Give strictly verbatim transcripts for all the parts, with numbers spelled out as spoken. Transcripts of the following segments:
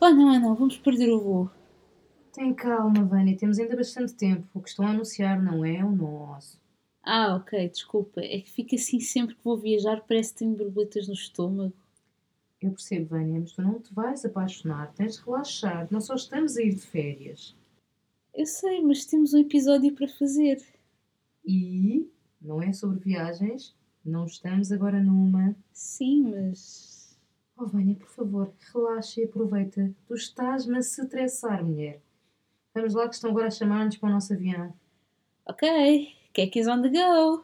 Oh não, oh não, vamos perder o voo. Tem calma, Vânia, temos ainda bastante tempo. O que estão a anunciar não é o nosso. Ah, ok, desculpa. É que fica assim sempre que vou viajar, parece que tenho borboletas no estômago. Eu percebo, Vânia, mas tu não te vais apaixonar. Tens de relaxar. Nós só estamos a ir de férias. Eu sei, mas temos um episódio para fazer. E não é sobre viagens. Não estamos agora numa. Sim, mas... Oh, Vânia, por favor, relaxa e aproveita. Tu estás-me a se estressar, mulher. Vamos lá que estão agora a chamar-nos para o nosso avião. Ok, cake is on the go.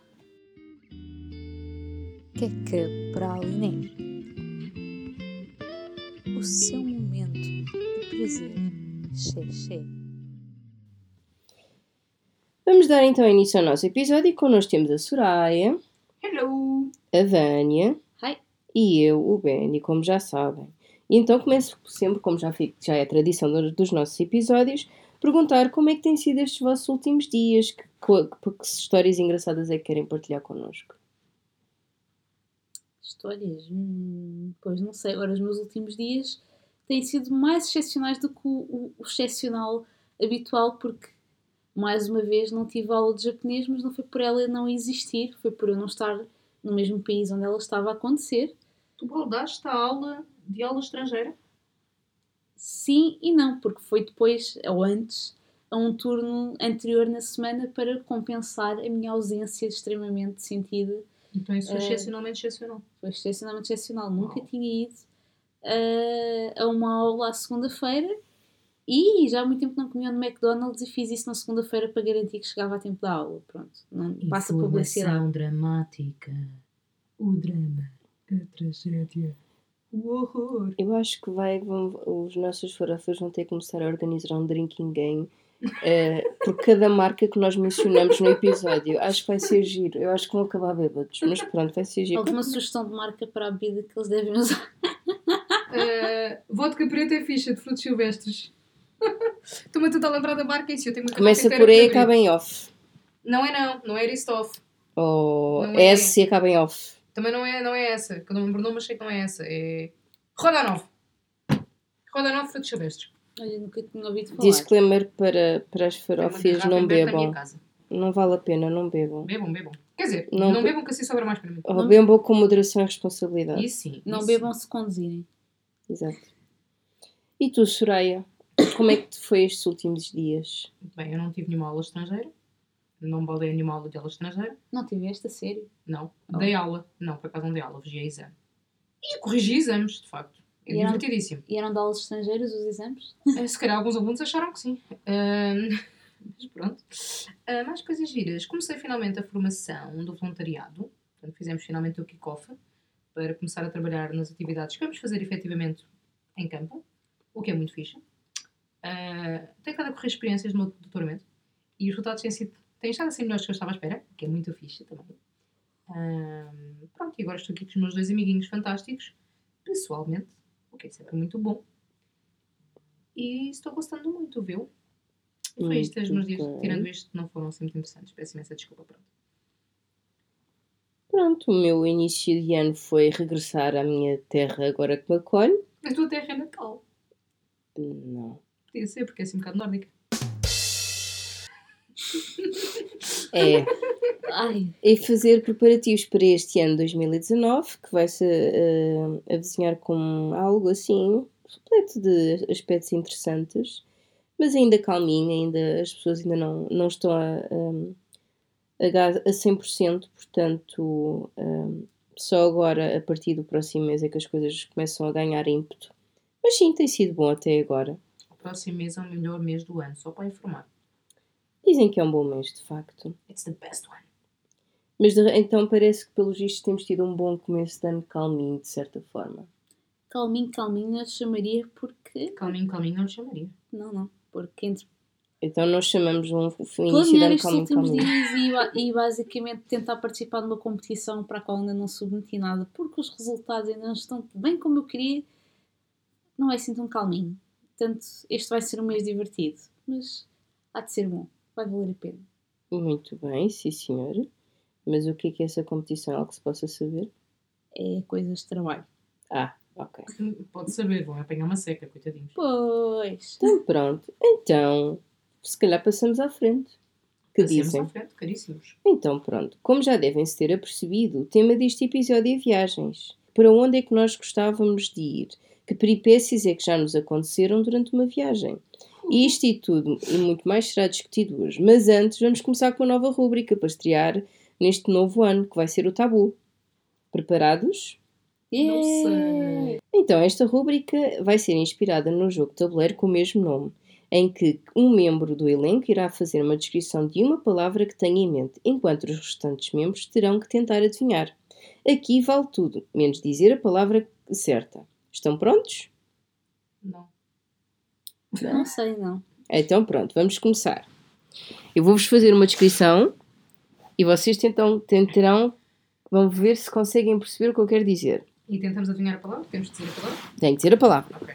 Queca praliné. O seu momento de prazer. Xé, Vamos dar então início ao nosso episódio e connosco temos a Soraya, Hello! a Vânia Hi. e eu, o Ben, e como já sabem. E então começo sempre, como já, fico, já é tradição dos, dos nossos episódios, perguntar como é que têm sido estes vossos últimos dias, que, que, que histórias engraçadas é que querem partilhar connosco. Histórias? Hum, pois não sei, agora os meus últimos dias têm sido mais excepcionais do que o, o, o excepcional habitual, porque mais uma vez não tive aula de japonês, mas não foi por ela não existir, foi por eu não estar no mesmo país onde ela estava a acontecer. Tu baldaste a aula de aula estrangeira? Sim e não, porque foi depois, ou antes, a um turno anterior na semana para compensar a minha ausência extremamente sentida. Então isso foi Eh, excepcionalmente excepcional. Foi excepcionalmente excepcional. Nunca Uau. tinha ido eh, a uma aula à segunda-feira e já há muito tempo não comia no McDonald's e fiz isso na segunda-feira para garantir que chegava a tempo da aula. Pronto, não passa publicidade. Informação dramática. O drama. A tragédia. O horror. Eu acho que vai, vão, os nossos farofas vão ter que começar a organizar um drinking game uh, por cada marca que nós mencionamos no episódio. Acho que vai ser giro. Eu acho que vão acabar bêbados, mas pronto, vai ser giro. Alguma sugestão de marca para a bebida que eles devem usar? Uh, vodka preta é ficha de frutos silvestres. Estou-me a tentar lembrar da marca em si. Eu tenho uma Começa garrafa por E inteira e para acaba abrir. em off. Não é não, não é Aristoff. Ou Não é. S e acaba em off. Também não é, não é essa. Que eu não me lembro, mas sei que não é essa. É Rodanov. Rodanov frutos silvestres. Olha, nunca tinha ouvido falar. Disclaimer para, para as Tenho uma farófias, garrafa não aberta à minha bebam. casa. Não vale a pena, não bebam. Bebam, bebam. Quer dizer, Não não, be- bebam que assim sobra mais para mim. Ou Não- bebam com moderação e responsabilidade. Isso sim. Não isso bebam se conduzirem. Exato. E tu, Soraya? Como é que te foi estes últimos dias? sim. Bem, eu não tive nenhuma aula estrangeira. Não baldei nenhuma aula de aula estrangeira. Não tiveste a sério? Não. Oh. Dei aula. Não, por acaso não dei aula. Vigiei exame. E corrigi exames, de facto. É E eram- divertidíssimo. E eram de aulas estrangeiras os exames? Eh, Se calhar alguns alunos acharam que sim. Ahm, mas pronto. Ah, mais coisas giras. Comecei finalmente a formação do voluntariado. Portanto, fizemos finalmente o kick-off para começar a trabalhar nas atividades que vamos fazer efetivamente em campo, o que é muito fixe. Uh, tenho estado a correr experiências no meu doutoramento e os resultados têm, sido, têm estado a ser melhores do que eu estava à espera, o que é muito fixe também. Um, pronto, e agora estou aqui com os meus dois amiguinhos fantásticos, pessoalmente, o que é sempre muito bom. E estou gostando muito, viu? E foi isto, os meus dias, Muito bem. tirando isto, não foram assim muito interessantes. Peço imensa desculpa, pronto. Pronto, o meu início de ano foi regressar à minha terra agora que me acolhe. A tua terra é natal. Não. Podia ser, porque é assim um bocado nórdica. É. Ai, E fazer preparativos para este ano dois mil e dezanove, que vai-se uh, avizinhar com algo assim, repleto de aspectos interessantes, mas ainda calminho, ainda, as pessoas ainda não, não estão a, um, a, gás a cem por cento, portanto, um, só agora, a partir do próximo mês, é que as coisas começam a ganhar ímpeto. Mas sim, tem sido bom até agora. O próximo mês é o melhor mês do ano, só para informar. Dizem que é um bom mês, de facto. It's the best one. Mas de, então parece que, pelos vistos, temos tido um bom começo de ano calminho, de certa forma. calminho, calminho eu chamaria porque... Calminho, calminho, não lhe chamaria. Não, não. Porque entre Então nós chamamos um, um início de planear ano estes calminho, últimos calminho. dias e, ba- e basicamente tentar participar de uma competição para a qual ainda não submeti nada, porque os resultados ainda não estão bem como eu queria, não é assim tão calminho. Portanto, este vai ser um mês divertido, mas há de ser bom, vai valer a pena. Muito bem, sim senhor. Mas o que é que é essa competição? Algo que se possa saber? É coisas de trabalho. Ah, Ok. Pode saber, vão apanhar uma seca, coitadinhos. Pois. Então pronto. Então, se calhar passamos à frente. Que Passemos dizem? à frente, caríssimos. Então pronto. Como já devem se ter apercebido, o tema deste episódio é viagens. Para onde é que nós gostávamos de ir? Que peripécias é que já nos aconteceram durante uma viagem? E isto e tudo, e muito mais, será discutido hoje. Mas antes, vamos começar com uma nova rúbrica para estrear neste novo ano, que vai ser o Tabu. Preparados? Não sei. Então, esta rúbrica vai ser inspirada no jogo de tabuleiro com o mesmo nome, em que um membro do elenco irá fazer uma descrição de uma palavra que tenha em mente, enquanto os restantes membros terão que tentar adivinhar. Aqui vale tudo, menos dizer a palavra certa. Estão prontos? Não. Não sei, não. Então pronto, vamos começar. Eu vou-vos fazer uma descrição e vocês tentam, tentarão, vão ver se conseguem perceber o que eu quero dizer. E tentamos adivinhar a palavra? Temos de dizer a palavra? Tem que dizer a palavra. Ok.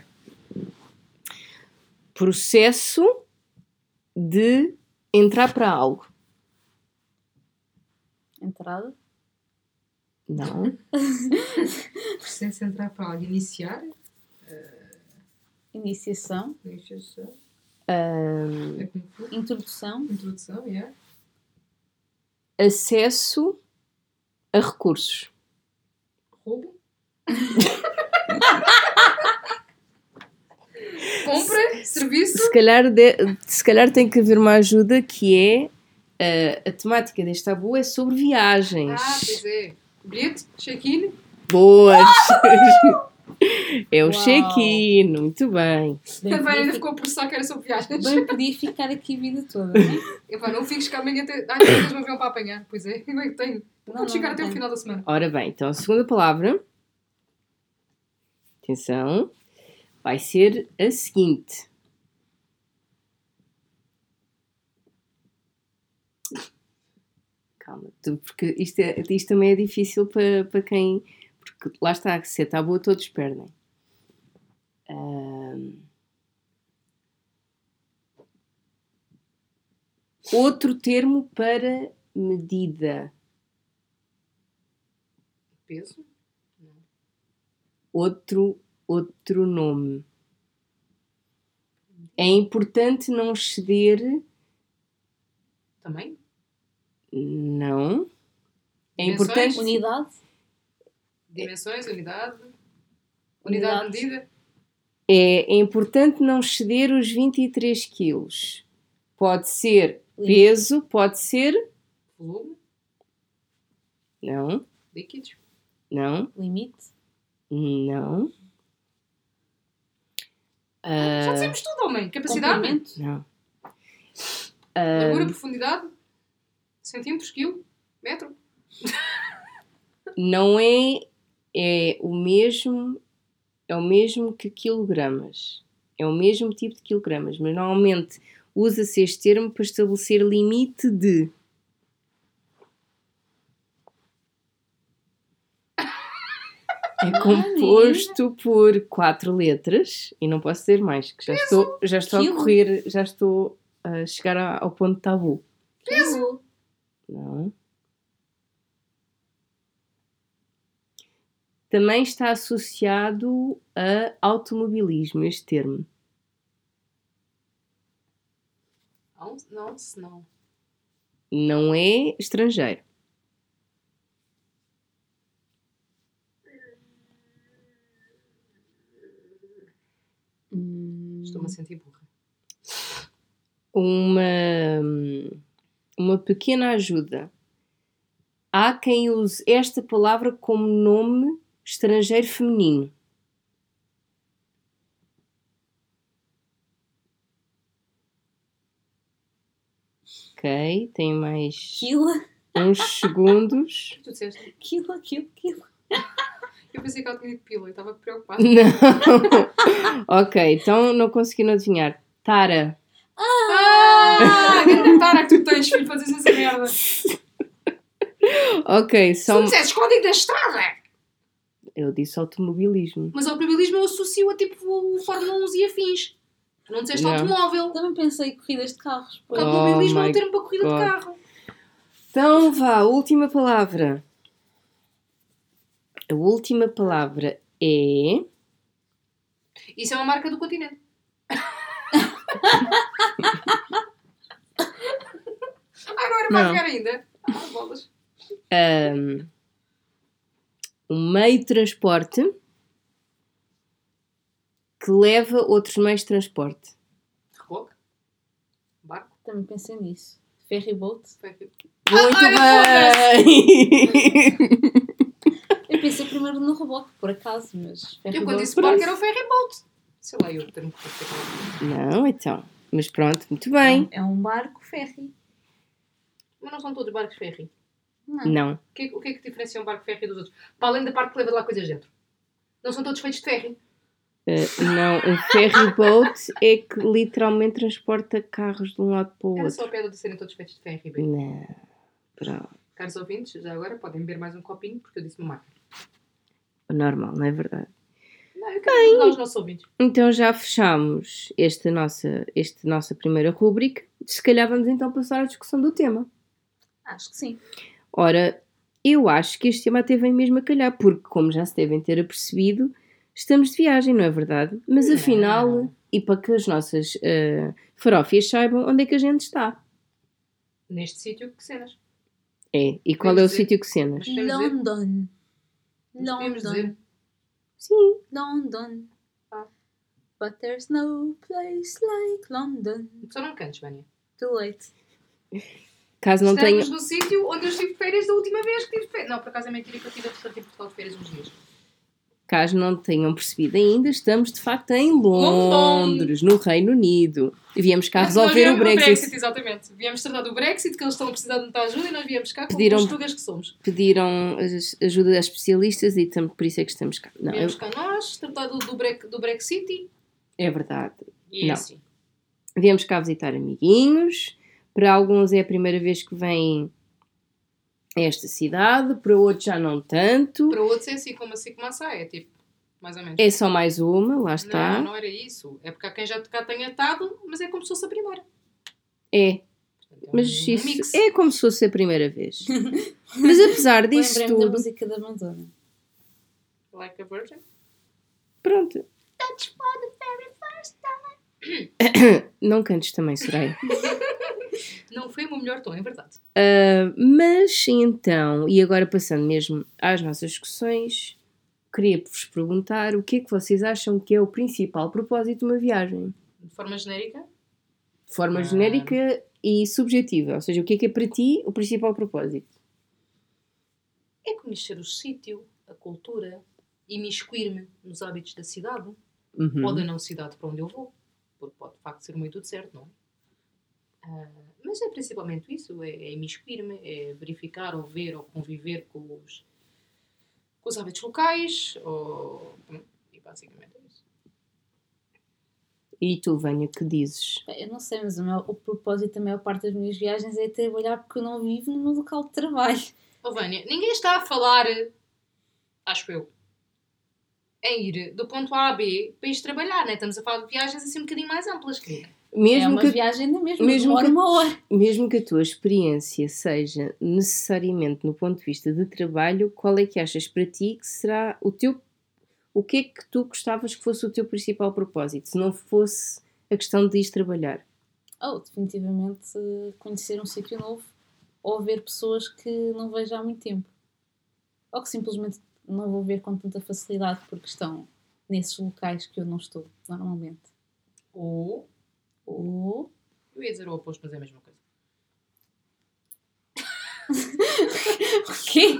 Processo de entrar para algo. Entrada. Não. Processo de entrar para algo. Iniciar. Iniciação. Iniciação. Ahm, É como foi? Introdução. Introdução, yeah. acesso a recursos. Roubo. Compra. Serviço. Se calhar, de- se calhar tem que haver uma ajuda que é ah, a temática deste tabu é sobre viagens. Ah, pois é. Bilhete. Check-in. Boas! É o Uau. check-in, muito bem. Bem, A Vera podia, ainda fi- ficou a processar que era sobre viagens. bem podia ficar aqui a vida toda, não é? Epá, não fiques cá amanhã até... Ai, eles me avião para apanhar. Pois é, eu é que tenho. Não, Podes não, ficar não até o tenho. final da semana. Ora bem, então a segunda palavra, atenção, vai ser a seguinte. Calma, tu- porque isto, é, isto também é difícil para, para quem... Porque lá está, se é tabu, todos perdem. Ahm. Outro termo para medida. Peso. Outro, outro nome. É importante não exceder... Também. Não. É Dimensões? importante... Unidade. Dimensões, unidade. Unidade Unidade. de medida. É, é importante não exceder os vinte e três quilos. Pode ser Limite. peso, pode ser... Volume. Não, Líquidos. não, Limite. não. Já Ah, dissemos tudo, homem. Capacidade. Comprimento. não. Largura, Ah, profundidade. Centímetros, quilo. Metro. não é, é o mesmo... É o mesmo que quilogramas. É o mesmo tipo de quilogramas, mas normalmente usa-se este termo para estabelecer limite de... É composto por quatro letras e não posso dizer mais, que já estou, já estou a Quilo. correr, já estou a chegar a- ao ponto tabu. Peso. Não. Também está associado a automobilismo, este termo. Não, não, se não. Não é estrangeiro. Hum, Estou-me a sentir burra. Uma, uma pequena ajuda. Há quem use esta palavra como nome estrangeiro feminino. Ok, tem mais Quilo. uns segundos. O que tu disseste? Quilo, quilo, quilo. Eu pensei que ela tinha de pila e estava preocupada. Não. Ok, então não conseguiram adivinhar. Tara. Ah! Grande tara que tu tens, filho, para dizer essa merda. Ok, Se tu só... disseste código da estrada. Eu disse automobilismo. Mas ao automobilismo eu associo a tipo o Fórmula um e afins. Tu não disseste Não. automóvel. Também pensei em corridas de carros. Porque Oh automobilismo é my um termo para corrida God. de carro. Então vá, última palavra. A última palavra é... Isso é uma marca do continente. Ai, não era mais pior ainda. Ah, bolas. Um, um meio de transporte que leva outros meios de transporte. Reboque? Barco? Também pensei nisso. Ferry boat. Ferry. Muito Ah, bem! Eu pensei primeiro no reboque, por acaso, mas ferry Eu quando boat. disse barco era o ferry boat. Sei lá, eu termo que Não, então. Mas pronto, muito bem. É um barco ferry. Mas não são todos barcos ferry. Não. Não. O que, é, o que é que diferencia um barco ferry dos outros? Para além da parte que leva de lá coisas dentro. Não são todos feitos de ferry. Uh, não, um ferry boat é que literalmente transporta carros de um lado para o Era só a outro. piada de serem todos feitos de ferry, bem. Não. Pronto. Caros ouvintes, já agora podem beber mais um copinho, porque eu disse uma marca. Normal, não é verdade? Não, eu quero ajudar os nossos ouvintes. Então já fechamos esta nossa, esta nossa primeira rúbrica. Se calhar vamos então passar à discussão do tema. Acho que sim. Ora, eu acho que este tema até vem mesmo a calhar, porque, como já se devem ter apercebido, estamos de viagem, não é verdade? Mas afinal, Não. e para que as nossas uh, farófias saibam onde é que a gente está. Neste sítio, que cenas? É, e qual Podemos é o dizer. sítio que cenas? Mas podemos dizer. London. Mas podemos dizer. London. Sim. London. Ah. But there's no place like London. Só não cantes, Vânia. Too late. Caso não tenha... Estamos no sítio onde eu estive de férias da última vez que tive de férias. Não, por acaso é mentira que eu estive a restaurante em Portugal de férias uns dias. Caso não tenham percebido ainda, estamos de facto em Londres, London. no Reino Unido. E viemos cá Nós resolver viemos o do Brexit. Brexit. Exatamente. Viemos tratar do Brexit, que eles estão a precisar de muita ajuda, e nós viemos cá como Pediram- os tugas que somos. Pediram as- ajuda a especialistas e tam- por isso é que estamos cá. Não, Viemos é, cá nós, tratar do, do, Bre- do Brexit é verdade. e é Não. assim. Viemos cá visitar amiguinhos. Para alguns é a primeira vez que vêm a esta cidade. Para outros já não tanto. Para outros é assim como assim como a é tipo, mais ou menos. É só mais uma, lá está. Não, não era isso. É porque há quem já cá tenha estado, mas é como se fosse a primeira. É, Portanto, é mas um isso mix. é como se fosse a primeira vez. Mas apesar disso Lembrei-me da tudo, música da Madonna. Like a virgin. pronto. That's for the very first time. Não cantes também, Soraya. Não foi o meu melhor tom, é verdade. Uh, mas então, e agora passando mesmo às nossas discussões, queria-vos perguntar o que é que vocês acham que é o principal propósito de uma viagem? De forma genérica, De forma Ah. genérica e subjetiva. Ou seja, o que é que é para ti o principal propósito? é conhecer o sítio, a cultura, imiscuir-me nos hábitos da cidade, Uhum. ou da não cidade para onde eu vou, porque pode de facto ser o meio tudo certo, não é? Ah, mas é principalmente isso, é, é imiscuir-me, é verificar ou ver ou conviver com os, com os hábitos locais, ou, e basicamente é isso. E tu, Vânia, que dizes? Bem, eu não sei, mas o, meu, o propósito da maior parte das minhas viagens é trabalhar porque eu não vivo no meu local de trabalho. Oh, Vânia, ninguém está a falar, acho eu, em ir do ponto A a B para ir trabalhar, não é? Estamos a falar de viagens assim um bocadinho mais amplas, querida. É Mesmo, uma que, viagem da mesma, mesmo demora que- uma hora. mesmo que a tua experiência seja necessariamente no ponto de vista de trabalho, qual é que achas para ti que será o teu... O que é que tu gostavas que fosse o teu principal propósito, se não fosse a questão de ir trabalhar? Oh, definitivamente eh, conhecer um sítio novo ou ver pessoas que não vejo há muito tempo. Ou que simplesmente não vou ver com tanta facilidade porque estão nesses locais que eu não estou normalmente. Ou, Ou... eu ia dizer o oposto, mas é a mesma coisa. O quê?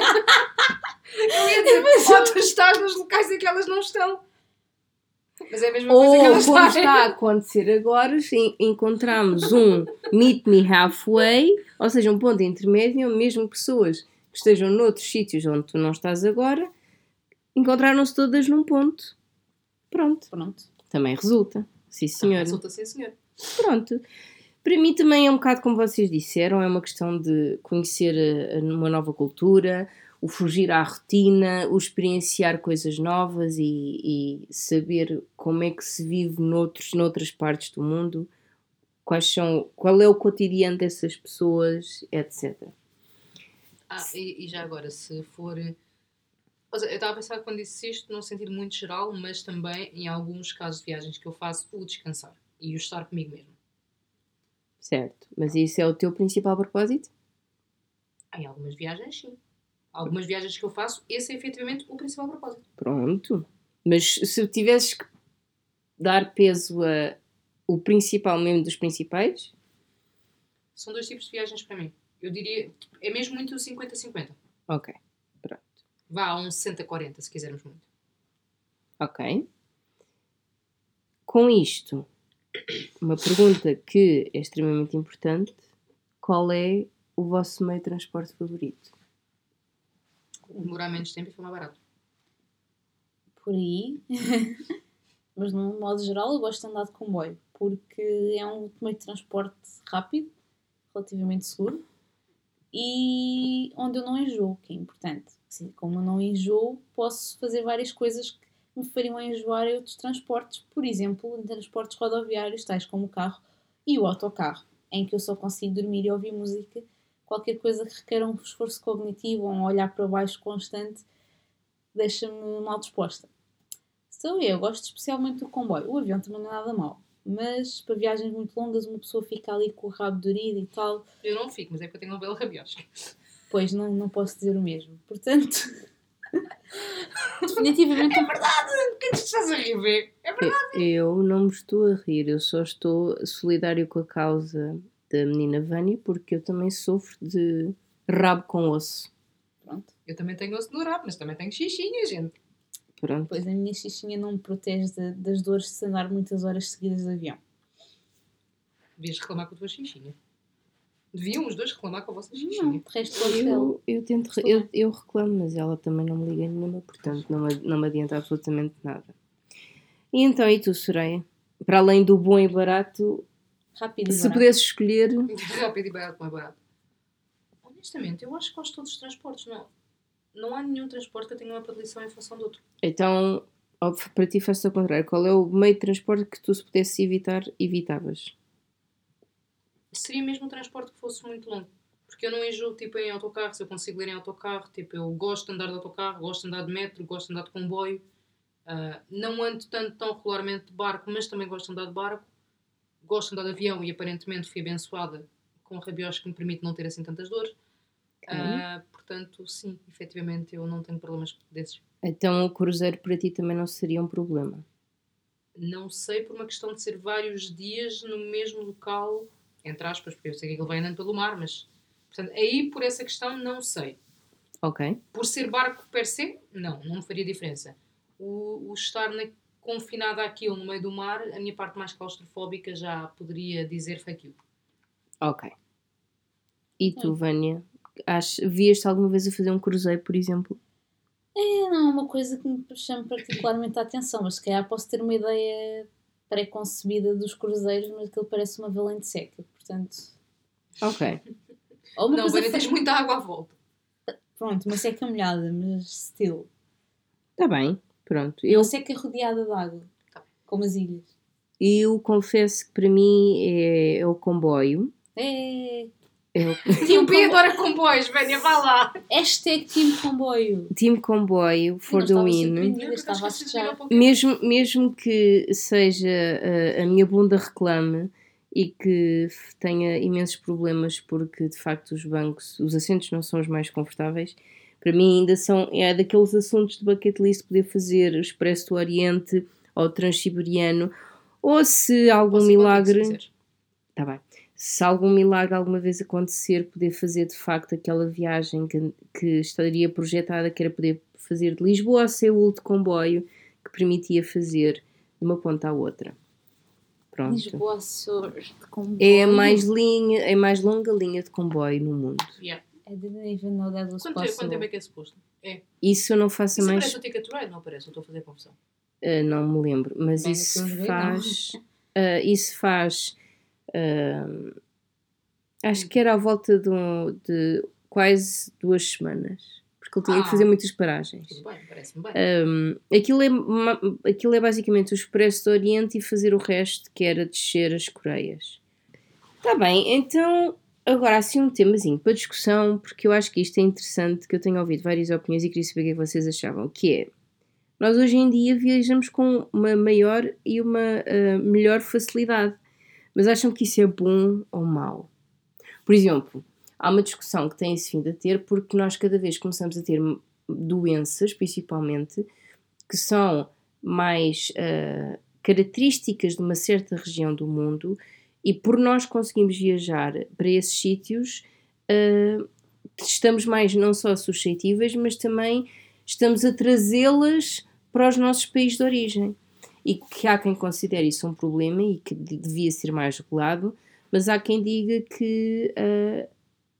Eu ia dizer, ou tu estás nos locais em que elas não estão. Mas é a mesma coisa Ou, que elas como fazem. está a acontecer agora, sim, encontramos um meet me halfway, ou seja, um ponto intermédio, mesmo pessoas que estejam noutros sítios onde tu não estás agora, encontraram-se todas num ponto. Pronto. Pronto. Também resulta. Sim, senhora. Resulta sim, senhor. Pronto. Para mim também é um bocado como vocês disseram, é uma questão de conhecer a- a uma nova cultura, o fugir à rotina, o experienciar coisas novas e, e saber como é que se vive noutros, noutras partes do mundo, quais são, qual é o cotidiano dessas pessoas, etcétera. Ah, e, e já agora, se for Ou seja, eu estava a pensar quando disse isto num sentido muito geral, mas também em alguns casos de viagens que eu faço, o descansar e o estar comigo mesmo. Certo. Mas isso é o teu principal propósito? Em algumas viagens, sim. Algumas viagens que eu faço, esse é efetivamente o principal propósito. Pronto. Mas se tivesses que dar peso a o principal mesmo dos principais? São dois tipos de viagens para mim. Eu diria, é mesmo muito cinquenta a cinquenta. Ok. Pronto. Vá a um sessenta a quarenta, se quisermos muito. Ok. Com isto, uma pergunta que é extremamente importante. Qual é o vosso meio de transporte favorito? Demorar menos tempo e foi mais barato. Por aí. Mas, de um modo geral, eu gosto de andar de comboio. Porque é um meio de transporte rápido, relativamente seguro. E onde eu não enjoo, que é importante. Assim, como eu não enjoo, posso fazer várias coisas que me fariam enjoar em outros transportes. Por exemplo, em transportes rodoviários, tais como o carro e o autocarro, em que eu só consigo dormir e ouvir música. Qualquer coisa que requer um esforço cognitivo ou um olhar para baixo constante deixa-me mal disposta. Então, eu gosto especialmente do comboio. O avião também não é nada mau. Mas para viagens muito longas uma pessoa fica ali com o rabo dorido e tal. Eu não fico, mas é porque eu tenho uma bela rabiosca. Pois, não, não posso dizer o mesmo. Portanto, definitivamente... É verdade! O que é que estás a rir, Bê? É verdade! Eu não me estou a rir, eu só estou solidário com a causa da menina Vânia, porque eu também sofro de rabo com osso. Pronto. Eu também tenho osso no rabo, mas também tenho xixinha, gente. Pronto. Pois a minha xixinha não me protege de, das dores de se andar muitas horas seguidas de avião. Devias reclamar com a tua xixinha. Deviam os dois reclamar com a vossa xixinha. Não, de resto gosto dela. Eu, eu, tento, Estou eu, bem. eu reclamo, mas ela também não me liga nenhuma, portanto não me, não me adianta absolutamente nada. E então, e tu, Soraya? Para além do bom e barato, Rápido e se barato. pudesse escolher, Rápido e barato, não é barato. Honestamente, eu acho que gosto de todos os transportes. Não, não há nenhum transporte que eu tenha uma predileção em função do outro. então, ó, para ti faz-se ao contrário. Qual é o meio de transporte que tu, se pudesses evitar, evitavas? Seria mesmo um transporte que fosse muito longo. Porque eu não enjoo tipo em autocarro, se eu consigo ler em autocarro. Tipo, eu gosto de andar de autocarro, gosto de andar de metro, gosto de andar de comboio. Uh, não ando tanto tão regularmente de barco, mas também gosto de andar de barco. Gosto de andar de avião e aparentemente fui abençoada com a rabiosca que me permite não ter assim tantas dores. Okay. Uh, portanto, sim, efetivamente eu não tenho problemas desses. Então o cruzeiro para ti também não seria um problema? Não sei, por uma questão de ser vários dias no mesmo local, entre aspas, porque eu sei que ele vai andando pelo mar, mas portanto, aí por essa questão não sei. Ok. Por ser barco per se, não, não me faria diferença. O, o estar na, confinada àquilo no meio do mar, a minha parte mais claustrofóbica já poderia dizer fuck you. Ok. E tu, Vânia? Vias-te alguma vez a fazer um cruzeiro, por exemplo? É, não é uma coisa que me chama particularmente a atenção, mas se calhar posso ter uma ideia pré-concebida dos cruzeiros, mas aquilo parece uma valente seca, portanto... Ok. Ou uma não, coisa Vânia, tens muita água à volta. Pronto, uma seca molhada, mas estilo. Está bem, pronto. Uma Eu... seca rodeada de água, como as ilhas. Eu confesso que para mim é, é o comboio. É... É o... Team P adora comboios, Vânia, vá lá. Hashtag Team Comboio. Team Comboio, for the win. Estava a festejar. Mesmo, mesmo que seja a, a minha bunda reclame e que tenha imensos problemas porque de facto os bancos, os assentos não são os mais confortáveis, para mim ainda são, é daqueles assuntos de bucket list poder fazer o Expresso do Oriente ou o Transiberiano, ou se algum Posso milagre... Contigo, se tá bem. Se algum milagre alguma vez acontecer, poder fazer de facto aquela viagem que, que estaria projetada, que era poder fazer de Lisboa a Seul de comboio, que permitia fazer de uma ponta à outra. Pronto. Lisboa a Seul de comboio. É a mais, linha, é a mais longa linha de comboio no mundo. Yeah. I didn't even know that was quanto, possible. quanto tempo é que é suposto? É. Isso eu não faço Isso mais... aparece o Ticket to Ride? Não aparece, eu estou a fazer confusão. Uh, não me lembro, mas Bem, isso ver, faz... Uh, isso faz... Uh, acho que era à volta de, um, de quase duas semanas. Porque ele tinha ah, que fazer muitas paragens. Tudo bem, parece-me bem. Um, aquilo, é, aquilo é basicamente o Expresso do Oriente e fazer o resto, que era descer as Coreias. Está bem, então agora, assim um temazinho para discussão, porque eu acho que isto é interessante, que eu tenho ouvido várias opiniões e queria saber o que é que vocês achavam, que é, nós hoje em dia viajamos com uma maior e uma uh, melhor facilidade, mas acham que isso é bom ou mau? Por exemplo, há uma discussão que tem-se vindo a ter porque nós cada vez começamos a ter doenças, principalmente, que são mais uh, características de uma certa região do mundo e por nós conseguimos viajar para esses sítios, uh, estamos mais não só suscetíveis, mas também estamos a trazê-las para os nossos países de origem. E que há quem considere isso um problema e que devia ser mais regulado, mas há quem diga que uh,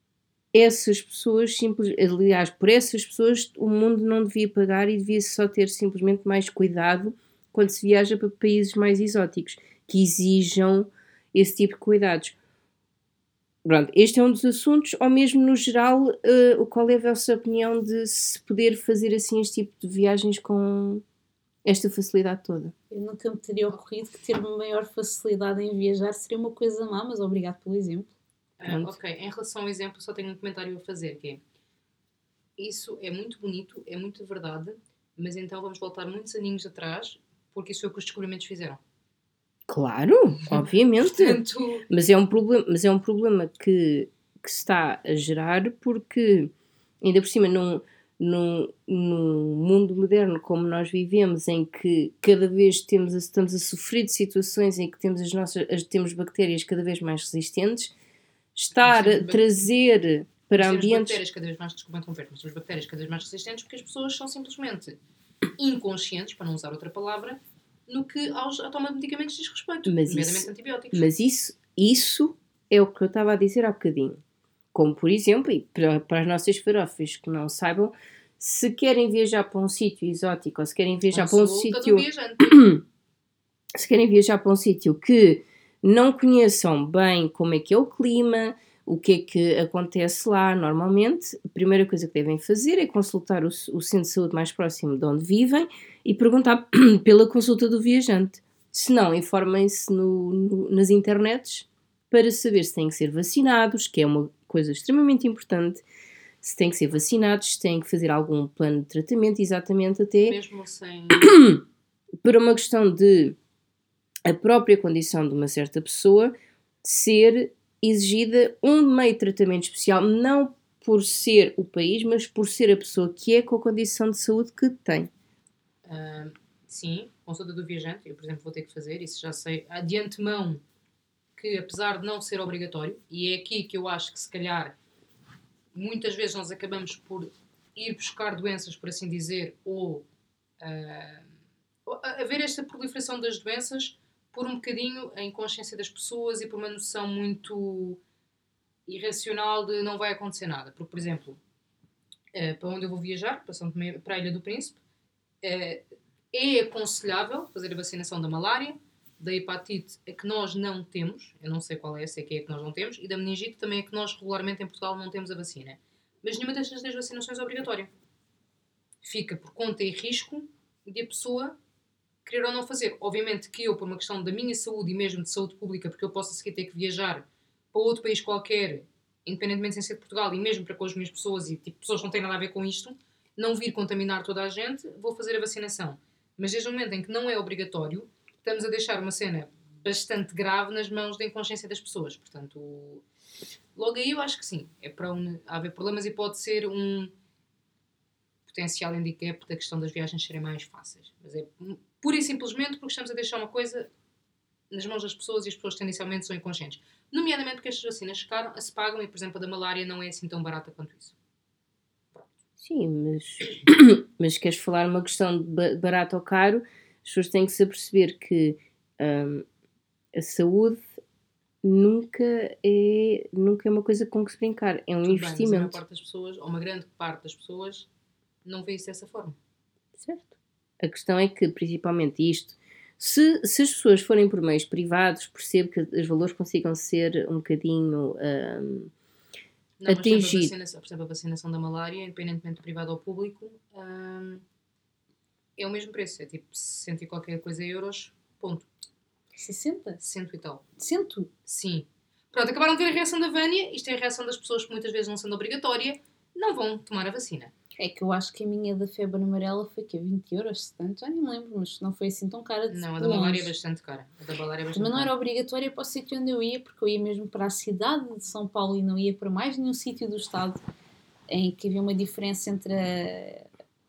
essas pessoas, simples, aliás, por essas pessoas o mundo não devia pagar e devia só ter simplesmente mais cuidado quando se viaja para países mais exóticos, que exijam esse tipo de cuidados. Pronto, este é um dos assuntos, ou mesmo no geral, uh, qual é a vossa opinião de se poder fazer assim este tipo de viagens com esta facilidade toda? Eu nunca me teria ocorrido que ter uma maior facilidade em viajar seria uma coisa má, mas obrigado pelo exemplo. Ah, ok, em relação ao exemplo, só tenho um comentário a fazer, que é, isso é muito bonito, é muito verdade, mas então vamos voltar muitos aninhos atrás, porque isso foi o que os descobrimentos fizeram. Claro, obviamente. Portanto, mas, é um problema, mas é um problema que, que se está a gerar porque, ainda por cima, num, num, num mundo moderno como nós vivemos, em que cada vez temos, estamos a sofrer de situações em que temos, as nossas, as, temos bactérias cada vez mais resistentes, estar a trazer para temos ambientes... bactérias cada vez mais, desculpa interromper, mas temos bactérias cada vez mais resistentes porque as pessoas são simplesmente inconscientes, para não usar outra palavra, no que aos, à toma de medicamentos diz respeito, mas nomeadamente isso, antibióticos. Mas isso, isso é o que eu estava a dizer há bocadinho. Como, por exemplo, e para, para as nossas farofas que não saibam, se querem viajar para um sítio exótico ou se querem viajar para um sítio... se querem viajar para um sítio que não conheçam bem como é que é o clima, o que é que acontece lá normalmente, a primeira coisa que devem fazer é consultar o, o centro de saúde mais próximo de onde vivem e perguntar pela consulta do viajante. Se não, informem-se no, no, nas internets para saber se têm que ser vacinados, que é uma coisa extremamente importante, se têm que ser vacinados, se têm que fazer algum plano de tratamento, exatamente até... Mesmo sem... para uma questão de a própria condição de uma certa pessoa ser exigida um meio de tratamento especial, não por ser o país, mas por ser a pessoa que é com a condição de saúde que tem. Uh, sim, consulta do viajante, eu por exemplo vou ter que fazer, isso já sei de antemão que apesar de não ser obrigatório, e é aqui que eu acho que se calhar muitas vezes nós acabamos por ir buscar doenças, por assim dizer, ou uh, haver esta proliferação das doenças por um bocadinho a inconsciência das pessoas e por uma noção muito irracional de não vai acontecer nada. Porque, por exemplo, uh, para onde eu vou viajar, para, São Tomé, para a Ilha do Príncipe, uh, é aconselhável fazer a vacinação da malária, da hepatite, a que nós não temos, eu não sei qual é, sei que é a que nós não temos, e da meningite também é que nós regularmente em Portugal não temos a vacina. Mas nenhuma destas três vacinações é obrigatória. Fica por conta e risco de a pessoa querer ou não fazer. Obviamente que eu, por uma questão da minha saúde e mesmo de saúde pública, porque eu posso a seguir ter que viajar para outro país qualquer, independentemente sem ser de Portugal, e mesmo para com as minhas pessoas, e tipo, pessoas que não têm nada a ver com isto, não vir contaminar toda a gente, vou fazer a vacinação. Mas desde o momento em que não é obrigatório, estamos a deixar uma cena bastante grave nas mãos da inconsciência das pessoas. Portanto, logo aí eu acho que sim, é para um, haver problemas e pode ser um potencial handicap da questão das viagens serem mais fáceis. Mas é pura e simplesmente porque estamos a deixar uma coisa nas mãos das pessoas e as pessoas tendencialmente são inconscientes. Nomeadamente porque estas vacinas ficaram, se pagam e, por exemplo, a da malária não é assim tão barata quanto isso. Pronto. Sim, mas, mas queres falar uma questão de barato ou caro, as pessoas têm que se aperceber que hum, a saúde nunca é, nunca é uma coisa com que se brincar, é um Tudo investimento. Bem, mas a maior parte das pessoas, ou uma grande parte das pessoas, não vê isso dessa forma. Certo. A questão é que, principalmente isto, se, se as pessoas forem por meios privados, percebo que os valores consigam ser um bocadinho um, não, atingidos. Mas, por exemplo, por exemplo, a vacinação da malária, independentemente do privado ou público, um, é o mesmo preço. É tipo sessenta e qualquer coisa euros, ponto. sessenta? Cento e tal. Cento? Sim. Pronto, acabaram de ver a reação da Vânia. Isto é a reação das pessoas que muitas vezes não sendo obrigatória, não vão tomar a vacina. É que eu acho que a minha da febre amarela foi que vinte euros, setenta, já nem me lembro, mas não foi assim tão cara de Não, a de da malária é longe. bastante cara. A da malária é bastante Também não cara. era obrigatória para o sítio onde eu ia, porque eu ia mesmo para a cidade de São Paulo e não ia para mais nenhum sítio do estado em que havia uma diferença entre a-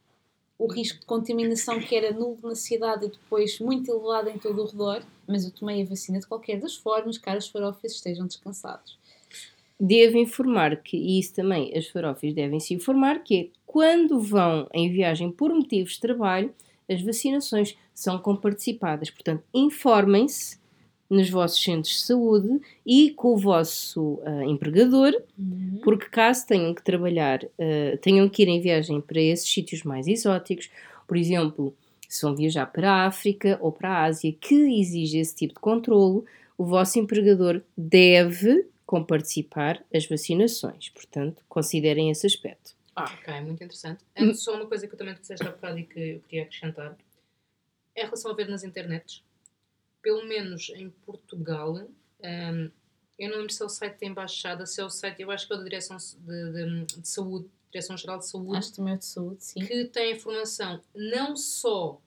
o risco de contaminação que era nulo na cidade e depois muito elevado em todo o redor. Mas eu tomei a vacina de qualquer das formas, caros farofas, estejam descansados. Devo informar que, e isso também as farofas devem se informar, que é quando vão em viagem por motivos de trabalho, as vacinações são comparticipadas. Portanto, informem-se nos vossos centros de saúde e com o vosso ah, empregador, Uhum. porque caso tenham que trabalhar, ah, tenham que ir em viagem para esses sítios mais exóticos, por exemplo, se vão viajar para a África ou para a Ásia, que exige esse tipo de controlo, o vosso empregador deve comparticipar as vacinações. Portanto, considerem esse aspecto. Ah, ok, muito interessante. Antes, só uma coisa que eu também te disseste há bocado e que eu queria acrescentar. Em relação a ver nas internets, pelo menos em Portugal, hum, eu não lembro se é o site da Embaixada, se é o site, eu acho que é o da Direção de, de, de Saúde, Direção-Geral de Saúde, Acho que também é de saúde, sim. que tem informação não só.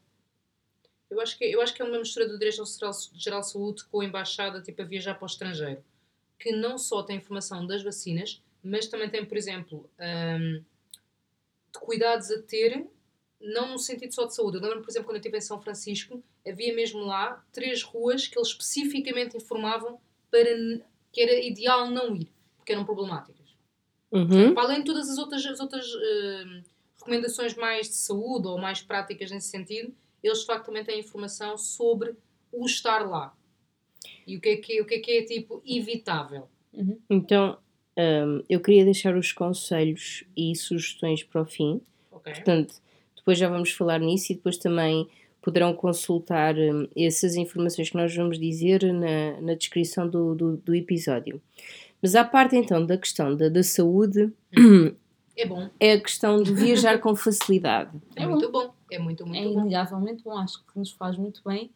Eu acho que, eu acho que é uma mistura do Direção-Geral de Saúde com a Embaixada, tipo a viajar para o estrangeiro, que não só tem informação das vacinas, mas também tem, por exemplo, hum, de cuidados a ter, não no sentido só de saúde. Eu lembro, por exemplo, quando eu estive em São Francisco, havia mesmo lá três ruas que eles especificamente informavam para que era ideal não ir, porque eram problemáticas. Uhum. Para além de todas as outras, as outras uh, recomendações mais de saúde ou mais práticas nesse sentido, eles de facto também têm informação sobre o estar lá. E o que é que é, o que é, que é tipo, evitável. Uhum. Então, hum, eu queria deixar os conselhos e sugestões para o fim. Okay. Portanto, depois já vamos falar nisso e depois também poderão consultar hum, essas informações que nós vamos dizer na, na descrição do, do, do episódio. Mas à parte então da questão da, da saúde, é bom. É a questão de viajar com facilidade. É, é muito bom. bom. É muito, muito é bom. É inegavelmente bom. Acho que nos faz muito bem.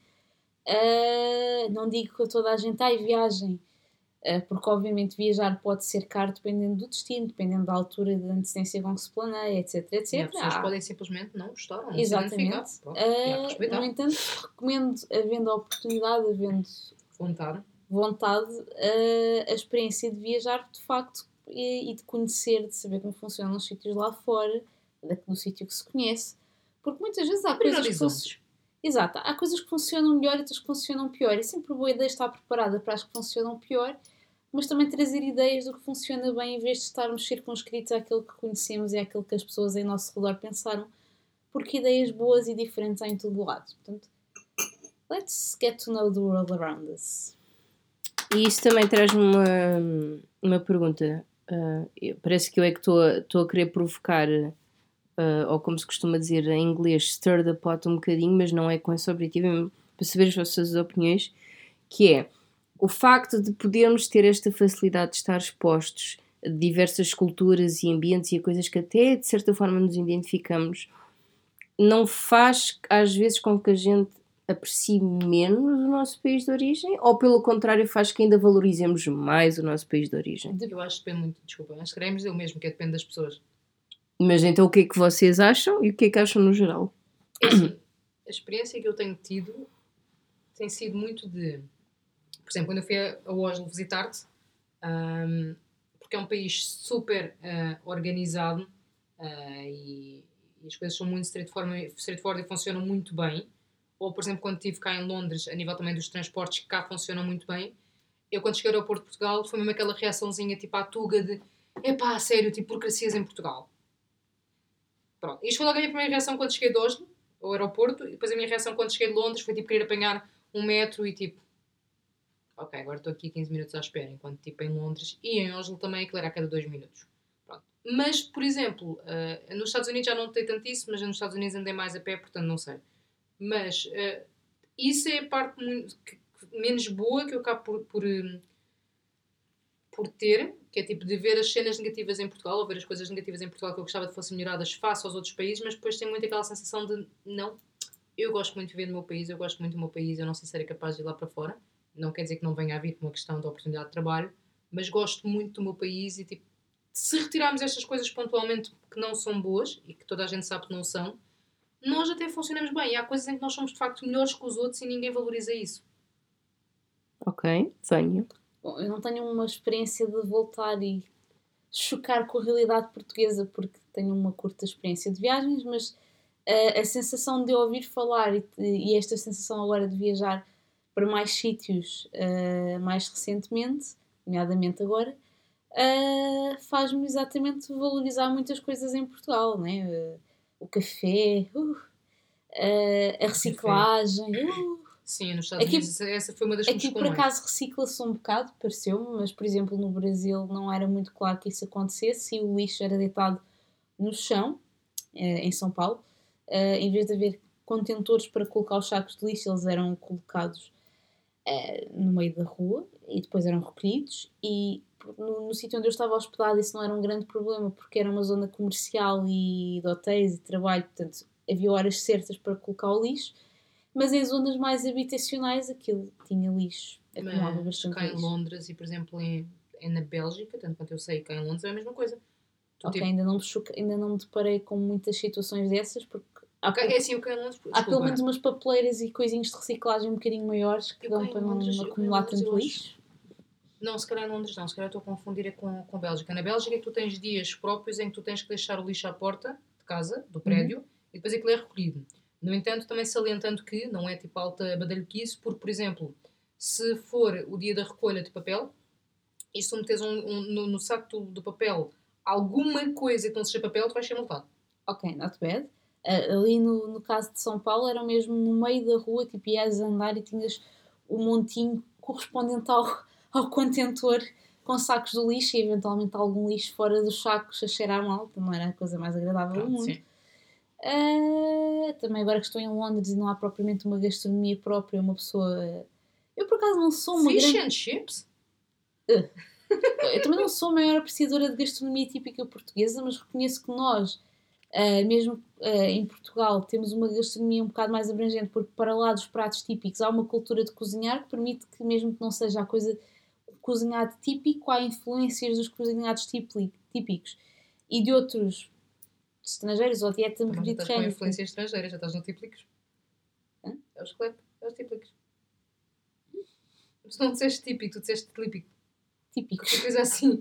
Uh, não digo que toda a gente ai viagem, uh, porque obviamente viajar pode ser caro dependendo do destino, dependendo da altura de antecedência com que se planeia, etc, etc. E as pessoas ah, podem simplesmente não gostar ou não exatamente. se identificar. Uh, no entanto, recomendo, havendo a oportunidade, havendo vontade, vontade uh, a experiência de viajar de facto e, e de conhecer, de saber como funcionam os sítios lá fora, do sítio que se conhece, porque muitas vezes há coisas que funcionam. Exato, há coisas que funcionam melhor e outras que funcionam pior. É sempre boa ideia estar preparada para as que funcionam pior, mas também trazer ideias do que funciona bem em vez de estarmos circunscritos àquilo que conhecemos e àquilo que as pessoas em nosso redor pensaram, porque ideias boas e diferentes há em todo lado. Portanto, let's get to know the world around us. E isso também traz-me uma, uma pergunta. Uh, eu, parece que eu é que estou a querer provocar... Uh, ou como se costuma dizer em inglês, stir the pot um bocadinho, mas não é com esse objetivo, é para saber as vossas opiniões, que é o facto de podermos ter esta facilidade de estar expostos a diversas culturas e ambientes e a coisas que até de certa forma nos identificamos, não faz às vezes com que a gente aprecie menos o nosso país de origem, ou pelo contrário faz que ainda valorizemos mais o nosso país de origem? Eu acho que depende muito, desculpa, acho que queremos dizer o mesmo, que é depende das pessoas. Mas então o que é que vocês acham e o que é que acham no geral? É assim, a experiência que eu tenho tido tem sido muito de... Por exemplo, quando eu fui a Oslo visitar-te, um, porque é um país super uh, organizado uh, e, e as coisas são muito straightforward, straightforward e funcionam muito bem. Ou, por exemplo, quando estive cá em Londres, a nível também dos transportes, que cá funcionam muito bem. Eu, quando cheguei ao aeroporto de Portugal, foi mesmo aquela reaçãozinha, tipo, à tuga de epá, sério, tipo, burocracias em Portugal. Pronto. Isto foi logo a minha primeira reação quando cheguei de Oslo, ao aeroporto, e depois a minha reação quando cheguei de Londres foi tipo querer apanhar um metro e tipo, ok, agora estou aqui quinze minutos à espera, enquanto tipo em Londres e em Oslo também aquilo era a cada dois minutos. Pronto. Mas, por exemplo, uh, nos Estados Unidos já não tenho tanto isso, mas nos Estados Unidos andei mais a pé, portanto não sei. Mas uh, isso é a parte muito, que, que, menos boa que eu acabo por, por, um, por ter, que é tipo de ver as cenas negativas em Portugal, ou ver as coisas negativas em Portugal que eu gostava de fossem melhoradas face aos outros países, mas depois tenho muito aquela sensação de, não, eu gosto muito de viver no meu país, eu gosto muito do meu país, eu não sei se era capaz de ir lá para fora, não quer dizer que não venha a vir por uma questão de oportunidade de trabalho, mas gosto muito do meu país e, tipo, se retirarmos estas coisas pontualmente que não são boas e que toda a gente sabe que não são, nós até funcionamos bem. E há coisas em que nós somos, de facto, melhores que os outros e ninguém valoriza isso. Ok, venho. Bom, eu não tenho uma experiência de voltar e chocar com a realidade portuguesa, porque tenho uma curta experiência de viagens, mas uh, a sensação de ouvir falar e, e esta sensação agora de viajar para mais sítios uh, mais recentemente, nomeadamente agora, uh, faz-me exatamente valorizar muitas coisas em Portugal, né? Uh, o café, uh, uh, a reciclagem. Uh. Sim, nos Estados Aqui, Unidos essa foi uma das que me aqui chocou por mais. acaso recicla-se um bocado, pareceu-me, mas por exemplo no Brasil não era muito claro que isso acontecesse e o lixo era deitado no chão, em São Paulo. Em vez de haver contentores para colocar os sacos de lixo, eles eram colocados no meio da rua e depois eram recolhidos. E no, no sítio onde eu estava hospedada isso não era um grande problema porque era uma zona comercial e de hotéis e de trabalho, portanto havia horas certas para colocar o lixo. Mas em zonas mais habitacionais aquilo tinha lixo, acumulava Mas bastante cá em lixo. Londres e, por exemplo, em, em na Bélgica, tanto quanto eu sei, cá em Londres é a mesma coisa. Tu, Ok, tipo, ainda, não me choca, ainda não me deparei com muitas situações dessas, porque há, cá- é assim, o cá em Londres, há pelo desculpa, menos umas papeleiras e coisinhas de reciclagem um bocadinho maiores que eu dão cá em para Londres, não eu cá em acumular Londres tanto eu acho- lixo. Não, se calhar em Londres não, se calhar estou a confundir é com, com Bélgica. Na Bélgica é que tu tens dias próprios em que tu tens que deixar o lixo à porta de casa, do prédio, e depois aquilo é recolhido. No entanto, também salientando que não é tipo alta badalhoquice, porque, por exemplo, se for o dia da recolha de papel, e se tu meteres um, um- no, no saco do, do papel alguma coisa que não seja papel, tu vais ser multado. Ok, not bad. Uh, ali no, no caso de São Paulo era mesmo no meio da rua, tipo ias andar e tinhas o montinho correspondente ao, ao contentor com sacos de lixo e eventualmente algum lixo fora dos sacos a cheirar mal, que não era a coisa mais agradável do Pronto, mundo. sim. Uh, também agora que estou em Londres e não há propriamente uma gastronomia própria, uma pessoa... Eu por acaso não sou uma Fish grande... and chips? Eu também não sou a maior apreciadora de gastronomia típica portuguesa, mas reconheço que nós, uh, mesmo uh, em Portugal, temos uma gastronomia um bocado mais abrangente, porque para lá dos pratos típicos há uma cultura de cozinhar que permite que, mesmo que não seja a coisa cozinhado típico, há influências dos cozinhados típicos e de outros estrangeiros ou dieta Também já estás com mediterrânea. influências estrangeiras, já estás no típicos. Hã? É os clep, é os típicos. Tu não disseste típico, tu disseste típico. Típicos. Qualquer coisa assim.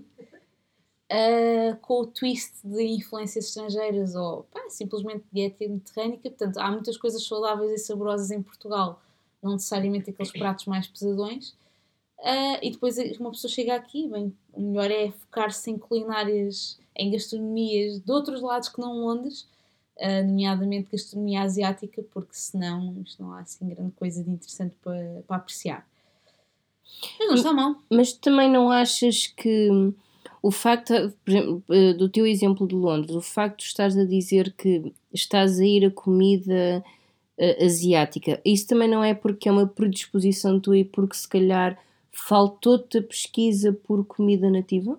Uh, com o twist de influências estrangeiras ou pá, simplesmente dieta mediterrânica. Portanto, há muitas coisas saudáveis e saborosas em Portugal, não necessariamente aqueles pratos mais pesadões. Uh, e depois uma pessoa chega aqui, bem, o melhor é focar-se em culinárias, em gastronomias de outros lados que não Londres, uh, nomeadamente gastronomia asiática, porque senão isto não há assim grande coisa de interessante para, para apreciar. Mas não está mal. Mas também não achas que o facto, por exemplo, do teu exemplo de Londres, o facto de estares a dizer que estás a ir a comida uh, asiática, isso também não é porque é uma predisposição tua e porque se calhar faltou-te a pesquisa por comida nativa?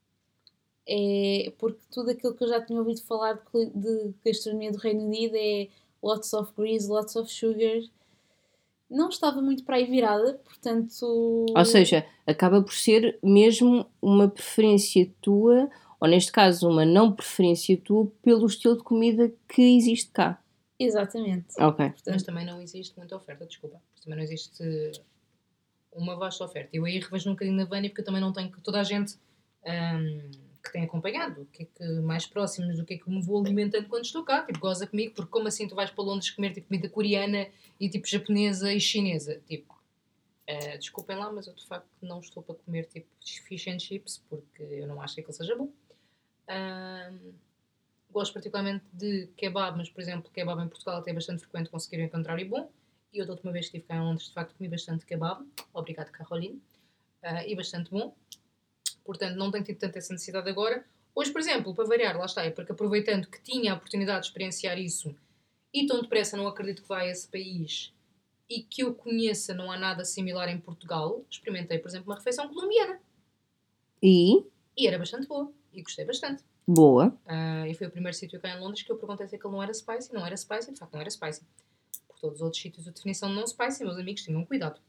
É porque tudo aquilo que eu já tinha ouvido falar de, de gastronomia do Reino Unido é lots of grease, lots of sugar. Não estava muito para aí virada, portanto... Ou seja, acaba por ser mesmo uma preferência tua, ou neste caso uma não preferência tua, pelo estilo de comida que existe cá. Exatamente. Ok. Mas Portanto, também não existe muita oferta, desculpa. Também não existe uma vasta oferta. Eu aí revejo um bocadinho na Vânia, porque eu também não tenho que toda a gente hum, que tem acompanhado, o que é que mais próximos do que é que me vou alimentando quando estou cá, tipo, goza comigo, porque como assim tu vais para Londres comer tipo, comida coreana e tipo japonesa e chinesa? Tipo, uh, desculpem lá, mas eu de facto não estou para comer tipo fish and chips, porque eu não acho que aquilo seja bom. Hum, gosto particularmente de kebab, mas por exemplo, kebab em Portugal até é bastante frequente conseguir encontrar e bom. E eu da última vez que estive cá em Londres, de facto, comi bastante kebab. Obrigado, Caroline. Uh, e bastante bom. Portanto, não tenho tido tanta essa necessidade agora. Hoje, por exemplo, para variar, lá está, é porque aproveitando que tinha a oportunidade de experienciar isso e tão depressa não acredito que vá a esse país e que eu conheça não há nada similar em Portugal, experimentei, por exemplo, uma refeição colombiana. E? E era bastante boa. E gostei bastante. Boa. Uh, e foi o primeiro sítio cá em Londres que eu perguntei se aquilo não era spicy. Não era spicy, de facto não era spicy. Por todos os outros sítios de definição de não spicy, meus amigos, tenham cuidado.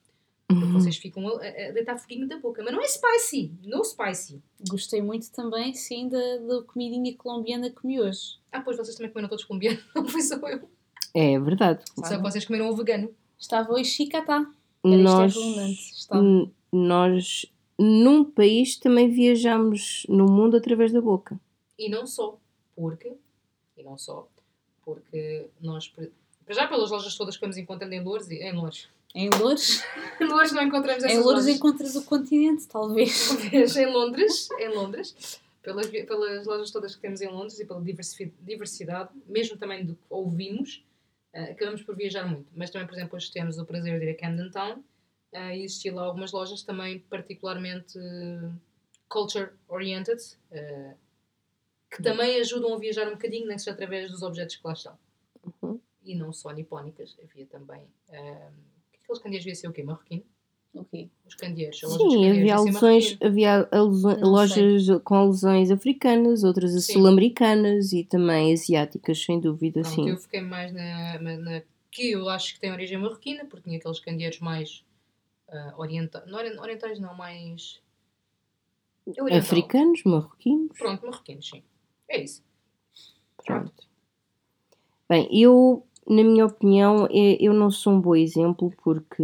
Porque vocês ficam a, a deitar foguinho da boca. Mas não é spicy. No spicy. Gostei muito também, sim, da, da comidinha colombiana que comi hoje. Ah, pois vocês também comeram todos colombianos. Não foi só eu. É verdade. Só que vocês comeram o vegano. Estava hoje chicatá. Nós, Isto é redundante. Estava. n- nós, num país, também viajamos no mundo através da boca. E não só. Porque... E não só. Porque nós... Já pelas lojas todas que vamos encontrando em Loures... Em Loures. Em Loures? Em Loures não encontramos essas Em Loures lojas. encontras o continente, talvez. Talvez em Londres, em Londres, pelas, pelas lojas todas que temos em Londres e pela diversi- diversidade, mesmo também do que ouvimos, uh, acabamos por viajar muito. Mas também, por exemplo, hoje temos o prazer de ir a Camden Town uh, e existir lá algumas lojas também particularmente uh, culture-oriented, uh, que também ajudam a viajar um bocadinho, nem que seja através dos objetos que lá estão. Uhum. E não só nipónicas, havia também... Uh, aqueles candeeiros devia ser o quê? Marroquino? Ok. Os candeeiros. Sim, havia alusões, havia alusões, lojas sei. com alusões africanas, outras sul-americanas e também asiáticas, sem dúvida, Pronto, sim. Eu fiquei mais na, na, na que eu acho que tem origem marroquina, porque tinha aqueles candeeiros mais uh, orientais, não orientais não, mais oriental. Africanos, marroquinos. Pronto, marroquinos, sim. É isso. Pronto. Bem, eu, na minha opinião, eu não sou um bom exemplo porque...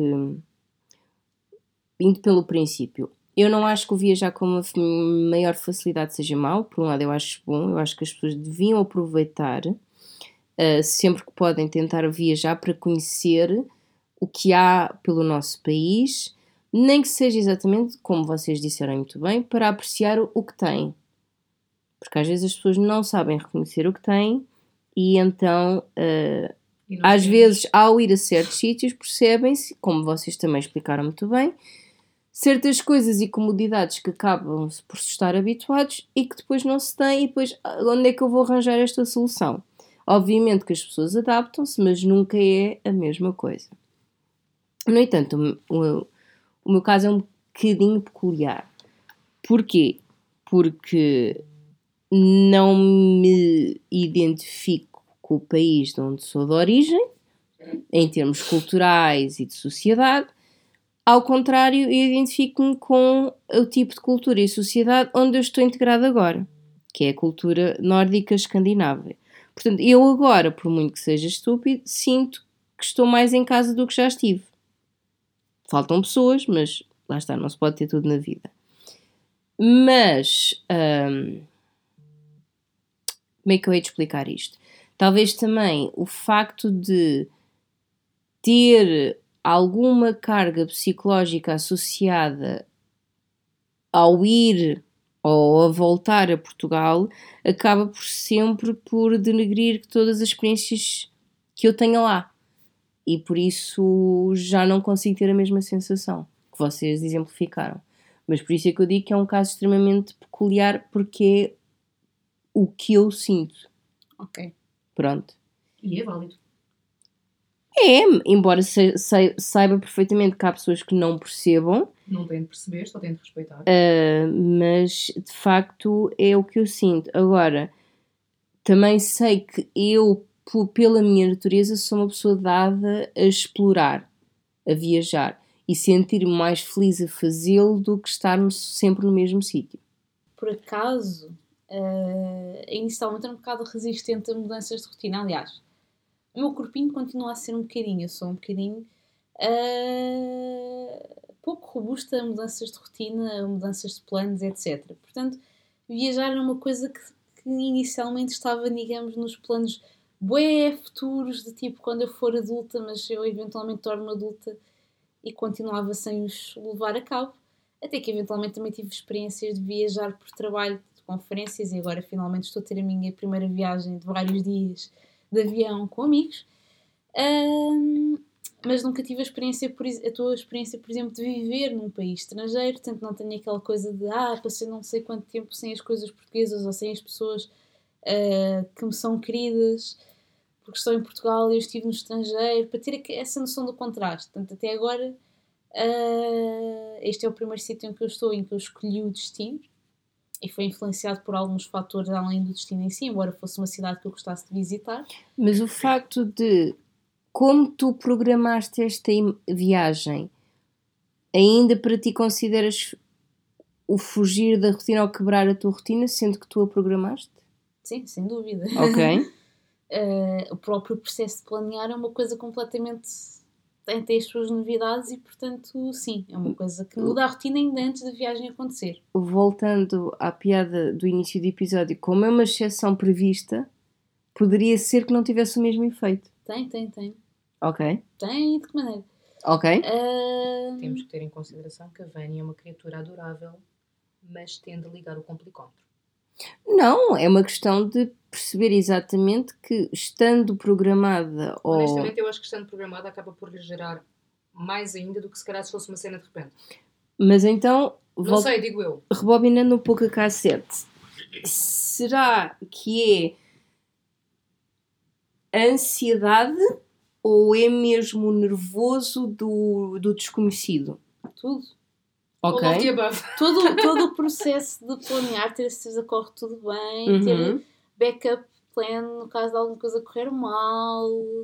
Indo pelo princípio, eu não acho que o viajar com uma maior facilidade seja mau. Por um lado eu acho bom, eu acho que as pessoas deviam aproveitar uh, sempre que podem tentar viajar para conhecer o que há pelo nosso país, nem que seja exatamente, como vocês disseram muito bem, para apreciar o que têm. Porque às vezes as pessoas não sabem reconhecer o que têm e então... Uh, e às temos... vezes, ao ir a certos sítios, percebem-se, como vocês também explicaram muito bem, certas coisas e comodidades que acabam por se estar habituados e que depois não se têm, e depois onde é que eu vou arranjar esta solução? Obviamente que as pessoas adaptam-se, mas nunca é a mesma coisa. No entanto, o, o, o meu caso é um bocadinho peculiar. Porquê? Porque não me identifico com o país de onde sou de origem, em termos culturais e de sociedade. Ao contrário, eu identifico-me com o tipo de cultura e sociedade onde eu estou integrada agora, que é a cultura nórdica escandinava. Portanto, eu agora, por muito que seja estúpido, sinto que estou mais em casa do que já estive. Faltam pessoas, mas lá está, não se pode ter tudo na vida. Mas, hum, como é que eu hei de explicar isto? Talvez também o facto de ter alguma carga psicológica associada ao ir ou a voltar a Portugal acaba por sempre por denegrir todas as experiências que eu tenho lá. E por isso já não consigo ter a mesma sensação que vocês exemplificaram. Mas por isso é que eu digo que é um caso extremamente peculiar, porque é o que eu sinto. Ok. Pronto. E é válido. É, embora se, se, saiba perfeitamente que há pessoas que não percebam. Não têm de perceber, só têm de respeitar. Uh, mas, de facto, é o que eu sinto. Agora, também sei que eu, p- pela minha natureza, sou uma pessoa dada a explorar, a viajar e sentir-me mais feliz a fazê-lo do que estar sempre no mesmo sítio. Por acaso, uh, inicialmente era um bocado resistente a mudanças de rotina. Aliás, o meu corpinho continua a ser um bocadinho, eu sou um bocadinho uh, pouco robusta a mudanças de rotina, a mudanças de planos, etcétera. Portanto, viajar era uma coisa que, que inicialmente estava, digamos, nos planos bué futuros, de tipo quando eu for adulta, mas eu eventualmente torno adulta e continuava sem os levar a cabo. Até que eventualmente também tive experiências de viajar por trabalho, de conferências, e agora finalmente estou a ter a minha primeira viagem de vários dias de avião com amigos, um, mas nunca tive a experiência, por, a tua experiência, por exemplo, de viver num país estrangeiro, portanto não tenho aquela coisa de, ah, passei não sei quanto tempo sem as coisas portuguesas ou sem as pessoas uh, que me são queridas, porque estou em Portugal e eu estive no estrangeiro, para ter essa noção do contraste. Portanto, até agora, uh, este é o primeiro sítio em que eu estou, em que eu escolhi o destino, e foi influenciado por alguns fatores além do destino em si, embora fosse uma cidade que eu gostasse de visitar. Mas o facto de, como tu programaste esta viagem ainda para ti consideras o fugir da rotina ou quebrar a tua rotina, sendo que tu a programaste? Sim, sem dúvida. Ok. uh, o próprio processo de planear é uma coisa completamente... tem, tem as suas novidades e, portanto, sim, é uma coisa que muda a rotina ainda antes da viagem acontecer. Voltando à piada do início do episódio, como é uma exceção prevista, poderia ser que não tivesse o mesmo efeito. Tem, tem, tem. Ok. Tem, e de que maneira? Ok. Uh... Temos que ter em consideração que a Vânia é uma criatura adorável, mas tende a ligar o complicómetro. Não, é uma questão de perceber exatamente que, estando programada... Honestamente, ou... eu acho que estando programada acaba por lhe gerar mais ainda do que se calhar se fosse uma cena de repente. Mas então... Não vol... sei, digo eu. Rebobinando um pouco a cassete. Será que é ansiedade ou é mesmo o nervoso do, do desconhecido? Tudo. Ok. All of the above. Todo, todo o processo de planear, ter a certeza que corre tudo bem, Uhum. ter backup plan no caso de alguma coisa correr mal.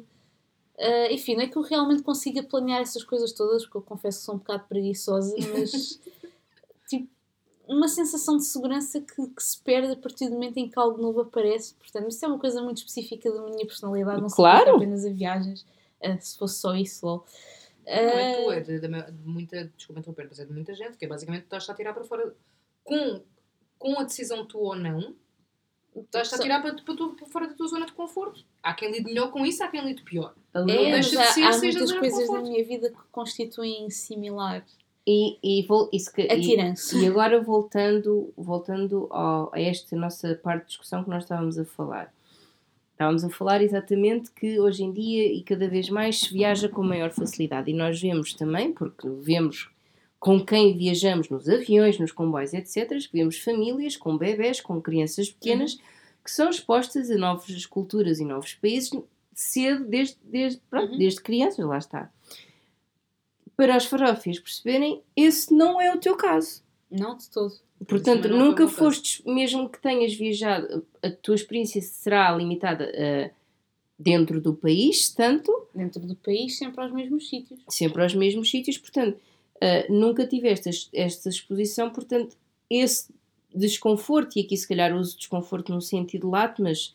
Uh, enfim, não é que eu realmente consiga planear essas coisas todas, porque eu confesso que sou um bocado preguiçosa, mas tipo, uma sensação de segurança que, que se perde a partir do momento em que algo novo aparece. Portanto, isso é uma coisa muito específica da minha personalidade, não se aplica apenas a viagens. Uh, se fosse só isso, lol. Não é tu, é de, de, de muita, desculpa interromper, mas é de muita gente, que é basicamente estás a tirar para fora, com, com a decisão tu ou não, estás a tirar para, para, tu, para fora da tua zona de conforto. Há quem lide melhor com isso, há quem lide pior. É, não deixa de há, ser, há seja muitas zona coisas de na conforto. minha vida que constituem similar. E, e, vou, isso que, Atirança. e, e agora voltando, voltando ao, a esta nossa parte de discussão que nós estávamos a falar. Estávamos a falar exatamente que hoje em dia e cada vez mais se viaja com maior facilidade. E nós vemos também, porque vemos com quem viajamos nos aviões, nos comboios, etcétera, que vemos famílias com bebés, com crianças pequenas, uhum. que são expostas a novas culturas e novos países cedo, desde, desde, pronto, uhum. desde crianças, lá está. Para as farófias perceberem, esse não é o teu caso. Não, de todo. Portanto, nunca fostes, mesmo que tenhas viajado, a tua experiência será limitada uh, dentro do país, tanto... Dentro do país, sempre aos mesmos sítios. Sempre aos mesmos sítios, portanto, uh, nunca tiveste esta exposição, portanto, esse desconforto, e aqui se calhar uso desconforto num sentido lato, mas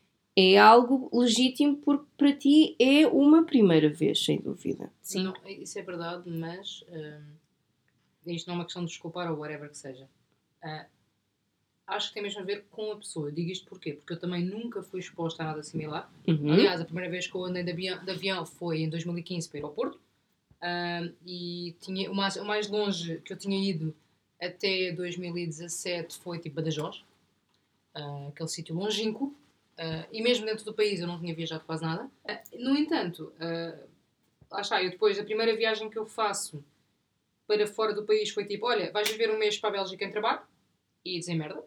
é algo legítimo porque para ti é uma primeira vez, sem dúvida. Sim, não, isso é verdade, mas uh, isto não é uma questão de desculpar ou whatever que seja. Uh, acho que tem mesmo a ver com a pessoa. Eu digo isto porquê? Porque eu também nunca fui exposta a nada similar. Uhum. Aliás, a primeira vez que eu andei de avião, de avião foi em dois mil e quinze para o aeroporto. Uh, e tinha, o, mais, o mais longe que eu tinha ido até dois mil e dezassete foi tipo Badajoz. Uh, aquele sítio longínquo. Uh, e mesmo dentro do país eu não tinha viajado quase nada. Uh, no entanto, uh, lá está, eu depois, a primeira viagem que eu faço para fora do país foi tipo, olha, vais viver um mês para a Bélgica em trabalho e desemmerda-te.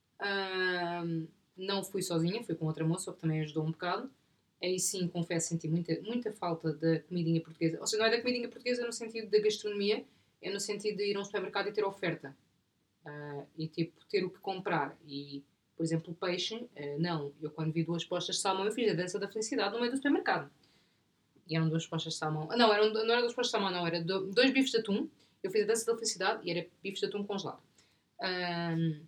Uh, não fui sozinha, fui com outra moça, que também ajudou um bocado. Aí sim, confesso, senti muita, muita falta da comidinha portuguesa. Ou seja, não é da comidinha portuguesa no sentido da gastronomia, é no sentido de ir a um supermercado e ter oferta. Uh, e tipo, ter o que comprar. E, por exemplo, peixe, uh, não. Eu quando vi duas postas de salmão, eu fiz a dança da felicidade no meio do supermercado. E eram duas postas de salmão. Não, eram, não eram duas postas de salmão, não. Era do, dois bifes de atum. Eu fiz a dança da felicidade e era bifes de atum congelado. Um,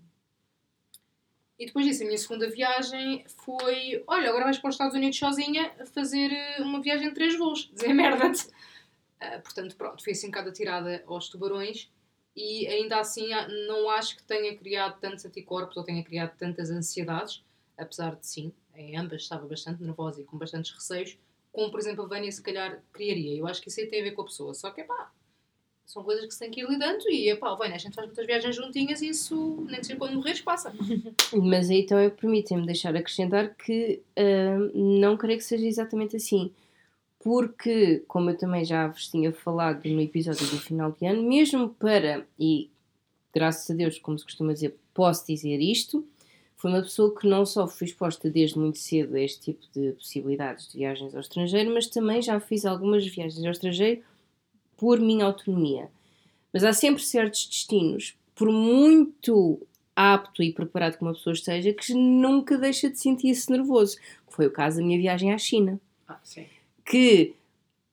e depois disso, a minha segunda viagem foi... Olha, agora vais para os Estados Unidos sozinha a fazer uma viagem de três voos. Desemmerda-te. Uh, portanto, pronto, fui assim um bocado atirada aos tubarões. E ainda assim, não acho que tenha criado tantos anticorpos ou tenha criado tantas ansiedades. Apesar de, sim, em ambas estava bastante nervosa e com bastantes receios. Como, por exemplo, a Vânia se calhar criaria. Eu acho que isso aí tem a ver com a pessoa. Só que, pá, são coisas que se tem que ir lidando e, pá, Vânia, a gente faz muitas viagens juntinhas e isso, nem que seja quando morreres, passa. Mas aí então eu permitem-me deixar acrescentar que uh, não creio que seja exatamente assim. Porque, como eu também já vos tinha falado no episódio do final de ano, mesmo para, e graças a Deus, como se costuma dizer, posso dizer isto, foi uma pessoa que não só fui exposta desde muito cedo a este tipo de possibilidades de viagens ao estrangeiro, mas também já fiz algumas viagens ao estrangeiro por minha autonomia. Mas há sempre certos destinos, por muito apto e preparado que uma pessoa esteja, que nunca deixa de sentir-se nervoso. Que foi o caso da minha viagem à China. Ah, sim. Que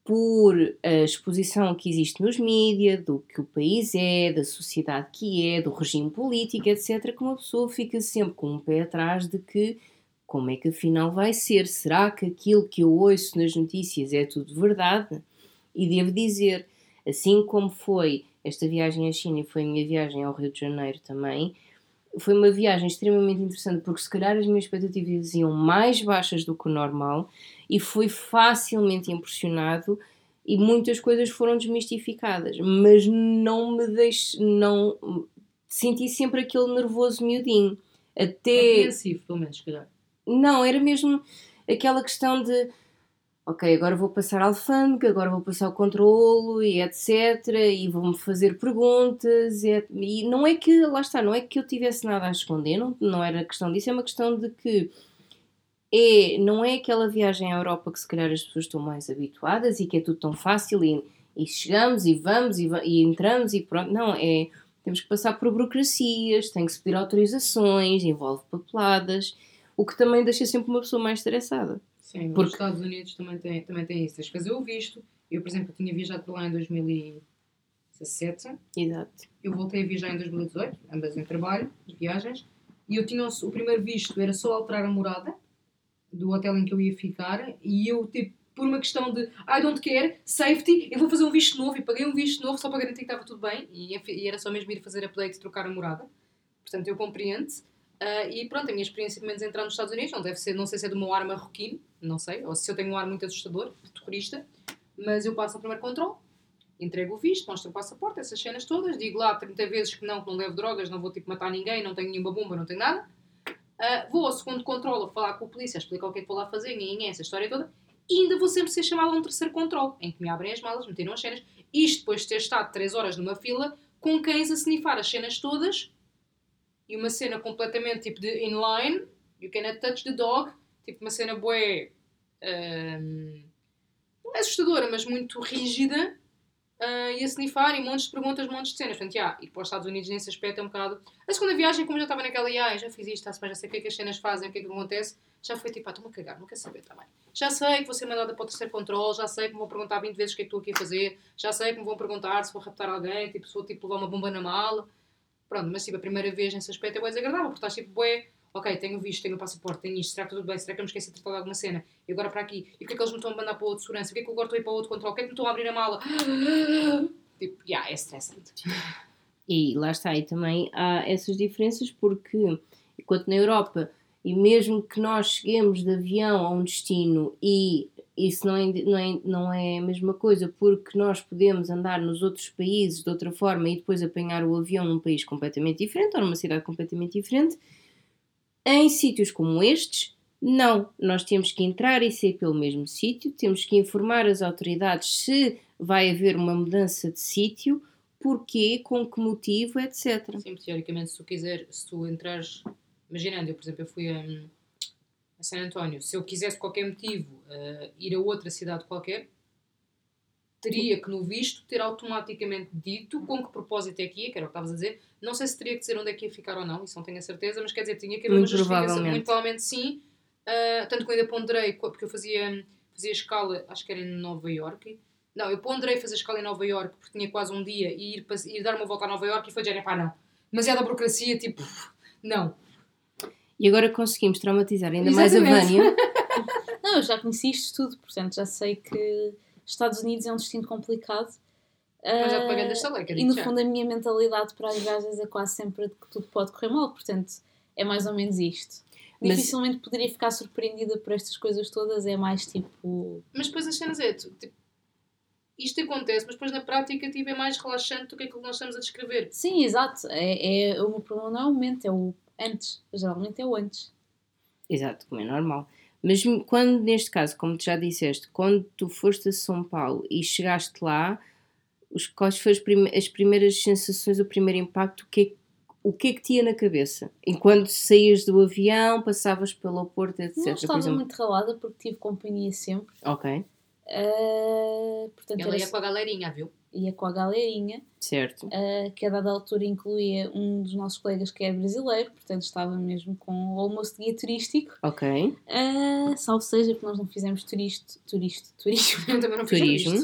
por a exposição que existe nos mídias, do que o país é, da sociedade que é, do regime político, etcétera, que uma pessoa fica sempre com um pé atrás de que como é que afinal vai ser? Será que aquilo que eu ouço nas notícias é tudo verdade? E devo dizer, assim como foi esta viagem à China e foi a minha viagem ao Rio de Janeiro também, foi uma viagem extremamente interessante porque se calhar as minhas expectativas iam mais baixas do que o normal e fui facilmente impressionado e muitas coisas foram desmistificadas, mas não me deixe, não senti sempre aquele nervoso miudinho. Até... Apreensivo, pelo menos, se calhar. Não, era mesmo aquela questão de ok, agora vou passar a alfândega, agora vou passar o controlo e etcétera. E vão-me fazer perguntas e, e não é que, lá está, não é que eu tivesse nada a esconder, não, não era questão disso, é uma questão de que é, não é aquela viagem à Europa que se calhar as pessoas estão mais habituadas e que é tudo tão fácil e, e chegamos e vamos e, e entramos e pronto, não, é, temos que passar por burocracias, tem que se pedir autorizações, envolve papeladas, o que também deixa sempre uma pessoa mais estressada. Sim, porque... os Estados Unidos também têm, também têm isso. Tens que fazer o visto. Eu, por exemplo, tinha viajado para lá em dois mil e dezassete. Exato. Eu voltei a viajar em dois mil e dezoito, ambas em trabalho, de viagens. E eu tinha o, o primeiro visto, era só alterar a morada do hotel em que eu ia ficar. E eu, tipo, por uma questão de I don't care, safety, eu vou fazer um visto novo. E paguei um visto novo só para garantir que estava tudo bem. E, e era só mesmo ir fazer update e trocar a morada. Portanto, eu compreendo. Uh, e pronto, a minha experiência pelo menos entrar nos Estados Unidos não deve ser, não sei se é do meu ar marroquino, não sei, ou se eu tenho um ar muito assustador, de turista, mas eu passo o primeiro controle, entrego o visto, mostro o passaporte, essas cenas todas, digo lá trinta vezes que não, que não levo drogas, não vou tipo matar ninguém, não tenho nenhuma bomba, não tenho nada. Uh, vou ao segundo controle a falar com a polícia, a explicar o que é que vou lá fazer, ninguém, essa história toda, e ainda vou sempre ser chamada a um terceiro controle, em que me abrem as malas, me tiram as cenas, isto depois de ter estado três horas numa fila, com cães a snifar as cenas todas. E uma cena completamente tipo de inline, you cannot touch the dog, tipo uma cena bué, um, não é assustadora, mas muito rígida, uh, e a snifar e montes de perguntas, montes de cenas. Portanto, yeah, e para os Estados Unidos nesse aspecto é um bocado... A segunda viagem, como eu já estava naquela, yeah, já fiz isto, já sei o que é que as cenas fazem, o que é que acontece, já foi tipo, ah, estou-me a cagar, não quero saber também. Já sei que vou ser mandada para o terceiro controle, já sei que me vão perguntar vinte vezes o que é que estou aqui a fazer, já sei que me vão perguntar se vou raptar alguém, tipo, se vou tipo, levar uma bomba na mala. Pronto, mas tipo, a primeira vez nesse aspecto é bem desagradável, porque estás tipo, bué, ok, tenho visto, tenho o passaporte, tenho isto, será que tudo bem? Será que eu me esqueci de tratar de alguma cena? E agora para aqui, e o que é que eles me estão a mandar para o outro segurança? O que é que eu agora estou a ir para o outro controle? O que é que me estão a abrir a mala? Tipo, já, yeah, é estressante. E lá está, e também há essas diferenças porque, enquanto na Europa, e mesmo que nós cheguemos de avião a um destino e isso não é, não, é, não é a mesma coisa porque nós podemos andar nos outros países de outra forma e depois apanhar o avião num país completamente diferente ou numa cidade completamente diferente, em sítios como estes, não. Nós temos que entrar e sair pelo mesmo sítio, temos que informar as autoridades se vai haver uma mudança de sítio, porquê, com que motivo, etcétera. Sim, teoricamente, se tu quiser, se tu entrares... Imaginando, eu, por exemplo, eu fui a, a San António. Se eu quisesse, por qualquer motivo, uh, ir a outra cidade qualquer, teria que, no visto, ter automaticamente dito com que propósito é que ia, que era o que estavas a dizer. Não sei se teria que dizer onde é que ia ficar ou não, isso não tenho a certeza, mas quer dizer, tinha que haver muito uma justificação. Provavelmente. Muito provavelmente sim. Uh, tanto que eu ainda ponderei, porque eu fazia, fazia escala, acho que era em Nova Iorque. Não, eu ponderei fazer escala em Nova Iorque, porque tinha quase um dia, e ir, ir dar uma volta a Nova Iorque e foi dizer, pá, não. Demasiada burocracia, tipo, não. E agora conseguimos traumatizar ainda Exatamente. mais a Vânia. Não, eu já conheci isto tudo, portanto já sei que Estados Unidos é um destino complicado. Mas já te pagando esta lei, E no já. fundo a minha mentalidade para as viagens é quase sempre de que tudo pode correr mal, portanto é mais ou menos isto. Mas... Dificilmente poderia ficar surpreendida por estas coisas todas, é mais tipo... Mas depois as cenas é, tipo, isto acontece, mas depois na prática tipo, é mais relaxante do que aquilo que nós estamos a descrever. Sim, exato. É, é, o meu problema não é o momento, é o antes. Geralmente é o antes. Exato, como é normal. Mas quando, neste caso, como tu já disseste, quando tu foste a São Paulo e chegaste lá, os, quais foram as, prime- as primeiras sensações, o primeiro impacto, o que, é, o que é que te ia na cabeça? Enquanto saías do avião, passavas pelo aeroporto, etcétera. Não estava muito ralada porque tive companhia sempre. Ok. Uh, portanto, Ela era... ia com a galerinha, viu? ia com a galerinha, Certo. uh, que a dada altura incluía um dos nossos colegas que é brasileiro, portanto estava mesmo com o almoço de guia turístico. Ok. Uh, salvo seja, porque nós não fizemos turisto, turisto, turismo. Eu também não fiz Turismo.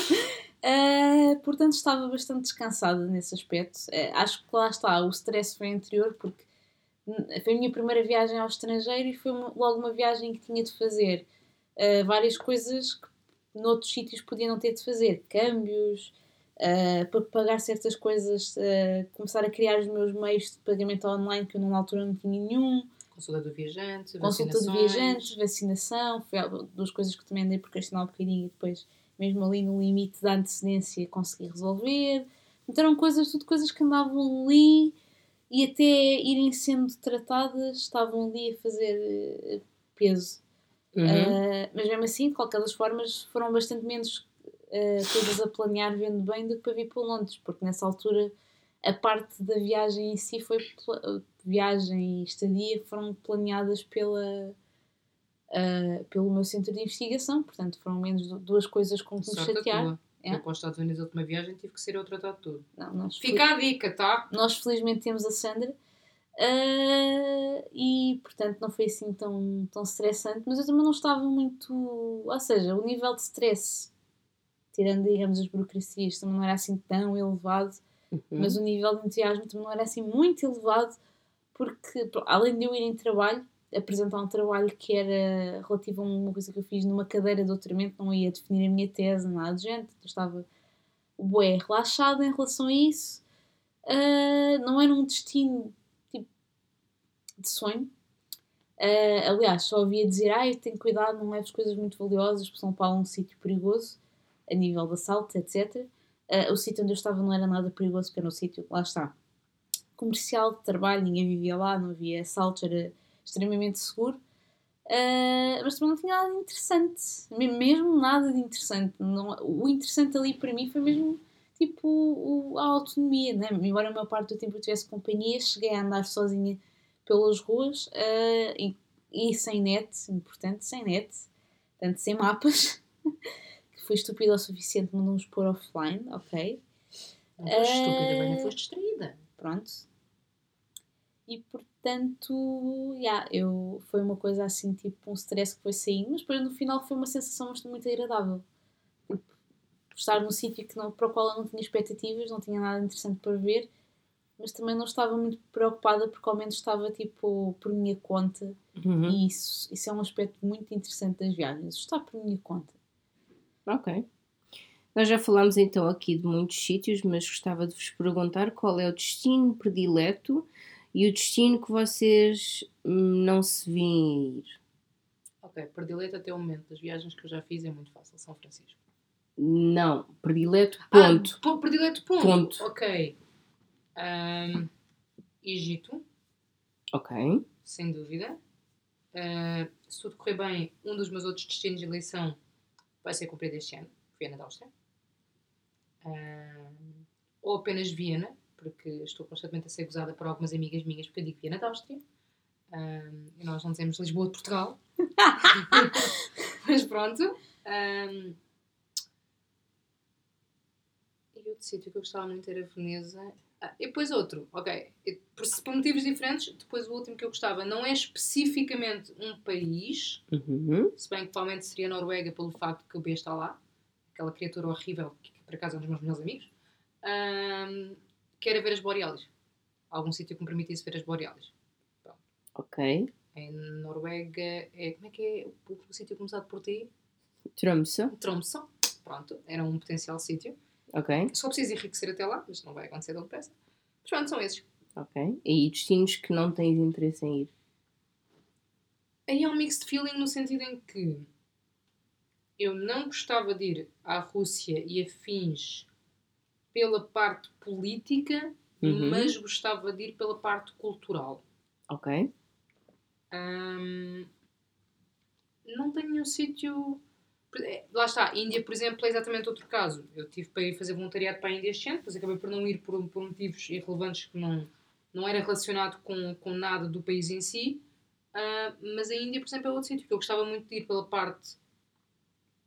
uh, portanto estava bastante descansada nesse aspecto. Uh, acho que lá está, o stress foi anterior, porque foi a minha primeira viagem ao estrangeiro e foi uma, logo uma viagem que tinha de fazer uh, várias coisas que noutros sítios podia não ter de fazer. Câmbios, uh, para pagar certas coisas, uh, começar a criar os meus meios de pagamento online que eu na altura não tinha nenhum. Consulta do viajante, Consulta de viajantes, vacinação, foi duas coisas que também andei por questionar um bocadinho e depois, mesmo ali no limite da antecedência, consegui resolver. Então eram coisas, tudo coisas que andavam ali e até irem sendo tratadas, estavam ali a fazer peso. Uhum. Uh, mas mesmo assim, de qualquer das formas, foram bastante menos uh, coisas a planear vendo bem do que para vir para Londres, porque nessa altura a parte da viagem em si foi viagem e estadia foram planeadas pela uh, pelo meu centro de investigação, portanto foram menos duas coisas com que me chatear. É? Eu para os Estados Unidos a última viagem tive que ser eu tratado de tudo. Não, nós Fica fel... a dica, tá? Nós felizmente temos a Sandra uh, e portanto não foi assim tão, tão estressante, mas eu também não estava muito, ou seja, o nível de stress, tirando digamos as burocracias, também não era assim tão elevado. Uhum. Mas o nível de entusiasmo também não era assim muito elevado, porque além de eu ir em trabalho, apresentar um trabalho que era relativo a uma coisa que eu fiz numa cadeira de doutoramento, não ia definir a minha tese, nada de gente, eu estava bué relaxada em relação a isso. Uh, não era um destino tipo de sonho. Uh, aliás, só ouvia dizer, ai, tenho cuidado, não leves coisas muito valiosas, porque são para um sítio perigoso, a nível de assalto, etcétera. Uh, o sítio onde eu estava não era nada perigoso, porque era um sítio, lá está, comercial, de trabalho, ninguém vivia lá, não havia assaltos, era extremamente seguro. Uh, mas também não tinha nada de interessante, mesmo nada de interessante. Não, o interessante ali para mim foi mesmo tipo o, a autonomia, né? Embora a maior parte do tempo eu tivesse companhia, cheguei a andar sozinha pelas ruas uh, e, e sem net, importante, sem net, portanto sem mapas. Fui estúpida o suficiente para não nos pôr offline, ok? Não foste uh, estúpida, bem, não foste distraída. Pronto. E portanto, yeah, eu, foi uma coisa assim, tipo um stress que foi saindo, mas depois no final foi uma sensação muito agradável. Tipo, estar num sítio que não, para o qual eu não tinha expectativas, não tinha nada interessante para ver, mas também não estava muito preocupada porque ao menos estava tipo por minha conta. Uhum. E isso, isso é um aspecto muito interessante das viagens, estar por minha conta. Ok. Nós já falámos então aqui de muitos sítios, mas gostava de vos perguntar qual é o destino predileto e o destino que vocês não se veem ir. Ok, predileto até o momento das viagens que eu já fiz é muito fácil, São Francisco. Não, predileto ponto. Ah, predileto ponto. ponto. Ok. Um, Egito. Ok. Sem dúvida. Uh, se tudo correr bem, um dos meus outros destinos de eleição vai ser cumprido este ano. Viena da Áustria. Uh, ou apenas Viena, porque estou constantemente a ser gozada por algumas amigas minhas porque eu digo Viena da Áustria. Uh, e nós não dizemos Lisboa de Portugal. Mas pronto. Um, e outro sítio que eu gostava muito era Veneza. Ah, e depois outro, ok. Por, por motivos diferentes, depois o último que eu gostava não é especificamente um país, uhum. se bem que provavelmente seria a Noruega pelo facto de que o B está lá. Aquela criatura horrível, que por acaso é um dos meus melhores amigos, um, que era ver as borealis. Algum sítio que me permitisse ver as borealis. Pronto. Ok. Em Noruega, é, como é que é o, o, o sítio começado por ti? Tromsø. Tromsø. Pronto, era um potencial sítio. Ok. Só preciso enriquecer até lá, mas não vai acontecer tão depressa. Mas pronto, são esses. Ok. E destinos que não tens interesse em ir? Aí é um mixed feeling no sentido em que eu não gostava de ir à Rússia e afins pela parte política, uhum. mas gostava de ir pela parte cultural. Ok. Um, não tenho nenhum sítio... Lá está, Índia, por exemplo, é exatamente outro caso. Eu tive para ir fazer voluntariado para a Índia este ano, depois acabei por não ir por, por motivos irrelevantes que não, não era relacionado com, com nada do país em si. Uh, mas a Índia, por exemplo, é outro sítio que eu gostava muito de ir pela parte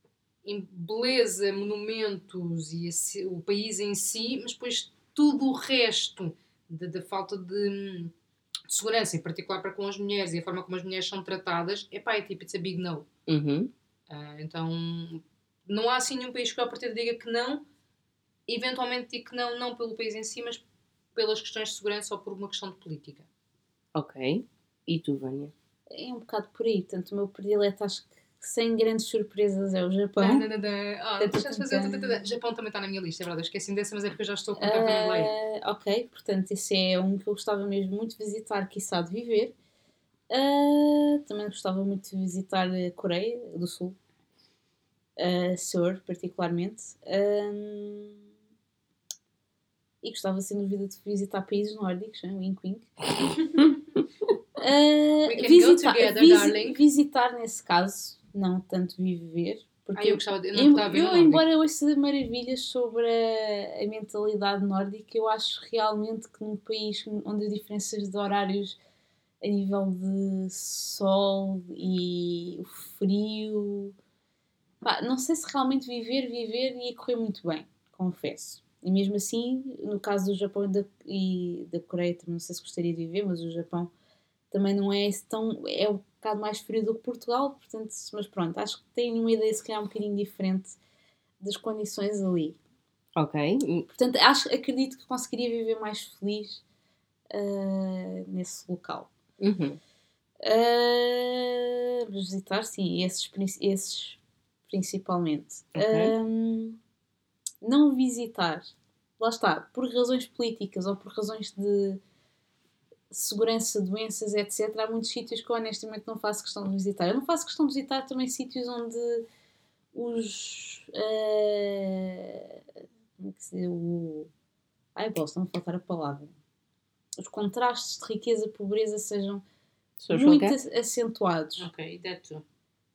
em beleza, monumentos e a, o país em si, mas depois tudo o resto da falta de, de segurança, em particular para com as mulheres e a forma como as mulheres são tratadas, epá, é tipo, it's a big no. Uhum. Uh, então, não há assim nenhum país que eu a partir diga que não. Eventualmente digo que não, não pelo país em si, mas pelas questões de segurança ou por uma questão de política. Ok. E tu, Vânia? É um bocado por aí. Portanto, o meu predileto, acho que sem grandes surpresas, é o Japão. Oh, deixa-me fazer outra. Japão também está na minha lista, é verdade. Eu esqueci dessa, mas é porque eu já estou a contar uh, também lá. Ok, portanto, esse é um que eu gostava mesmo muito de visitar, quiçá de viver. Uh, também gostava muito de visitar a Coreia do Sul. Uh, Seoul, particularmente. Um, e gostava, sem dúvida, de visitar países nórdicos, hein? Wink, wink. Uh, visitar, together, visi- visitar nesse caso, não tanto viver, porque ah, eu, gostava de, eu, não eu, eu embora ouça maravilhas sobre a, a mentalidade nórdica, eu acho realmente que num país onde as diferenças de horários a nível de sol e o frio, pá, não sei se realmente viver, viver ia correr muito bem, confesso. E mesmo assim, no caso do Japão e da, e da Coreia, também não sei se gostaria de viver, mas o Japão também não é tão... é um bocado mais frio do que Portugal, portanto, mas pronto, acho que tenho uma ideia se calhar um bocadinho diferente das condições ali. Ok. Portanto, acho, acredito que conseguiria viver mais feliz uh, nesse local. Uhum. Uh, visitar, sim, esses, esses principalmente. Okay. Um, não visitar, lá está, por razões políticas ou por razões de segurança, doenças, etcétera. Há muitos sítios que eu honestamente não faço questão de visitar. Eu não faço questão de visitar também sítios onde os... Uh, como é que se diz? O... Ai, posso não faltar a palavra. Os contrastes de riqueza e pobreza sejam Social muito care? acentuados. Ok, that too.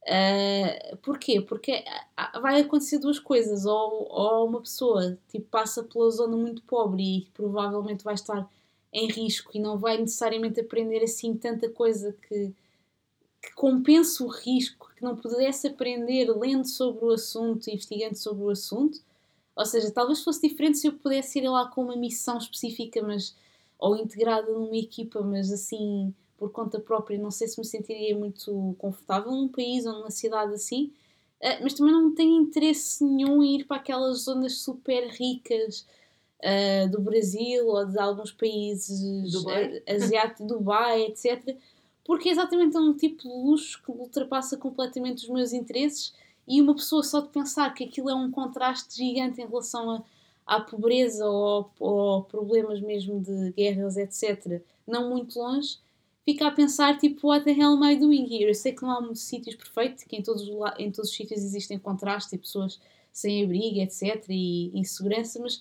Uh, porquê? Porque vai acontecer duas coisas. Ou, ou uma pessoa tipo, passa pela zona muito pobre e provavelmente vai estar em risco e não vai necessariamente aprender assim tanta coisa que, que compense o risco que não pudesse aprender lendo sobre o assunto, investigando sobre o assunto. Ou seja, talvez fosse diferente se eu pudesse ir lá com uma missão específica, mas ou integrada numa equipa, mas assim por conta própria, não sei se me sentiria muito confortável num país ou numa cidade assim, uh, mas também não tenho interesse nenhum em ir para aquelas zonas super ricas uh, do Brasil ou de alguns países Dubai. asiáticos, Dubai, etcétera, porque é exatamente um tipo de luxo que ultrapassa completamente os meus interesses e uma pessoa só de pensar que aquilo é um contraste gigante em relação a à pobreza ou, ou problemas mesmo de guerras, etcétera, não muito longe, fica a pensar, tipo, what the hell am I doing here? Eu sei que não há muitos sítios perfeitos, que em todos, em todos os sítios existem contrastes e pessoas sem abrigo, etcétera, e insegurança, mas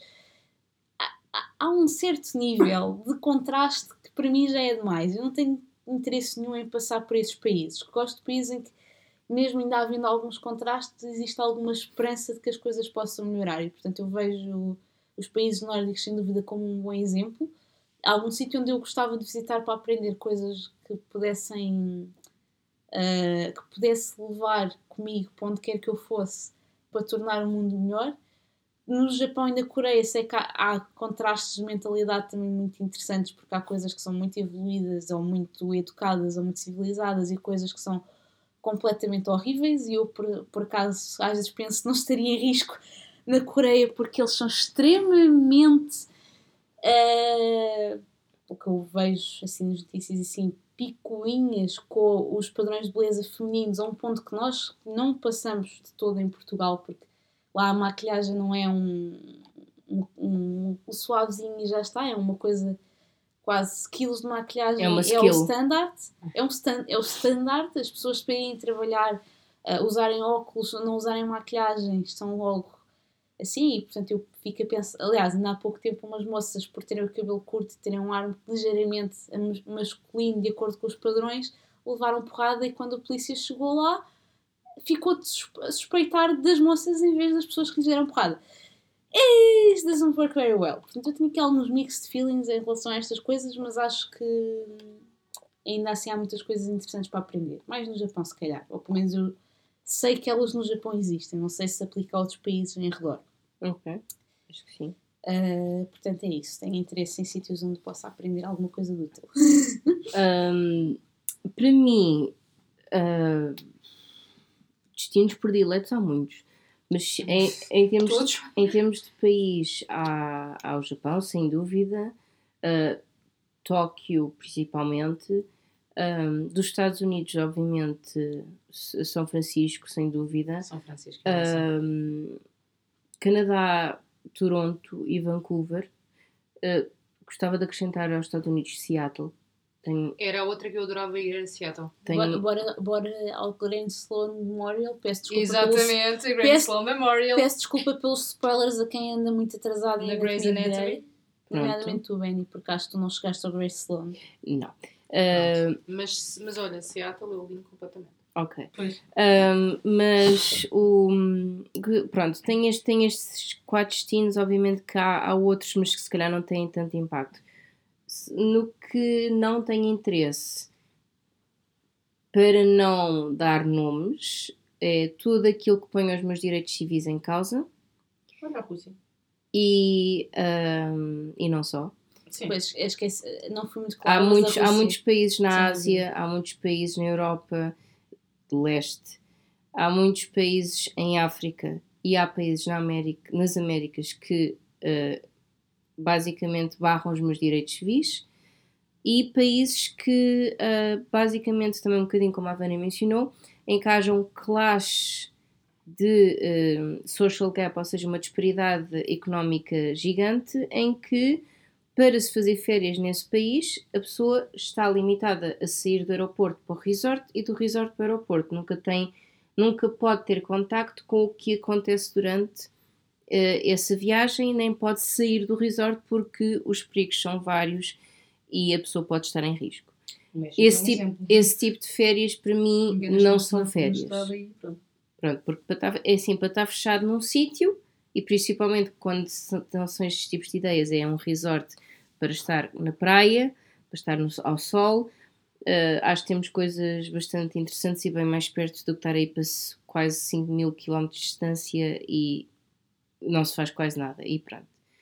há, há um certo nível de contraste que para mim já é demais. Eu não tenho interesse nenhum em passar por esses países. Gosto de países em que, mesmo ainda havendo alguns contrastes, existe alguma esperança de que as coisas possam melhorar. E, portanto, eu vejo os países nórdicos, sem dúvida, como um bom exemplo. Há algum sítio onde eu gostava de visitar para aprender coisas que pudessem uh, que pudesse levar comigo para onde quer que eu fosse para tornar o mundo melhor. No Japão e na Coreia sei que há, há contrastes de mentalidade também muito interessantes, porque há coisas que são muito evoluídas ou muito educadas ou muito civilizadas e coisas que são completamente horríveis, e eu por, por acaso às vezes penso que não estaria em risco na Coreia porque eles são extremamente Uh, o que eu vejo assim nas notícias assim, picuinhas com os padrões de beleza femininos a um ponto que nós não passamos de todo em Portugal, porque lá a maquilhagem não é um, um, um, um suavezinho e já está, é uma coisa quase quilos de maquilhagem, é, uma é o standard, é, um stand, é o standard, as pessoas para irem trabalhar, uh, usarem óculos, não usarem maquilhagem, estão logo assim, e portanto eu fico a pensar, aliás, ainda há pouco tempo umas moças, por terem o cabelo curto e terem um ar ligeiramente masculino de acordo com os padrões, levaram porrada, e quando a polícia chegou lá ficou a suspeitar das moças em vez das pessoas que lhes deram porrada. It doesn't work very well. Portanto eu tenho aqui alguns mixed feelings em relação a estas coisas, mas acho que ainda assim há muitas coisas interessantes para aprender, mais no Japão se calhar, ou pelo menos eu sei que elas no Japão existem, não sei se se aplica a outros países em redor. Ok, acho que sim. Uh, portanto é isso, tenho interesse em sítios onde possa aprender alguma coisa do teu. Um, para mim, uh, destinos prediletos há muitos, mas em, em, termos, em termos de país há, há o Japão, sem dúvida, uh, Tóquio principalmente, um, dos Estados Unidos, obviamente, São Francisco, sem dúvida. São Francisco, um, Canadá, Toronto e Vancouver. Uh, gostava de acrescentar aos Estados Unidos Seattle. Tenho... Era a outra que eu adorava ir a Seattle. Tenho... Bora, bora, bora ao Grand Sloan Memorial. Peço desculpa Exatamente, pelos... Grand peço, Sloan Memorial. Peço desculpa pelos spoilers a quem anda muito atrasado em Grey's Anatomy. Nomeadamente tu, Benny, porque acho que tu não chegaste ao Grand Sloan. Não. Uh... Mas, mas olha, Seattle eu linko completamente. Ok. Um, mas o pronto, tem, este, tem estes quatro destinos, obviamente que há, há outros, mas que se calhar não têm tanto impacto. No que não tem interesse, para não dar nomes, é tudo aquilo que põe os meus direitos civis em causa. Olha a Rússia. E, um, e não só. Sim. Pois, esqueci, não fui muito clara. Há muitos, há muitos países na Sim. Ásia, há muitos países na Europa de leste, há muitos países em África e há países na América, nas Américas que uh, basicamente barram os meus direitos civis e países que uh, basicamente, também um bocadinho como a Vânia mencionou, em que haja um clash de uh, social gap, ou seja, uma disparidade económica gigante, em que para se fazer férias nesse país, a pessoa está limitada a sair do aeroporto para o resort e do resort para o aeroporto. Nunca tem, nunca pode ter contacto com o que acontece durante uh, essa viagem, nem pode sair do resort porque os perigos são vários e a pessoa pode estar em risco. Esse tipo, exemplo, esse tipo de férias, para mim, não, não são férias. Aí, pronto. Pronto, porque para estar, é assim, para estar fechado num sítio, e principalmente quando são, são estes tipos de ideias, é um resort para estar na praia, para estar no, ao sol. Uh, acho que temos coisas bastante interessantes e bem mais perto do que estar aí para quase cinco mil quilómetros de distância e não se faz quase nada. E pronto.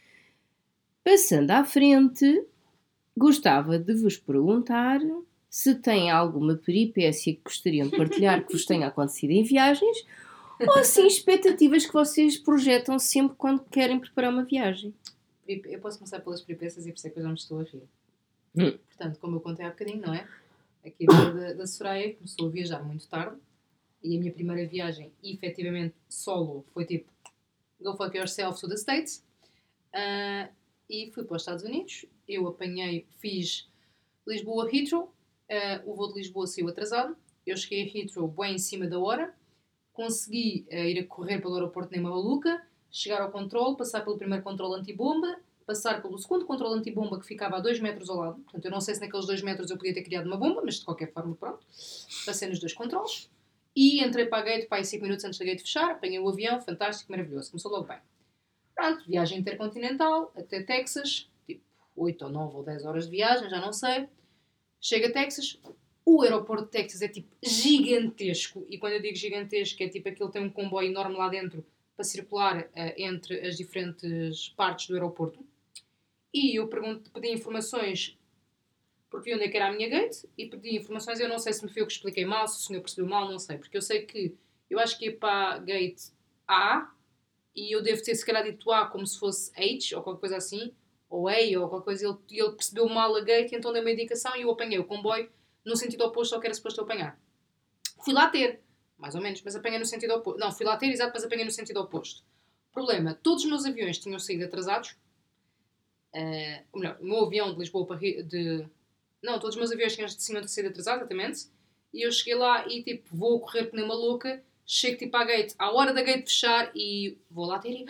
Passando à frente, gostava de vos perguntar se têm alguma peripécia que gostariam de partilhar que vos tenha acontecido em viagens ou assim expectativas que vocês projetam sempre quando querem preparar uma viagem. Eu posso começar pelas peripécias e por isso é que eu já me estou a rir. Hum. Portanto, como eu contei há bocadinho, não é? Aqui a vida da, da Soraya começou a viajar muito tarde e a minha primeira viagem, efetivamente solo, foi tipo go fuck yourself to the States uh, e fui para os Estados Unidos. Eu apanhei, fiz Lisboa-Heathrow, uh, o voo de Lisboa saiu atrasado, eu cheguei a Heathrow bem em cima da hora, consegui uh, ir a correr pelo aeroporto nem maluca, chegar ao controle, passar pelo primeiro controle antibomba, passar pelo segundo controle antibomba que ficava a dois metros ao lado. Portanto, eu não sei se naqueles dois metros eu podia ter criado uma bomba, mas de qualquer forma, pronto. Passei nos dois controles e entrei para a gate, para aí cinco minutos antes da gate fechar, apanhei o avião, fantástico, maravilhoso. Começou logo bem. Pronto, viagem intercontinental até Texas, tipo oito ou nove ou dez horas de viagem, já não sei. Chega a Texas, o aeroporto de Texas é tipo gigantesco, e quando eu digo gigantesco é tipo aquele tem um comboio enorme lá dentro para circular uh, entre as diferentes partes do aeroporto. E eu pergunto, pedi informações porque vi onde é que era a minha gate e pedi informações. Eu não sei se me foi eu que expliquei mal, se o senhor percebeu mal, não sei. Porque eu sei que eu acho que ia para a gate A e eu devo ter se calhar dito A como se fosse H ou qualquer coisa assim, ou A ou qualquer coisa. Ele, ele percebeu mal a gate e então deu uma indicação e eu apanhei o comboio no sentido oposto ao que era suposto eu apanhar. Fui lá ter. Mais ou menos, mas apanhei no sentido oposto. Não, fui lá ter, exato, mas apanhei no sentido oposto. Problema, todos os meus aviões tinham saído atrasados. Uh, ou melhor, o meu avião de Lisboa para Rio... De... Não, todos os meus aviões tinham saído atrasados, exatamente. E eu cheguei lá e, tipo, vou correr que nem uma louca. Chego, tipo, à gate, à hora da gate fechar e vou lá ter e...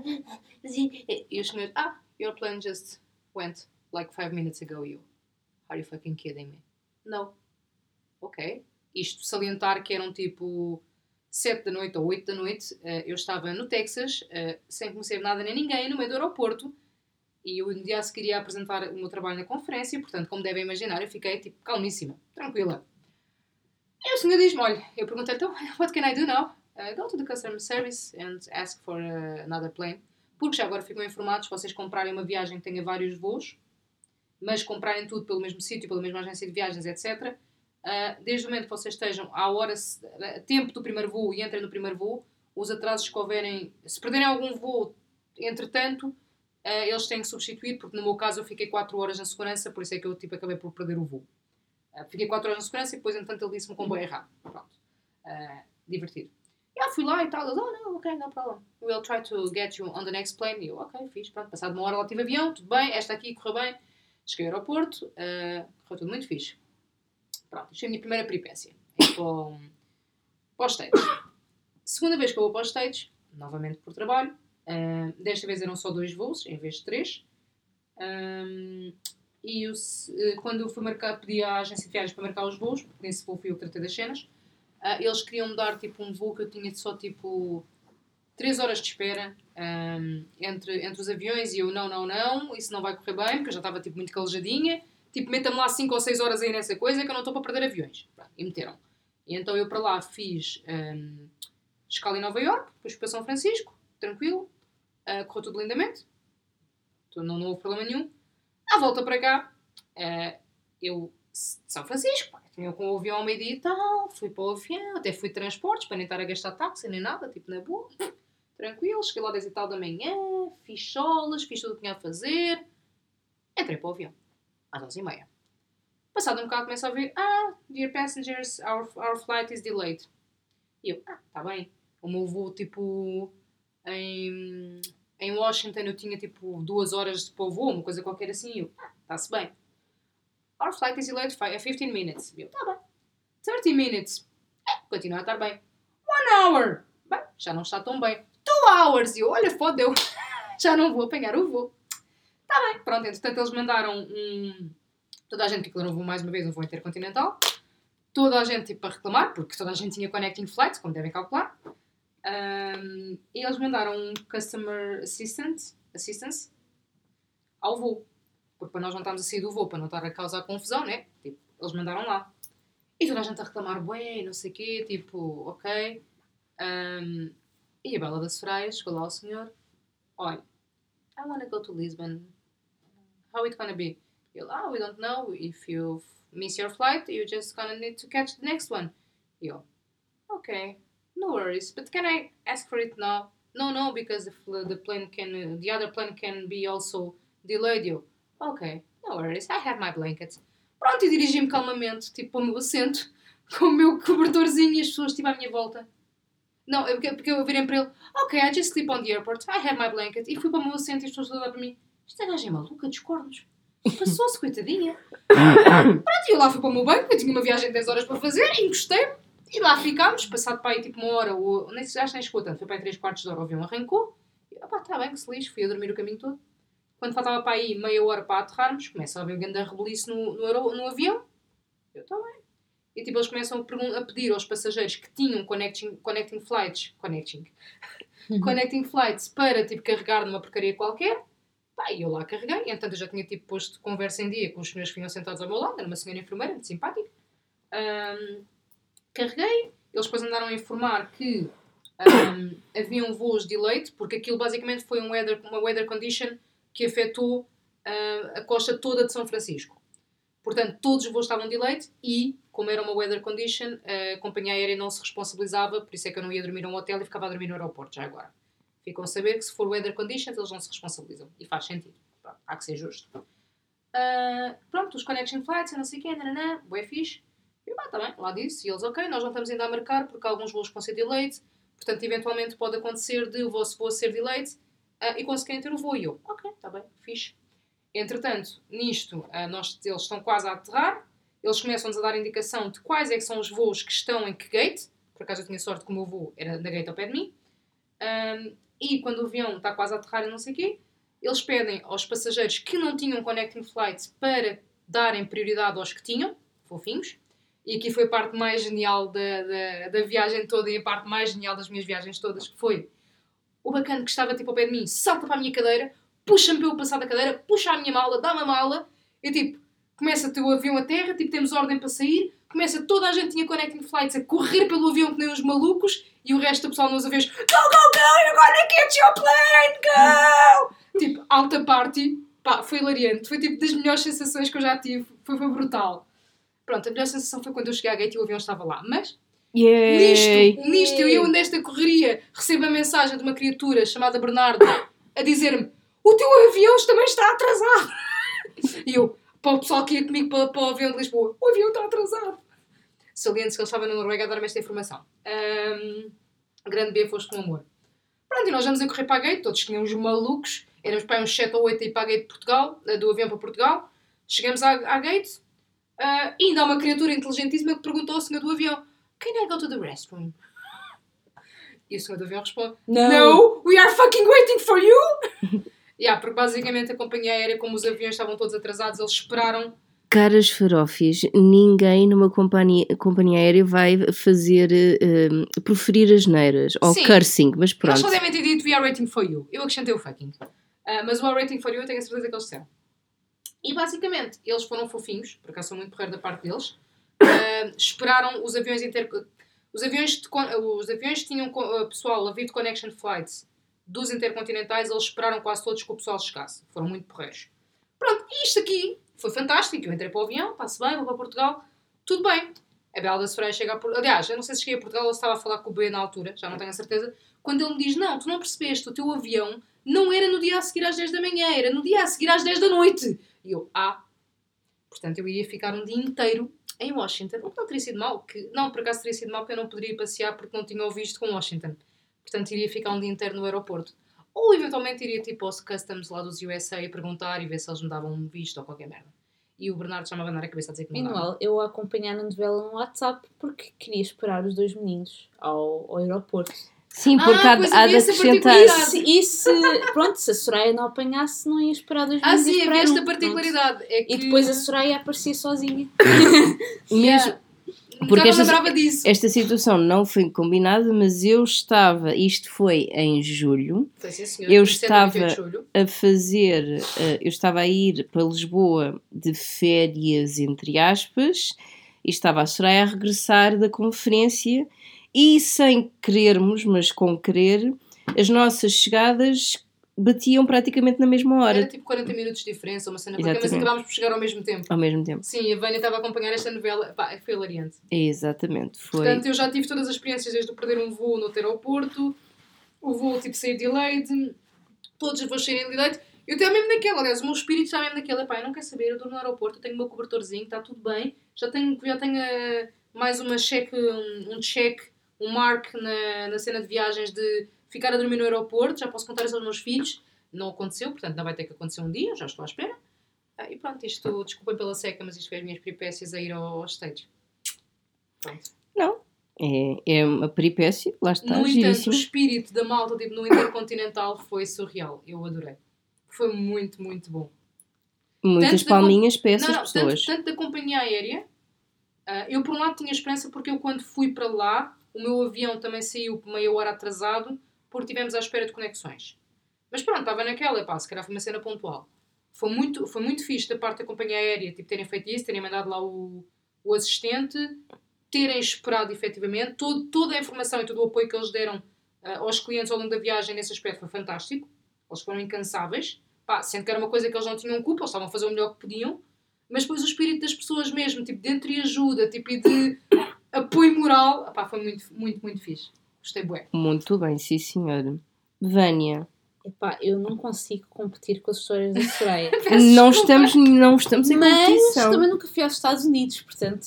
E os senhores, ah, your plane just went like five minutes ago, you. Are you fucking kidding me? No. Ok. Isto salientar que eram tipo sete da noite ou oito da noite, uh, eu estava no Texas, uh, sem conhecer nada nem ninguém, no meio do aeroporto, e eu no dia a seguir ia apresentar o meu trabalho na conferência, portanto, como devem imaginar, eu fiquei tipo calmíssima, tranquila. E o senhor diz-me, olha, eu perguntei, então, what can I do now? Uh, go to the customer service and ask for uh, another plane. Porque já agora ficam informados, se vocês comprarem uma viagem que tenha vários voos, mas comprarem tudo pelo mesmo sítio, pela mesma agência de viagens, etcétera, uh, desde o momento que vocês estejam à hora, a tempo do primeiro voo e entrem no primeiro voo, os atrasos que houverem, se perderem algum voo, entretanto, uh, eles têm que substituir, porque no meu caso eu fiquei quatro horas na segurança, por isso é que eu tipo, acabei por perder o voo. Uh, fiquei quatro horas na segurança e depois, entretanto, ele disse-me o comboio errado. Pronto. Uh, divertido. E eu fui lá e tal, eles, oh não, ok, no problem. We'll try to get you on the next plane. E eu, ok, fixe, pronto. Passado uma hora lá tive avião, tudo bem, esta aqui correu bem. Cheguei ao aeroporto, uh, correu tudo muito fixe. Pronto, isto é a minha primeira peripécia. É para, para os States. Segunda vez que eu vou para os States, novamente por trabalho. Uh, desta vez eram só dois voos, em vez de três. Um, e eu, uh, quando eu fui marcar, pedi à agência de viagens para marcar os voos, porque nesse voo fui eu que tratei das cenas, uh, eles queriam me dar tipo, um voo que eu tinha só tipo três horas de espera um, entre, entre os aviões e eu, não, não, não, isso não vai correr bem, porque eu já estava tipo, muito calejadinha. Tipo, meta-me lá cinco ou seis horas aí nessa coisa que eu não estou para perder aviões. Pronto, e meteram. E então eu para lá fiz um, escala em Nova Iorque, depois fui para São Francisco, tranquilo, uh, correu tudo lindamente, então, não, não houve problema nenhum. À volta para cá, uh, eu, de São Francisco, pá, tinha com o avião ao meio-dia e tal, fui para o avião, até fui de transportes, para nem estar a gastar táxi nem nada, tipo na boa, tranquilo, cheguei lá dez e tal da manhã, fiz solas, fiz tudo o que tinha a fazer, entrei para o avião. Às onze e meia. Passado um bocado começo a ouvir, ah, dear passengers, our, our flight is delayed. E eu, ah, tá bem. O meu voo, tipo, em, em Washington eu tinha, tipo, duas horas para o voo, uma coisa qualquer assim. E eu, ah, tá-se bem. Our flight is delayed by fifteen minutes. E eu, tá bem. thirty minutes. É, continua a estar bem. One hour. Bem, já não está tão bem. Two hours. E eu, olha, fodeu. Já não vou apanhar o voo. Tá bem, pronto, entretanto eles mandaram um... Toda a gente, que aquilo não vou mais uma vez, um voo intercontinental. Toda a gente, tipo, para reclamar, porque toda a gente tinha connecting flights, como devem calcular. Um, e eles mandaram um customer assistant, assistance ao voo. Porque para nós não estamos a sair do voo, para não estar a causar confusão, né? Tipo, eles mandaram lá. E toda a gente a reclamar, bué, não sei o quê, tipo, ok. Um, e a Bela da Soraya chegou lá ao senhor. Olha, I want to go to Lisbon. How it gonna be? You're, oh, we don't know. If you miss your flight, you're just gonna need to catch the next one. You, okay, no worries. But can I ask for it now? No, no, because the, the plane can, uh, the other plane can be also delayed. You, okay, no worries. I have my blanket. Pronto, e dirigi-me calmamente, tipo, para o meu assento, com o meu cobertorzinho e as pessoas tipo à minha volta. Não, porque, porque eu virei para ele, ok, I just sleep on the airport, I have my blanket. E fui para o meu assento e as pessoas olharam para mim, esta gaja é maluca, discordos. Passou-se, coitadinha. Pronto, e eu lá fui para o meu banco, eu tinha uma viagem de dez horas para fazer, encostei-me, e lá ficámos, passado para aí tipo uma hora, ou, nem, acho que nem chegou tanto, foi para aí três quartos de hora, o avião arrancou, e opá, está bem, que se lixe, fui a dormir o caminho todo. Quando faltava para aí meia hora para aterrarmos, começa a haver um grande rebelice no, no, no avião, eu, está bem. E tipo, eles começam a, a pedir aos passageiros que tinham connecting, connecting flights, connecting, uhum. connecting flights para tipo, carregar numa porcaria qualquer. Pá, e eu lá carreguei. Entanto, eu já tinha tipo, posto conversa em dia com os senhores que vinham sentados ao meu lado. Era uma senhora enfermeira, muito simpática. Um, carreguei. Eles depois andaram a informar que um, haviam voos delayed, porque aquilo basicamente foi um weather, uma weather condition que afetou uh, a costa toda de São Francisco. Portanto, todos os voos estavam delayed e, como era uma weather condition, a companhia aérea não se responsabilizava, por isso é que eu não ia dormir num hotel e ficava a dormir no aeroporto, já agora. Ficam a saber que se for weather conditions, eles não se responsabilizam. E faz sentido. Pronto, há que ser justo. Uh, pronto, os connection flights, eu não sei o quê, nananã, bué fixe. E pá, tá bem, lá disse. E eles, ok, nós não estamos ainda a marcar porque alguns voos vão ser delayed. Portanto, eventualmente pode acontecer de o vosso voo ser delayed uh, e conseguirem ter o voo. E eu, ok, tá bem, fixe. Entretanto, nisto, uh, nós, eles estão quase a aterrar. Eles começam-nos a dar indicação de quais é que são os voos que estão em que gate. Por acaso eu tinha sorte que o meu voo era na gate ao pé de mim. Um, e quando o avião está quase a aterrar e não sei o quê, eles pedem aos passageiros que não tinham connecting flights para darem prioridade aos que tinham, fofinhos. E aqui foi a parte mais genial da, da, da viagem toda e a parte mais genial das minhas viagens todas, que foi o bacana que estava tipo ao pé de mim, salta para a minha cadeira, puxa-me para eu passar da cadeira, puxa a minha mala, dá-me a mala, e tipo, começa a ter o avião a terra, tipo, temos ordem para sair, começa, toda a gente tinha connecting flights a correr pelo avião que nem uns malucos e o resto do pessoal nos aviões, go, go, go, you're gonna catch your plane, go! Tipo, alta party, pá, foi hilariante, foi tipo das melhores sensações que eu já tive, foi, foi brutal. Pronto, a melhor sensação foi quando eu cheguei à gate e o avião estava lá, mas Yay. nisto, nisto, eu, eu nesta correria recebo a mensagem de uma criatura chamada Bernardo a dizer-me, o teu avião também está atrasado. E eu, para o pessoal que ia comigo para, para o avião de Lisboa, o avião está atrasado. Saliente-se que ele estava na Noruega a dar-me esta informação. Um, grande B, foste com amor. Pronto, e nós vamos a correr para a gate, todos tínhamos malucos, éramos para uns sete ou oito a ir para a gate de Portugal, do avião para Portugal. Chegamos à, à gate uh, e ainda há uma criatura inteligentíssima que perguntou ao senhor do avião, can I go to the restroom? E o senhor do avião responde, No, no we are fucking waiting for you! Yeah, porque basicamente a companhia aérea, como os aviões estavam todos atrasados, eles esperaram. Caras farofis, ninguém numa companhia, companhia aérea vai fazer, uh, proferir asneiras ou Sim. cursing, mas Eles pronto. só devem ter dito we are waiting for you. Eu acrescentei o fucking. Uh, mas o are waiting for you eu tenho a certeza que eles disseram. E basicamente, eles foram fofinhos, por acaso sou muito porreiro da parte deles, uh, esperaram os aviões inter... Os aviões, de... os aviões tinham uh, pessoal, havia de connection flights dos intercontinentais, eles esperaram quase todos que o pessoal chegasse. Foram muito porreiros. Pronto, e isto aqui foi fantástico. Eu entrei para o avião, está-se bem, vou para Portugal, tudo bem. A Bela da Soraya chega a Portugal. Aliás, eu não sei se cheguei a Portugal ou se estava a falar com o B na altura, já não tenho a certeza. Quando ele me diz, não, tu não percebeste, o teu avião não era no dia a seguir às dez da manhã, era no dia a seguir às dez da noite. E eu, ah, portanto eu ia ficar um dia inteiro em Washington. O que não teria sido mal, que, não, por acaso teria sido mal porque eu não poderia passear porque não tinha o visto com Washington. Portanto, iria ficar um dia inteiro no aeroporto. Ou, eventualmente, iria tipo aos customs lá dos U S A e perguntar e ver se eles me davam um visto ou qualquer merda. E o Bernardo chamava a andar a cabeça a dizer que não dava. Meanwhile, eu a acompanhar a novela no WhatsApp porque queria esperar os dois meninos ao, ao aeroporto. Sim, porque Ah, há, pois há de havia essa acrescentar. particularidade. E se, e se, pronto, se a Soraya não apanhasse, não ia esperar dois Ah, meninos. sim, ia esperar havia esta um, particularidade. É que... pronto. E depois a Soraya aparecia sozinha. Yeah. Porque Já não esta- lembrava disso. Esta situação não foi combinada, mas eu estava, isto foi em julho, Foi sim, senhor. eu vinte e sete a vinte e oito de estava julho. a fazer, eh, eu estava a ir para Lisboa de férias, entre aspas, e estava a Soraya a regressar da conferência e sem querermos, mas com querer, as nossas chegadas batiam praticamente na mesma hora, Era tipo quarenta minutos de diferença, uma cena qualquer, mas Exatamente. acabámos por chegar ao mesmo tempo. ao mesmo tempo. Sim, a Vânia estava a acompanhar esta novela. Pá, foi hilariante. Exatamente, foi. Portanto, eu já tive todas as experiências, desde o perder um voo no outro aeroporto, o voo tipo sair delayed, todos os voos saírem delayed. Eu estava mesmo naquela, aliás, o meu espírito está mesmo naquela. Pá, eu não quero saber, eu estou no aeroporto, eu tenho o meu cobertorzinho, está tudo bem. Já tenho, já tenho uh, mais uma check, um, um check, um mark na, na cena de viagens de ficar a dormir no aeroporto, já posso contar isso aos meus filhos. Não aconteceu, portanto não vai ter que acontecer um dia, já estou à espera. Ah, e pronto, isto, desculpem pela seca, mas isto foi as minhas peripécias a ir aos States. Pronto. Não, é, é uma peripécia, lá está, No entanto, o giríssimo. espírito da malta tipo, no Intercontinental foi surreal. Eu adorei. Foi muito, muito bom. Muitas tanto da palminhas para essas não, não, pessoas. Tanto, tanto da companhia aérea, uh, eu por um lado tinha esperança porque eu quando fui para lá, o meu avião também saiu meia hora atrasado porque estivemos à espera de conexões. Mas pronto, estava naquela, pá, se calhar foi uma cena pontual. Foi muito, foi muito fixe da parte da companhia aérea, tipo, terem feito isso, terem mandado lá o, o assistente, terem esperado efetivamente, todo, toda a informação e todo o apoio que eles deram uh, aos clientes ao longo da viagem nesse aspecto foi fantástico. Eles foram incansáveis. Pá, sendo que era uma coisa que eles não tinham culpa, eles estavam a fazer o melhor que podiam, mas depois o espírito das pessoas mesmo, tipo, de entreajuda, tipo, e de apoio moral, pá, foi muito, muito, muito fixe. Gostei bué. Muito bem, sim senhora. Vânia, Epá, eu não consigo competir com as histórias da Soraya. não estamos, não estamos em Mas competição. também nunca fui aos Estados Unidos, portanto,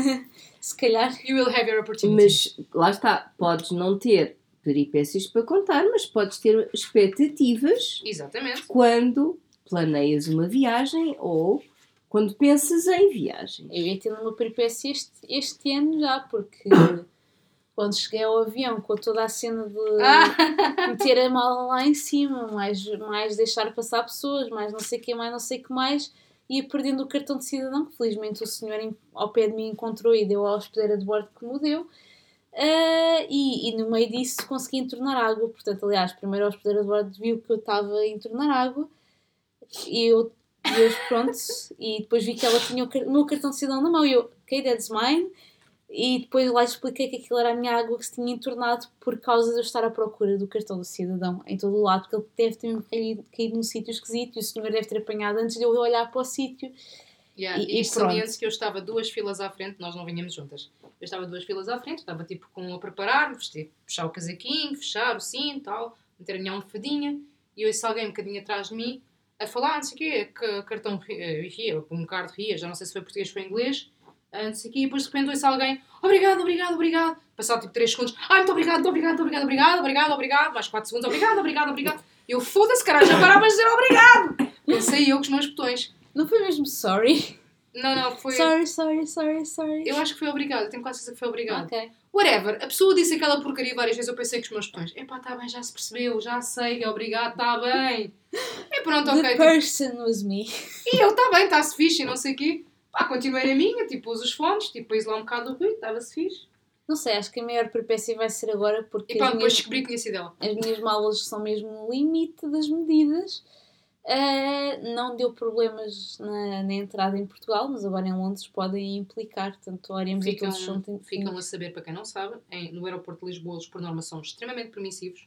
se calhar. You will have your opportunity. Mas lá está, podes não ter peripécias para contar, mas podes ter expectativas Exatamente. quando planeias uma viagem ou quando pensas em viagem. Eu ia ter uma peripécia este, este ano já, porque quando cheguei ao avião com toda a cena de meter a mala lá em cima, mais, mais deixar passar pessoas, mais não sei o que, mais não sei o que mais, ia perdendo o cartão de cidadão, que felizmente o senhor ao pé de mim encontrou e deu à hospedeira de bordo que me deu. Uh, e, e no meio disso consegui entornar água. Portanto, aliás, primeiro a hospedeira de bordo viu que eu estava a entornar água e eu, e eu pronto, e depois vi que ela tinha o, car- o meu cartão de cidadão na mão e eu, ok, that's mine. E depois lá expliquei que aquilo era a minha água que se tinha entornado por causa de eu estar à procura do cartão do cidadão em todo o lado, porque ele deve ter caído, caído num sítio esquisito e o senhor deve ter apanhado antes de eu olhar para o sítio. Yeah, e, e saliente que eu estava duas filas à frente, nós não vinhamos juntas. Eu estava duas filas à frente, estava tipo com a preparar-me, vestir, fechar o casaquinho, fechar o cinto e tal, meter a minha almofadinha, e eu ouço alguém um bocadinho atrás de mim a falar, não sei o quê, que cartão Ria, um card Ria, já não sei se foi português ou foi inglês, não sei o quê, e depois de repente ouço alguém, obrigado, obrigado, obrigado, passado tipo três segundos, ai, muito obrigado, muito obrigado, muito obrigado, obrigado, obrigado, obrigado, mais quatro segundos, obrigado, obrigado, obrigado. Eu foda-se, caralho, já parava de dizer obrigado! Pensei eu com os meus botões. Não foi mesmo sorry? Não, não, foi... Sorry, sorry, sorry, sorry. Eu acho que foi obrigado, eu tenho quase certeza que foi obrigado. Ok. Whatever, a pessoa disse aquela porcaria várias vezes, eu pensei que os meus botões, epá, está bem, já se percebeu, já sei, é obrigado, está bem. E pronto, ok. The Tipo, person was me. e eu, está bem, está-se fixe e não sei o quê. Pá, continuei na minha, tipo, pus os fones, tipo, pus lá um bocado do ruído, estava-se fixe. Não sei, acho que a maior peripécia vai ser agora porque E pronto, as, depois minhas, descobri que tinha sido ela. as minhas malas são mesmo no limite das medidas. Uh, não deu problemas na, na entrada em Portugal, mas agora em Londres podem implicar, portanto, oremos a Ficam, todos juntos. ficam a saber, para quem não sabe, em, no aeroporto de Lisboa, eles por norma são extremamente permissivos.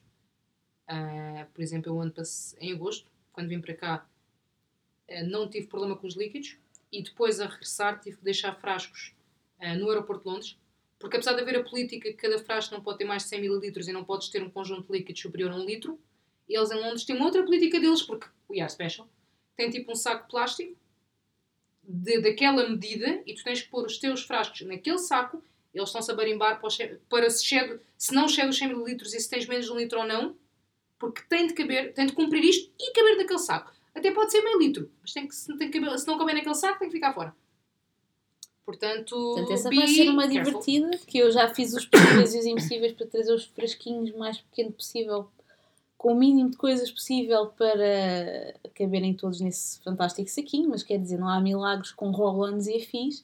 Uh, por exemplo, eu ano passe, em agosto, quando vim para cá, uh, não tive problema com os líquidos e depois a regressar tive que deixar frascos uh, no aeroporto de Londres, porque apesar de haver a política que cada frasco não pode ter mais de cem mililitros e não podes ter um conjunto de líquidos superior a um litro, eles em Londres têm uma outra política deles, porque we are special, tem tipo um saco de plástico de, daquela medida e tu tens que pôr os teus frascos naquele saco, eles estão-se a barimbar para, para se, excede, se não excede os cem mililitros e se tens menos de um litro ou não, porque tem de caber, tem de cumprir isto e caber naquele saco. Até pode ser meio litro, mas tem que, se, tem que caber, se não caber naquele saco tem que ficar fora. Portanto, Portanto, essa vai ser uma careful. divertida, que eu já fiz os possíveis e os impossíveis para trazer os frasquinhos o mais pequeno possível, com o mínimo de coisas possível para caberem todos nesse fantástico saquinho, mas quer dizer, não há milagres com roll-ons e afins.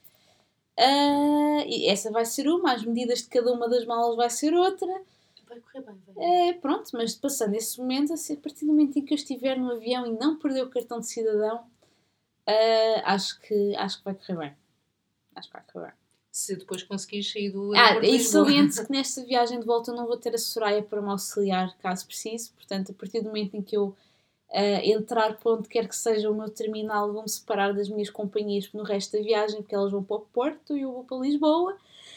Uh, e essa vai ser uma, as medidas de cada uma das malas vai ser outra. Vai correr bem, vai. É, pronto, mas passando esse momento, assim, a partir do momento em que eu estiver no avião e não perder o cartão de cidadão, uh, acho, que, acho que vai correr bem. Acho que vai correr bem. Se depois conseguires sair do Ah, aeroporto de e Lisboa. saliente que nesta viagem de volta eu não vou ter a Soraya para me auxiliar caso precise, portanto a partir do momento em que eu uh, entrar para onde quer que seja o meu terminal, vou-me separar das minhas companhias no resto da viagem, porque elas vão para o Porto e eu vou para Lisboa,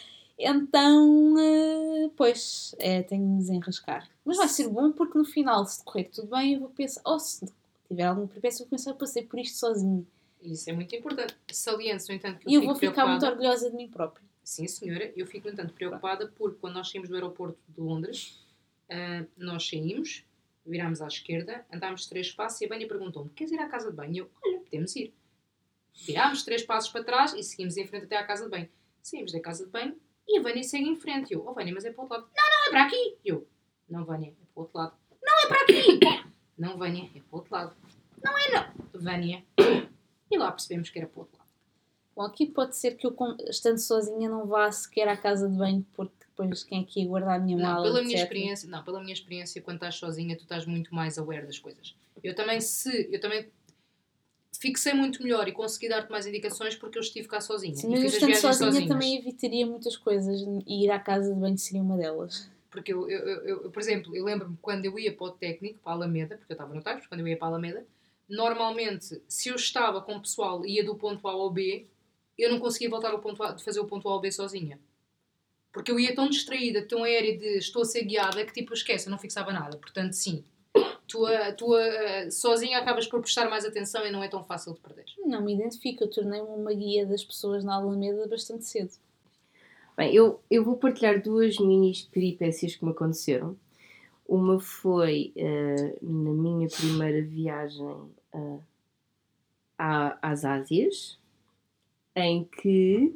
então uh, pois é, tenho de me desenrascar, mas vai ser bom porque no final, se correr tudo bem, eu vou pensar, ou oh, se tiver algum peripécia, eu vou pensar, eu passei por isto sozinho. Isso é muito importante. Saliente, no entanto, que eu E eu fico vou ficar muito orgulhosa de mim própria. Sim, senhora. Eu fico, no entanto, preocupada porque quando nós saímos do aeroporto de Londres, uh, nós saímos, virámos à esquerda, andámos três passos e a Vânia perguntou-me, queres ir à casa de banho? E eu, olha, podemos ir. Virámos três passos para trás e seguimos em frente até à casa de banho. Saímos da casa de banho e a Vânia segue em frente. E eu, oh Vânia, mas é para o outro lado. Não, não, é para aqui. E eu, não, Vânia, é para o outro lado. Não, é para aqui. Não, Vânia, é para o outro lado. Não é não. Vânia. E lá percebemos que era para o outro lado. Bom, aqui pode ser que eu, estando sozinha, não vá sequer à casa de banho, porque depois quem é que ia guardar a minha não, mala, pela etcétera. minha experiência, não, pela minha experiência, quando estás sozinha, tu estás muito mais aware das coisas. Eu também, se, eu também fixei muito melhor e consegui dar-te mais indicações porque eu estive cá sozinha. Sim, e mas eu fiz as estando viagens sozinha sozinhas. também evitaria muitas coisas e ir à casa de banho seria uma delas. Porque eu, eu, eu, eu por exemplo, eu lembro-me quando eu ia para o técnico, para a Alameda, porque eu estava no táxi, quando eu ia para a Alameda, normalmente, se eu estava com o pessoal e ia do ponto A ao B, eu não conseguia voltar ao ponto A, de fazer o ponto A ao B sozinha. Porque eu ia tão distraída, tão aérea de estou a ser guiada, que tipo, esquece, eu não fixava nada. Portanto, sim, tu, a, tu a, sozinha acabas por prestar mais atenção e não é tão fácil de perder. Não me identifico, eu tornei-me uma guia das pessoas na Alameda bastante cedo. Bem, eu, eu vou partilhar duas mini peripécias que me aconteceram. Uma foi uh, na minha primeira viagem uh, à, às Ásias, em que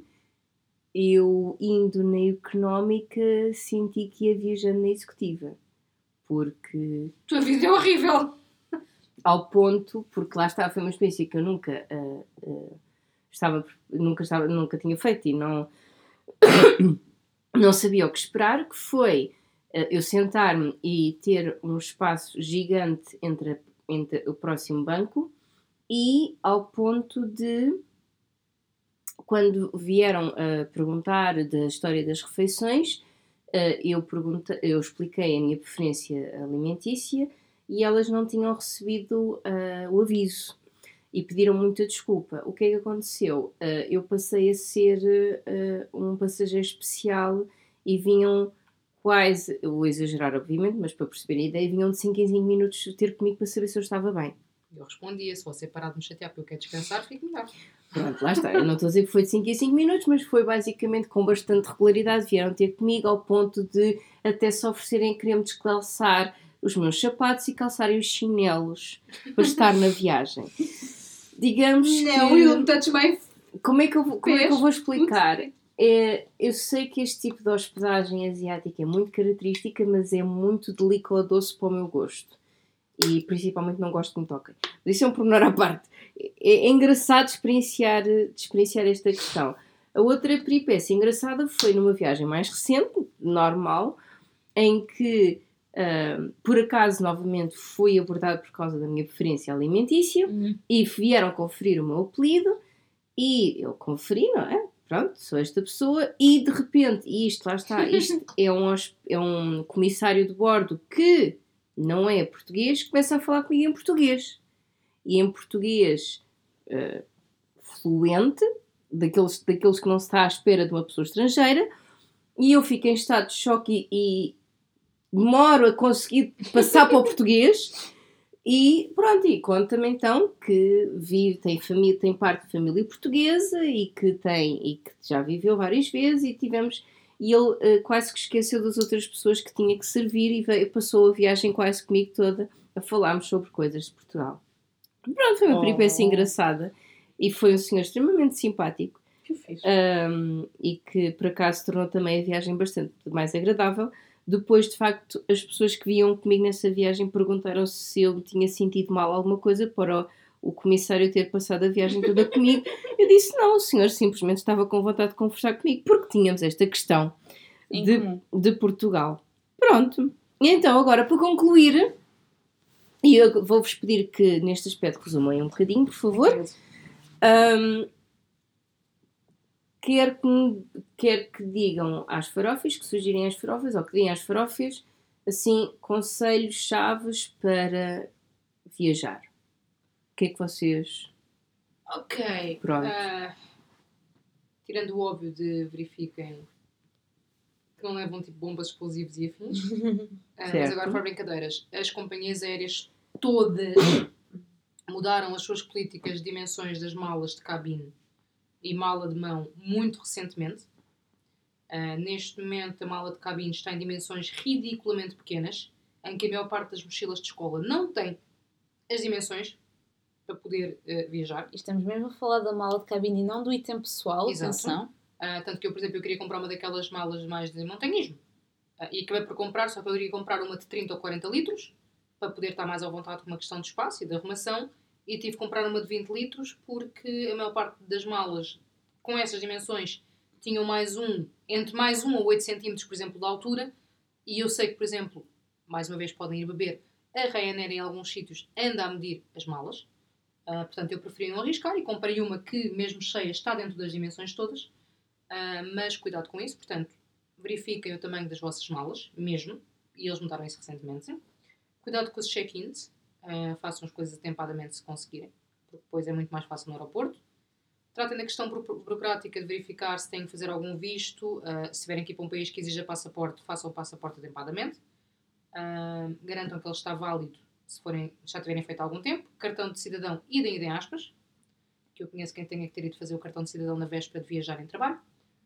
eu, indo na económica, senti que ia viajando na executiva. Porque... A tua vida é horrível! Ao ponto, porque lá está, foi uma experiência que eu nunca, uh, uh, estava, nunca, estava, nunca tinha feito e não, não sabia o que esperar, que foi uh, eu sentar-me e ter um espaço gigante entre, a, entre o próximo banco e ao ponto de quando vieram a perguntar da história das refeições, uh, eu, pergunta, eu expliquei a minha preferência alimentícia e elas não tinham recebido uh, o aviso e pediram muita desculpa. O que é que aconteceu? Uh, eu passei a ser uh, um passageiro especial e vinham quase, eu vou exagerar obviamente, mas para perceberem a ideia, vinham de cinco em cinco minutos ter comigo para saber se eu estava bem. Eu respondia, se você parar de me chatear porque eu quero descansar, fique melhor. Pronto, lá está. Eu não estou a dizer que foi de cinco em cinco minutos, mas foi basicamente com bastante regularidade. Vieram ter comigo ao ponto de até se oferecerem a querer-me descalçar os meus sapatos e calçarem os chinelos para estar na viagem. Digamos não, que... you touch my... Como é que eu, como é que eu vou explicar? É, eu sei que este tipo de hospedagem asiática é muito característica, mas é muito de líquido doce para o meu gosto. E principalmente não gosto muito de ok. Mas isso é um pormenor à parte. É, é engraçado experienciar, experienciar esta questão. A outra peripécia engraçada foi numa viagem mais recente, normal, em que, uh, por acaso, novamente fui abordado por causa da minha preferência alimentícia uhum. e vieram conferir o meu apelido e eu conferi, não é? Pronto, sou esta pessoa e de repente, e isto lá está, isto é um, é um comissário de bordo que não é português, começa a falar comigo em português. E em português uh, fluente, daqueles, daqueles que não se está à espera de uma pessoa estrangeira, e eu fico em estado de choque e, e demoro a conseguir passar para o português, e pronto, e conta-me então que vive, tem, família, tem parte de família portuguesa e que, tem, e que já viveu várias vezes e tivemos... E ele uh, quase que esqueceu das outras pessoas que tinha que servir e veio, passou a viagem quase comigo toda a falarmos sobre coisas de Portugal. Pronto, foi uma oh. peripécia engraçada e foi um senhor extremamente simpático. Que fixe. Um, e que por acaso tornou também a viagem bastante mais agradável. Depois, de facto, as pessoas que vinham comigo nessa viagem perguntaram se eu tinha sentido mal alguma coisa para o, o comissário ter passado a viagem toda comigo. Eu disse não, o senhor simplesmente estava com vontade de conversar comigo porque tínhamos esta questão de, de Portugal. Pronto. E então, agora, para concluir, e eu vou-vos pedir que neste aspecto resumam um bocadinho, por favor. Um, quer, que, quer que digam às farofas, que sugerem às farofas, ou que deem às farofas, assim, conselhos chaves para viajar. O que é que vocês... Ok. Pronto. Uh, tirando o óbvio de verifiquem que não levam tipo bombas explosivas e afins. uh, mas agora, fora brincadeiras, as companhias aéreas todas mudaram as suas políticas de dimensões das malas de cabine e mala de mão muito recentemente. Uh, neste momento, a mala de cabine está em dimensões ridiculamente pequenas, em que a maior parte das mochilas de escola não tem as dimensões para poder uh, viajar. E estamos mesmo a falar da mala de cabine e não do item pessoal, Exato. Atenção. Uh, tanto que eu, por exemplo, eu queria comprar uma daquelas malas mais de montanhismo. Uh, e acabei por comprar, só que eu queria comprar uma de trinta ou quarenta litros, para poder estar mais à vontade com uma questão de espaço e de arrumação. E tive que comprar uma de vinte litros, porque a maior parte das malas com essas dimensões tinham mais um, entre mais um ou oito centímetros, por exemplo, de altura. E eu sei que, por exemplo, mais uma vez podem ir beber, a Ryanair em alguns sítios anda a medir as malas. Uh, portanto, eu preferi não arriscar e comprei uma que, mesmo cheia, está dentro das dimensões todas. Uh, mas cuidado com isso. Portanto, verifiquem o tamanho das vossas malas, mesmo. E eles mudaram isso recentemente. Cuidado com os check-ins. Uh, façam as coisas atempadamente se conseguirem. Porque depois é muito mais fácil no aeroporto. Tratem da questão burocrática de verificar se têm que fazer algum visto. Uh, se tiverem que ir para um país que exija passaporte, façam o passaporte atempadamente. Uh, garantam que ele está válido se forem, já tiverem feito há algum tempo. Cartão de cidadão, idem, idem aspas. Que eu conheço quem tenha que ter ido fazer o cartão de cidadão na véspera de viajar em trabalho.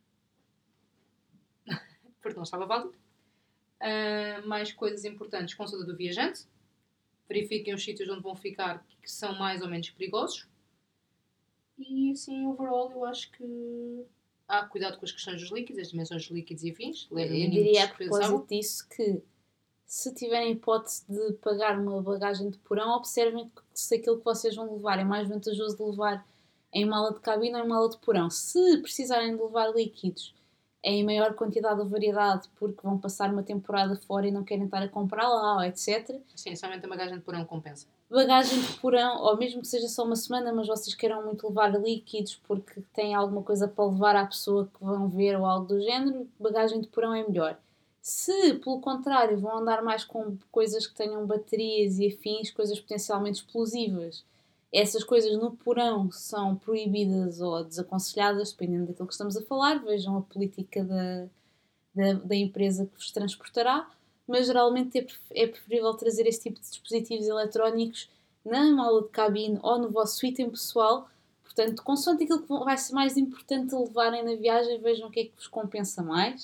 Porque não estava válido. Uh, mais coisas importantes. Consulta do viajante. Verifiquem os sítios onde vão ficar que são mais ou menos perigosos. E assim, overall, eu acho que há cuidado com as questões dos líquidos, as dimensões dos líquidos e afins. Eu diria a propósito disso que se tiverem hipótese de pagar uma bagagem de porão, observem se aquilo que vocês vão levar é mais vantajoso de levar em mala de cabine ou em mala de porão. Se precisarem de levar líquidos em maior quantidade ou variedade porque vão passar uma temporada fora e não querem estar a comprar lá, etcétera. Sim, somente a bagagem de porão compensa. bagagem de porão, ou mesmo que seja só uma semana, mas vocês queiram muito levar líquidos porque têm alguma coisa para levar à pessoa que vão ver ou algo do género, bagagem de porão é melhor. Se, pelo contrário, vão andar mais com coisas que tenham baterias e afins, coisas potencialmente explosivas, essas coisas no porão são proibidas ou desaconselhadas, dependendo daquilo que estamos a falar. Vejam a política da, da, da empresa que vos transportará, mas geralmente é, é preferível trazer esse tipo de dispositivos eletrónicos na mala de cabine ou no vosso item pessoal. Portanto, consoante aquilo que vai ser mais importante levarem na viagem, vejam o que é que vos compensa mais.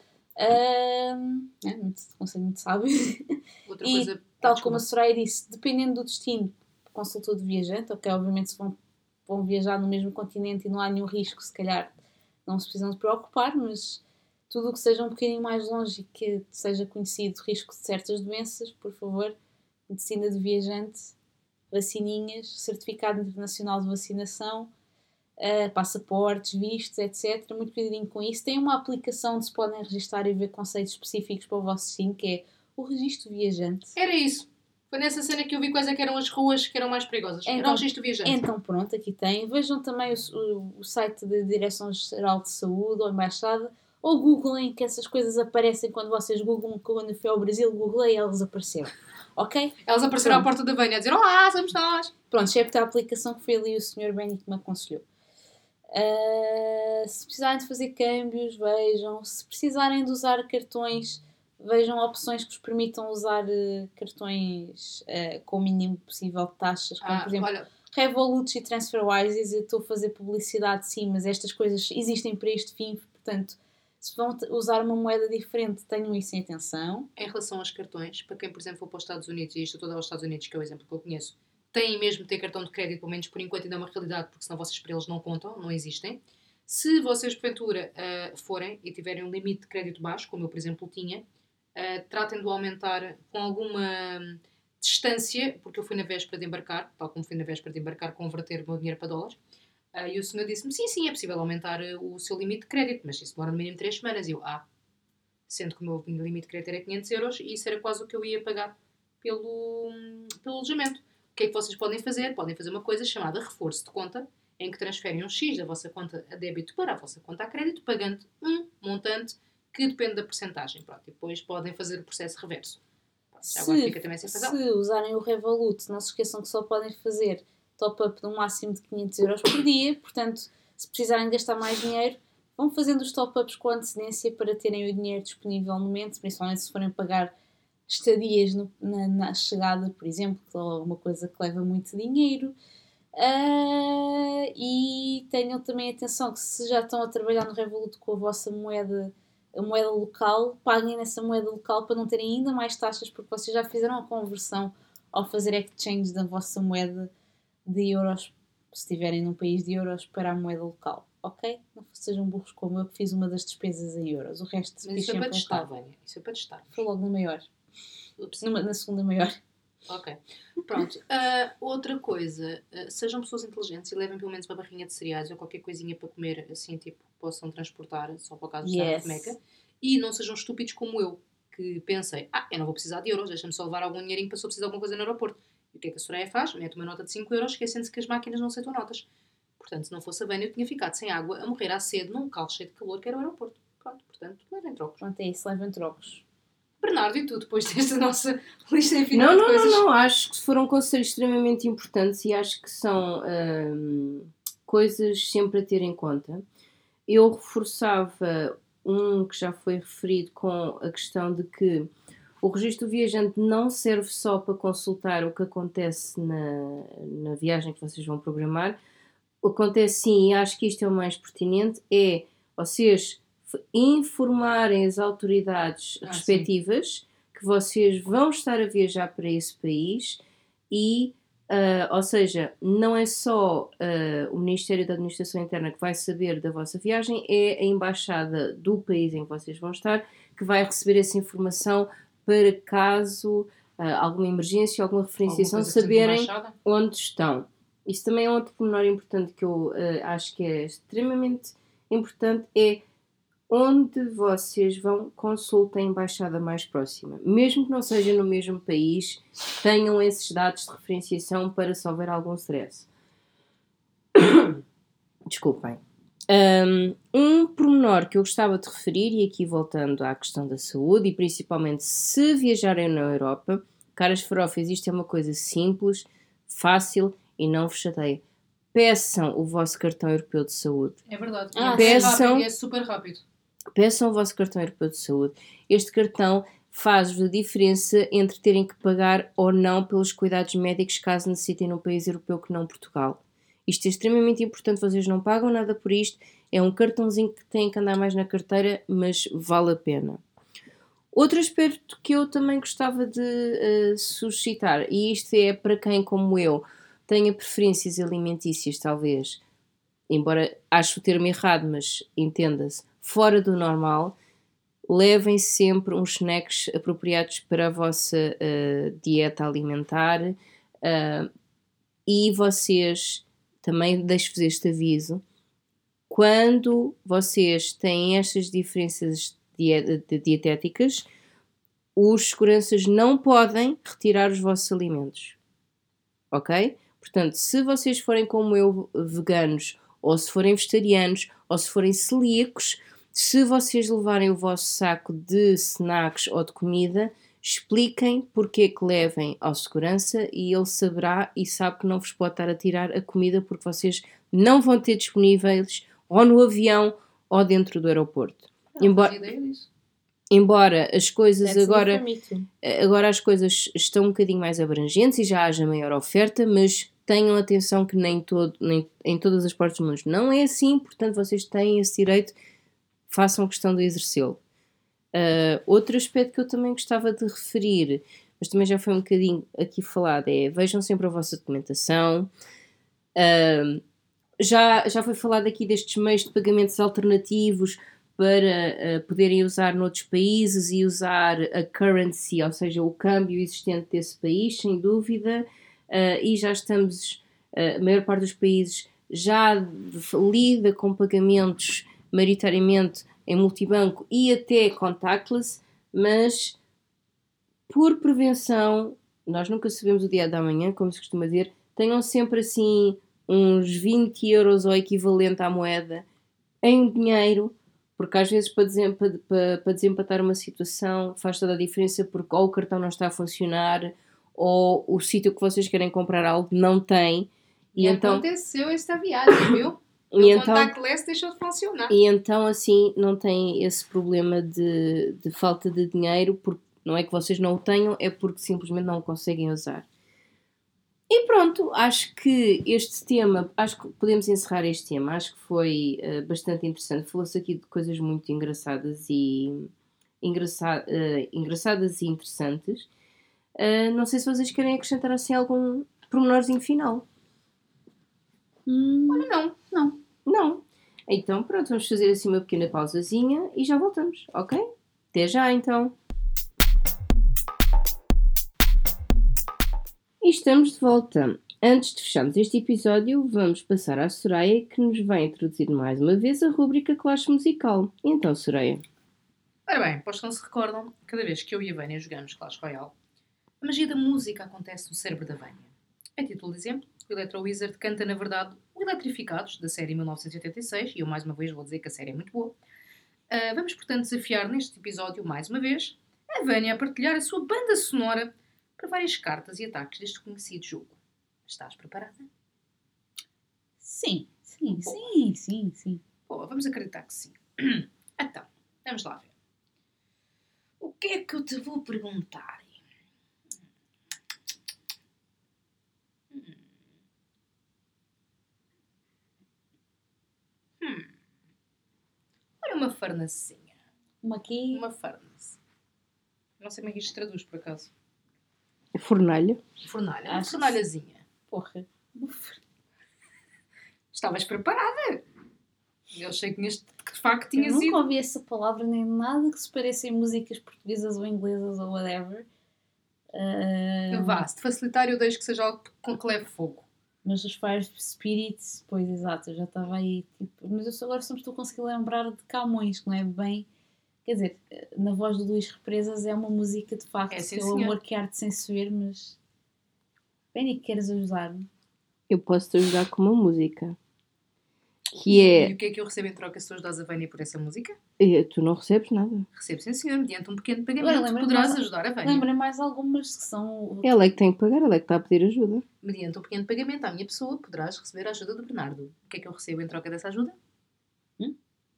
Um, é muito, conselho muito sábio. Outra e coisa, tal desculpa. como a Soraya disse, dependendo do destino, consultor de viajante, ok, obviamente se vão, vão viajar no mesmo continente e não há nenhum risco, se calhar não se precisam de preocupar, mas tudo o que seja um bocadinho mais longe e que seja conhecido o risco de certas doenças, por favor, medicina de viajante, vacininhas, certificado internacional de vacinação, Uh, passaportes, vistos, etcétera. Muito cuidadinho com isso. Tem uma aplicação onde se podem registrar e ver conceitos específicos para o vosso destino, que é o registro viajante. Era isso. Foi nessa cena que eu vi quais é que eram as ruas que eram mais perigosas. Então, Era o registro viajante. Então pronto, aqui tem. Vejam também o, o, o site da Direção-Geral de Saúde ou Embaixada, ou googlem, que essas coisas aparecem quando vocês googlam. Quando eu fui ao Brasil, googlei e elas apareceram. Ok? Elas apareceram Pronto. à porta da Vânia a dizer: olá, somos nós. Pronto, excepto a aplicação que foi ali o senhor Benny que me aconselhou. Uh, se precisarem de fazer câmbios, vejam. Se precisarem de usar cartões, vejam opções que vos permitam usar uh, cartões uh, com o mínimo possível de taxas, como Ah, por exemplo olha, Revolut e TransferWise. Eu estou a fazer publicidade, sim, mas estas coisas existem para este fim, portanto, se vão usar uma moeda diferente, tenham isso em atenção. em relação aos cartões, para quem, por exemplo, for para os Estados Unidos, e isto estou a dar aos Estados Unidos, que é o exemplo que eu conheço, têm mesmo de ter cartão de crédito, pelo menos por enquanto ainda é uma realidade, porque senão vocês para eles não contam, não existem. Se vocês, porventura, uh, forem e tiverem um limite de crédito baixo, como eu, por exemplo, tinha, uh, tratem de o aumentar com alguma distância, porque eu fui na véspera de embarcar, tal como fui na véspera de embarcar, converter o meu dinheiro para dólares, uh, e o senhor disse-me, sim, sim, é possível aumentar uh, o seu limite de crédito, mas isso demora no mínimo três semanas. E eu, ah, sendo que o meu limite de crédito era quinhentos euros, e isso era quase o que eu ia pagar pelo, pelo alojamento. O que é que vocês podem fazer? Podem fazer uma coisa chamada reforço de conta, em que transferem um X da vossa conta a débito para a vossa conta a crédito, pagando um montante que depende da percentagem. Pronto, e depois podem fazer o processo reverso. Pronto, já agora fica também sem razão. Se usarem o Revolut, não se esqueçam que só podem fazer top-up de um máximo de quinhentos euros por dia. Portanto, se precisarem gastar mais dinheiro, vão fazendo os top-ups com antecedência para terem o dinheiro disponível no momento, principalmente se forem pagar estadias no, na, na chegada, por exemplo, que é uma coisa que leva muito dinheiro. Uh, e tenham também atenção que se já estão a trabalhar no Revolut com a vossa moeda, a moeda local, paguem nessa moeda local para não terem ainda mais taxas, porque vocês já fizeram a conversão ao fazer exchange da vossa moeda de euros, se estiverem num país de euros, para a moeda local. Ok? Não sejam burros como eu, que fiz uma das despesas em euros. O resto Mas isso é para testar, Vânia. Isso é para testar. Foi logo na maior. Numa, na segunda maior. Ok. Pronto. Uh, outra coisa. Uh, sejam pessoas inteligentes e levem pelo menos uma barrinha de cereais ou qualquer coisinha para comer, assim, tipo, possam transportar só para o caso de estar na Meca. E não sejam estúpidos como eu, que pensei, ah, eu não vou precisar de euros, deixa-me só levar algum dinheirinho para se eu precisar de alguma coisa no aeroporto. E o que é que a Soraya faz? Mete uma nota de cinco euros, esquecendo-se que as máquinas não aceitam notas. Portanto, se não fosse a Vânia, eu tinha ficado sem água a morrer à sede num local cheio de calor que era o aeroporto. Pronto, portanto, levem trocos. Pronto, é isso, levem trocos. Bernardo, e tu, depois desta nossa lista infinita não, de não, coisas? Não, não, não, acho que foram conselhos extremamente importantes e acho que são hum, coisas sempre a ter em conta. Eu reforçava um que já foi referido com a questão de que o registro viajante não serve só para consultar o que acontece na, na viagem que vocês vão programar. Acontece sim, e acho que isto é o mais pertinente, é vocês informarem as autoridades ah, respectivas sim. que vocês vão estar a viajar para esse país e, uh, ou seja, não é só uh, o Ministério da Administração Interna que vai saber da vossa viagem, é a embaixada do país em que vocês vão estar que vai receber essa informação para caso uh, alguma emergência, alguma referenciação, saberem onde estão. Isso também é outro pormenor importante que eu uh, acho que é extremamente importante, é onde vocês vão, consultem a embaixada mais próxima. Mesmo que não seja no mesmo país, tenham esses dados de referenciação para se houver algum stress. Desculpem. Um, um pormenor que eu gostava de referir, e aqui voltando à questão da saúde, e principalmente se viajarem na Europa, caras farofas, isto é uma coisa simples, fácil e não vos chateia. Peçam o vosso cartão europeu de saúde. É verdade. Ah, é, peçam- rápido, e é super rápido. Peçam o vosso cartão europeu de saúde. Este cartão faz-vos a diferença entre terem que pagar ou não pelos cuidados médicos caso necessitem num país europeu que não Portugal. Isto é extremamente importante, vocês não pagam nada por isto, é um cartãozinho que têm que andar mais na carteira, mas vale a pena. Outro aspecto que eu também gostava de uh, suscitar, e isto é para quem, como eu, tenha preferências alimentícias, talvez, embora acho o termo errado, mas entenda-se, fora do normal, levem sempre uns snacks apropriados para a vossa uh, dieta alimentar uh, e vocês, também deixo-vos este aviso, quando vocês têm estas diferenças die- de dietéticas, os seguranças não podem retirar os vossos alimentos, ok? Portanto, se vocês forem como eu, veganos, ou se forem vegetarianos, ou se forem celíacos, se vocês levarem o vosso saco de snacks ou de comida, expliquem porque é que levem ao segurança e ele saberá e sabe que não vos pode estar a tirar a comida porque vocês não vão ter disponíveis ou no avião ou dentro do aeroporto. Não Embora- fazia ideia disso. Embora as coisas That's agora... new for me too. Agora as coisas estão um bocadinho mais abrangentes e já haja maior oferta, mas tenham atenção que nem, todo, nem em todas as partes do mundo não é assim, portanto vocês têm esse direito, façam questão de exercê-lo. Uh, outro aspecto que eu também gostava de referir, mas também já foi um bocadinho aqui falado, é vejam sempre a vossa documentação. Uh, já, já foi falado aqui destes meios de pagamentos alternativos para uh, poderem usar noutros países e usar a currency, ou seja, o câmbio existente desse país, sem dúvida, uh, e já estamos, uh, a maior parte dos países já lida com pagamentos maioritariamente em multibanco e até contactless, mas por prevenção, nós nunca sabemos o dia da manhã, como se costuma dizer, tenham sempre assim uns vinte euros ou equivalente à moeda em dinheiro, porque às vezes para, desem- para, para- para desempatar uma situação faz toda a diferença porque ou o cartão não está a funcionar ou o sítio que vocês querem comprar algo não tem e, E então, aconteceu esta viagem, viu? e, O então, contactless deixou de funcionar. e então assim não tem esse problema de, de falta de dinheiro, porque não é que vocês não o tenham, é porque simplesmente não o conseguem usar. E pronto, acho que este tema, acho que podemos encerrar este tema, acho que foi uh, bastante interessante. Falou-se aqui de coisas muito engraçadas e engraça, uh, engraçadas e interessantes. Uh, não sei se vocês querem acrescentar assim algum pormenorzinho final. Hum, Olha, não. não. Não. Então pronto, vamos fazer assim uma pequena pausazinha e já voltamos, ok? Até já então. E estamos de volta. Antes de fecharmos este episódio, vamos passar à Soraya, que nos vai introduzir mais uma vez a rúbrica Clash Musical. Então, Soraya. Ora bem, para os que não se recordam, cada vez que eu e a Vânia jogamos Clash Royale, a magia da música acontece no cérebro da Vânia. A título de exemplo, o Electro Wizard canta, na verdade, o Eletrificados, da série mil novecentos e oitenta e seis, e eu mais uma vez vou dizer que a série é muito boa. Uh, vamos, portanto, desafiar neste episódio, mais uma vez, a Vânia a partilhar a sua banda sonora para várias cartas e ataques deste conhecido jogo. Estás preparada? Sim, sim, sim, sim, sim. Boa, vamos acreditar que sim. Então, vamos lá ver. O que é que eu te vou perguntar? Hum. Hum. Olha uma farnacinha. Uma aqui. Uma farnace. Não sei como é que isto se traduz, por acaso. Fornalha. Fornalha. Uma Achas? fornalhazinha. Porra. Estavas preparada? Eu achei que, tinhas, que de facto Eu tinhas nunca ido. ouvi essa palavra nem nada que se pareça em músicas portuguesas ou inglesas ou whatever. Ah, Vá, se te facilitar, eu deixo que seja algo com que leve fogo. Mas os Fire Spirits, pois exato, eu já estava aí, tipo, mas eu só, agora só me estou a conseguir lembrar de Camões, que não é bem, quer dizer, na voz do Luís Represas é uma música de facto, É, sim, que é o senhor. amor que arde sem se ver, mas Benny, queres ajudar-me? Eu posso te ajudar com uma música. Que E é... o que é que eu recebo em troca se tu ajudas a Vânia por essa música? é, Tu não recebes nada. Recebo, sim, senhor, mediante um pequeno Agora pagamento. lembrei-me Poderás mais- ajudar a Vânia. Lembrei mais algumas que são... Ela é que tem que pagar, ela é que está a pedir ajuda. Mediante um pequeno pagamento à minha pessoa, poderás receber a ajuda do Bernardo. O que é que eu recebo em troca dessa ajuda? Hum?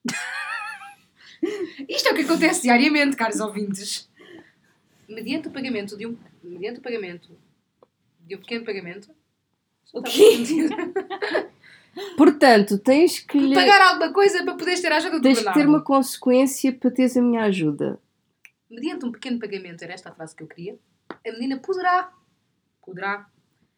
Isto é o que acontece diariamente, caros ouvintes. Mediante o pagamento de um... Mediante o pagamento de um pequeno pagamento... O quê? Portanto, tens que lhe... Pagar alguma coisa para poderes ter a ajuda do Tens que Bernardo. ter uma consequência para teres a minha ajuda. Mediante um pequeno pagamento, era esta a frase que eu queria, a menina poderá, poderá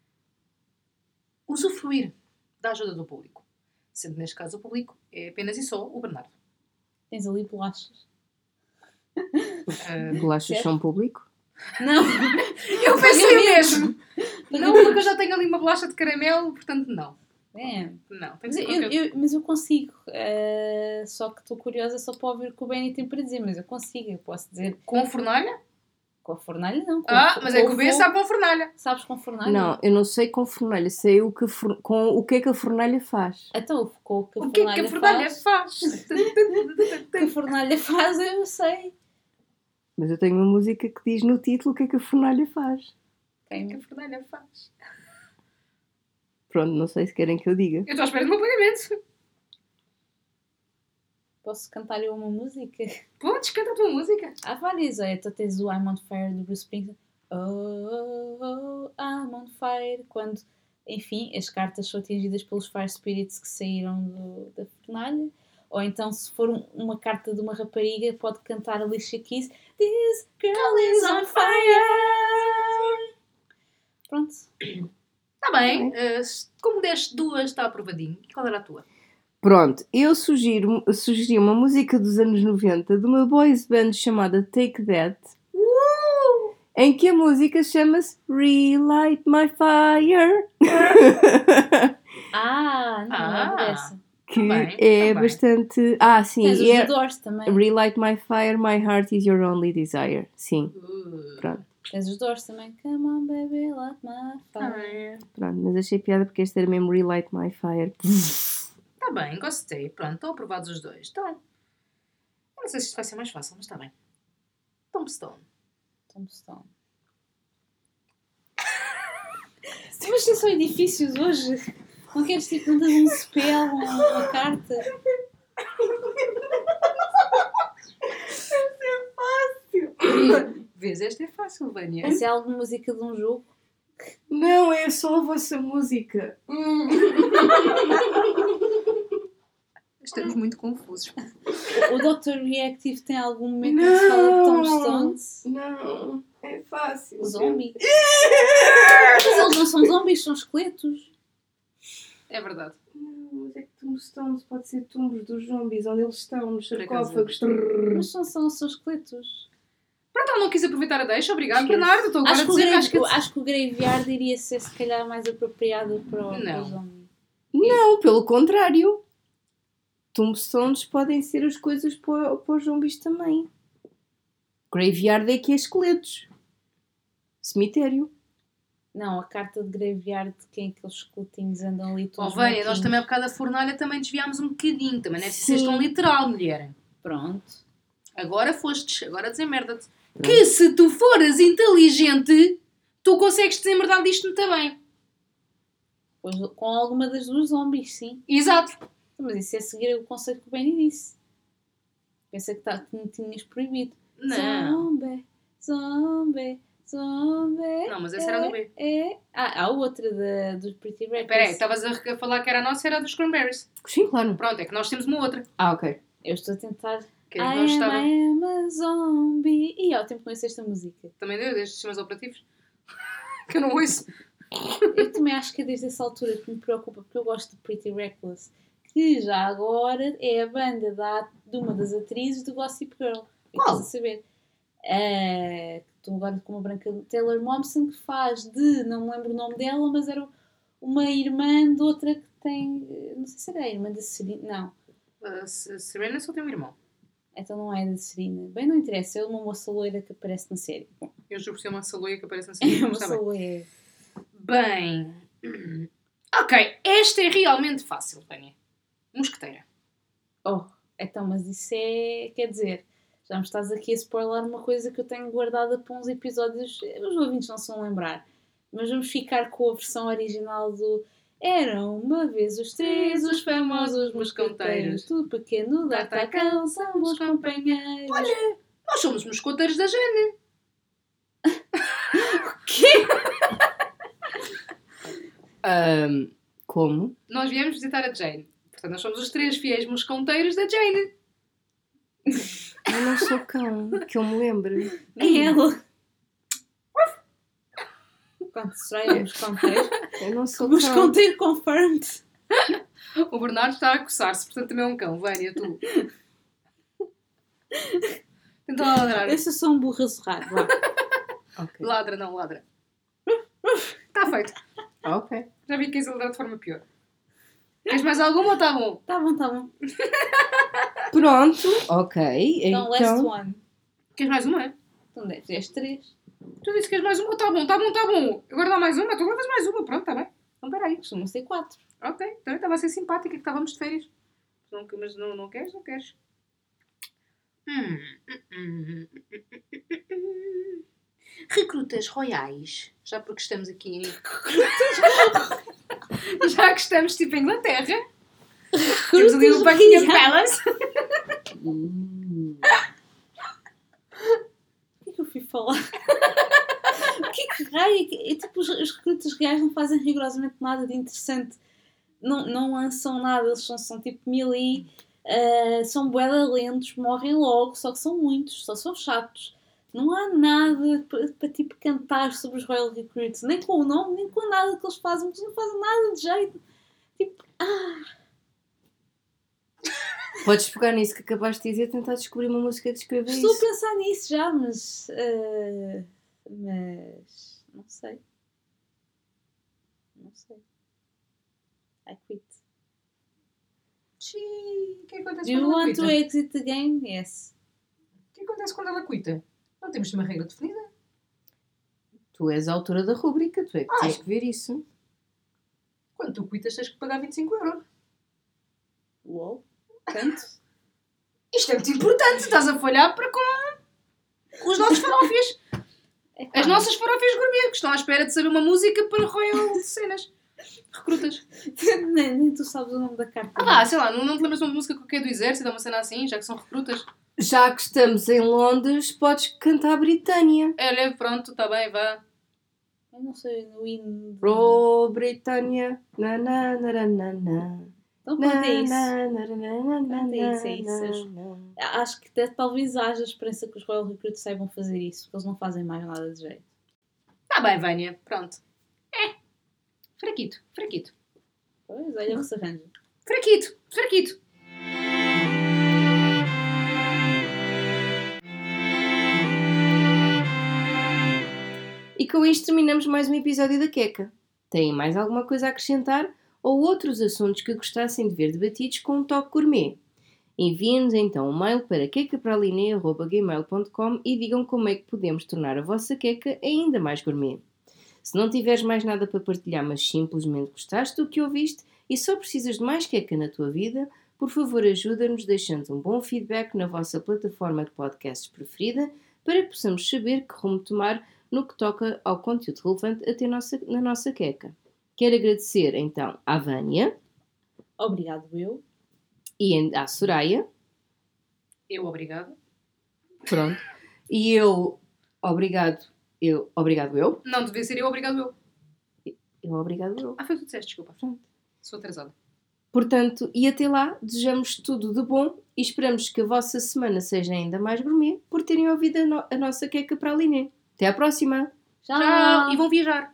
usufruir da ajuda do público. Sendo neste caso o público é apenas e só o Bernardo. Tens ali bolachas. Ah, Bolachas certo. são público? Não! eu pensei o mesmo! Não, Pagamento. porque eu já tenho ali uma bolacha de caramelo, portanto não. É. Não, tem que Mas ser eu, qualquer... eu- mas eu consigo. eh, só que estou curiosa só para ouvir o que o Benny tem para dizer. Mas eu consigo. Eu posso dizer Com fornalha? com a fornalha, não. Com Ah, o fo- mas com é o que o B fogo. sabe com fornalha. Sabes com fornalha? Não, eu não sei com fornalha. Sei o que, for... com o que é que a fornalha faz. Então, com o que a O que é que a fornalha fornalha faz. faz? O que a fornalha faz, eu sei. Mas eu tenho uma música que diz no título o que é que a fornalha faz. O que é que a fornalha faz? Pronto, não sei se querem que eu diga. Eu estou à espera do meu pagamento. Posso cantar eu uma música? Podes, canta a tua música. Há várias. Olha, tu tens o I'm on Fire do Bruce Springsteen. Oh, oh, oh, I'm on fire. Quando, enfim, as cartas são atingidas pelos Fire Spirits que saíram do- da fornalha. Ou então, se for um- uma carta de uma rapariga, pode cantar a Alicia Keys. This girl is on fire. Pronto. Está bem. eh, como deste duas, está aprovadinho. E qual era a tua? Pronto, eu sugiro, sugeri uma música dos anos noventa de uma boys band chamada Take That, em que a música chama-se Relight My Fire, Ah, não Ah. lembro dessa. que bem, é tá bem. bastante... Ah, sim, Tens os é The Doors também. Relight My Fire, My Heart is Your Only Desire. Sim, Uh, pronto, Tens os Doors também. Come on, baby, light my Tá fire. bem. pronto, mas achei piada porque este era mesmo Relight My Fire. Está bem, gostei. Pronto, estão aprovados os dois. Então, eu não sei se isto vai ser mais fácil, mas está bem. Tombstone. Tombstone. Mas vocês são edifícios hoje. Não queres tipo mandar um spell, uma, uma carta? Vês, esta é fácil, Vânia. Essa é alguma música de um jogo? Não, é só a vossa música. Estamos muito confusos. O doutor Reactive tem algum momento em que se fala de Tombstones? Não, é fácil. Zombie. Mas eles não são zombies, são esqueletos. É verdade. Não, mas é que tombstones pode ser tumbos dos zombies, onde eles estão, nos Por acaso. sarcófagos. Mas são, são, são esqueletos. Pronto, ela não quis aproveitar a deixa. Obrigado, Esquece. Bernardo. Estou agora Acho a que, o dizer grave, acho que... acho que o Graveyard iria ser se calhar mais apropriado para o, para Não. o zombie. Não, pelo contrário. Tombstones podem ser as coisas para, para os zombies também. Graveyard é que é esqueletos. Cemitério. Não, a carta de Graveyard de quem aqueles esqueletinhos andam ali Oh, todos Vânia, nós branquinhos. também, há bocado da fornalha, também desviámos um bocadinho. Também não é preciso ser Sim. tão literal, mulher. Pronto. Agora fostes. Agora desemmerda-te. Que se tu fores inteligente, tu consegues desemmerdar disto muito bem. Pois, com alguma das duas zombies, sim. Exato. Mas isso é seguir o conceito que o Benny disse. Pensa que, tá, que me tinhas proibido. Não. Zombie, zombie, zombie. Não, mas essa era do B. É. Ah, há outra da, dos Pretty Reckless. Espera aí, estavas a a falar que era a nossa, era a dos Cranberries. Sim, claro. Pronto, é que nós temos uma outra. Ah, ok. Eu estou a tentar. Que I nós am, estava... I am a zombie. E ao tempo conheço esta música. Também deu destes sistemas operativos. Que eu não ouço. Eu também acho que é desde essa altura que me preocupa, porque eu gosto de Pretty Reckless, que já agora é a banda da, de uma das atrizes do Gossip Girl. Eu Qual? a saber. É, estou agora com uma branca. Taylor Momsen, que faz de. Não me lembro o nome dela, mas era o, uma irmã de outra que tem... Não sei se era a irmã da Serena. Não. A Serena só tem um irmão. Então não é da Serena. Bem, não interessa. É uma moça loira que aparece na série. Bom, Eu juro por ser uma saloia que aparece na série. é uma mas moça está bem. loira. Bem. Ok, esta é realmente fácil, Vânia. Mosqueteira. Oh, então, mas isso é... Quer dizer, já me estás aqui a spoiler uma coisa que eu tenho guardada para uns episódios... Os ouvintes não se vão lembrar. Mas vamos ficar com a versão original do... Eram uma vez os três, os famosos mosqueteiros. Tudo pequeno, d'Artacão, são bons companheiros. Olha, nós somos mosqueteiros da Jane. Quê? Ahm, como? Nós viemos visitar a Jane. Portanto, nós somos os três fiéis mosconteiros da Jane. Eu não sou cão, que eu me lembro. É ela. Quanto será o mosconteiro? Eu não sou cão. Mosconteiro confirmed. O Bernardo está a coçar-se, portanto também é um cão. Vânia, tu. Tenta lá ladrar. Eu sou só um burro a zerrar. Vá. Ok. Ladra, não, ladra. Está feito. Ok. Já vi que queres ladrar de forma pior. Queres mais alguma ou está bom? Tá bom, tá bom. Pronto, ok. Então, last Então, one. Queres mais uma? Então, deve ter três. Tu disse que queres mais uma? Está bom, está bom, está bom. Agora dá mais uma, tu levas mais uma. Pronto, está bem. Então, peraí. Costumam ser quatro. Ok, então eu estava a ser simpática, que estávamos de férias. Não, mas não, não queres? Não queres? Hum. hum, hum, hum. Recrutas royais. Já porque estamos aqui em... Já que estamos tipo em Inglaterra. Temos ali o Buckingham Palace. hum, O que é que eu fui falar? O que é que raio? é que- é tipo, os, os recrutas reais não fazem rigorosamente nada de interessante. Não, não lançam nada. Eles são, são tipo mil e... Uh, são bué de lentos, morrem logo, só que são muitos, só são chatos. Não há nada para, para tipo cantar sobre os Royal Recruits, nem com o nome, nem com nada que eles fazem, eles não fazem nada de jeito. Tipo, ah, podes pegar nisso que acabaste de dizer e tentar descobrir uma música que descreva estou a isso. pensar nisso já, mas. uh, mas. Não sei. Não sei. I quit. Xiii, o que acontece Do you quando ela want to cuita? exit the game? Yes. O que acontece quando ela cuita? Não temos uma regra definida. Tu és a autora da rúbrica, tu é que Ai. tens que ver isso. Quando tu cuitas tens que pagar vinte e cinco euros. Uou. Tanto? Isto é muito importante. Estás a falhar para com os nossos farófias. É As claro. nossas farófias gourmet que estão à espera de saber uma música para Royal de cenas. Recrutas. nem, nem tu sabes o nome da carta. Ah, sei lá, não, não te lembras de uma música qualquer do exército, uma cena assim, já que são recrutas? Já que estamos em Londres, podes cantar a Britânia. Olha, pronto, está bem, vá. Eu não sei, o hino. Pro Britânia. Na, na, na, na, na, na. Então pronto, é isso. Na, na, na, na, na, Pronto, é isso, é isso. na, Eles- na. Acho que até, talvez haja esperança que os Royal Recruits saibam fazer isso, porque eles não fazem mais nada de jeito. Está bem, Vânia, pronto. É. Fraquito, fraquito. Pois, olha o que se arranja. Fraquito, fraquito. E com isto terminamos mais um episódio da Queca. Têm mais alguma coisa a acrescentar ou outros assuntos que gostassem de ver debatidos com um toque gourmet? Enviem-nos então um mail para quecapraline arroba gmail ponto com e digam como é que podemos tornar a vossa queca ainda mais gourmet. Se não tiveres mais nada para partilhar, mas simplesmente gostaste do que ouviste e só precisas de mais queca na tua vida, por favor ajuda-nos deixando um bom feedback na vossa plataforma de podcasts preferida para que possamos saber que rumo tomar no que toca ao conteúdo relevante até nossa, na nossa queca. Quero agradecer então à Vânia Obrigado, eu. e à Soraya. Eu, obrigado. Pronto. E eu, obrigado, eu, obrigado eu. Não, devia ser eu, obrigado eu. Eu, obrigado eu. Ah, foi o que tu disseste, desculpa. Pronto. Sou atrasada. Portanto, e até lá, desejamos tudo de bom e esperamos que a vossa semana seja ainda mais gourmet por terem ouvido a, no- a nossa queca para a Liné. Até à próxima! Tchau! Tchau! E vão viajar.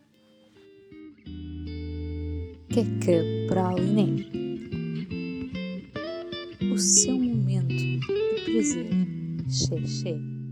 Queca para a Liné. O seu momento de prazer. Xé, xé.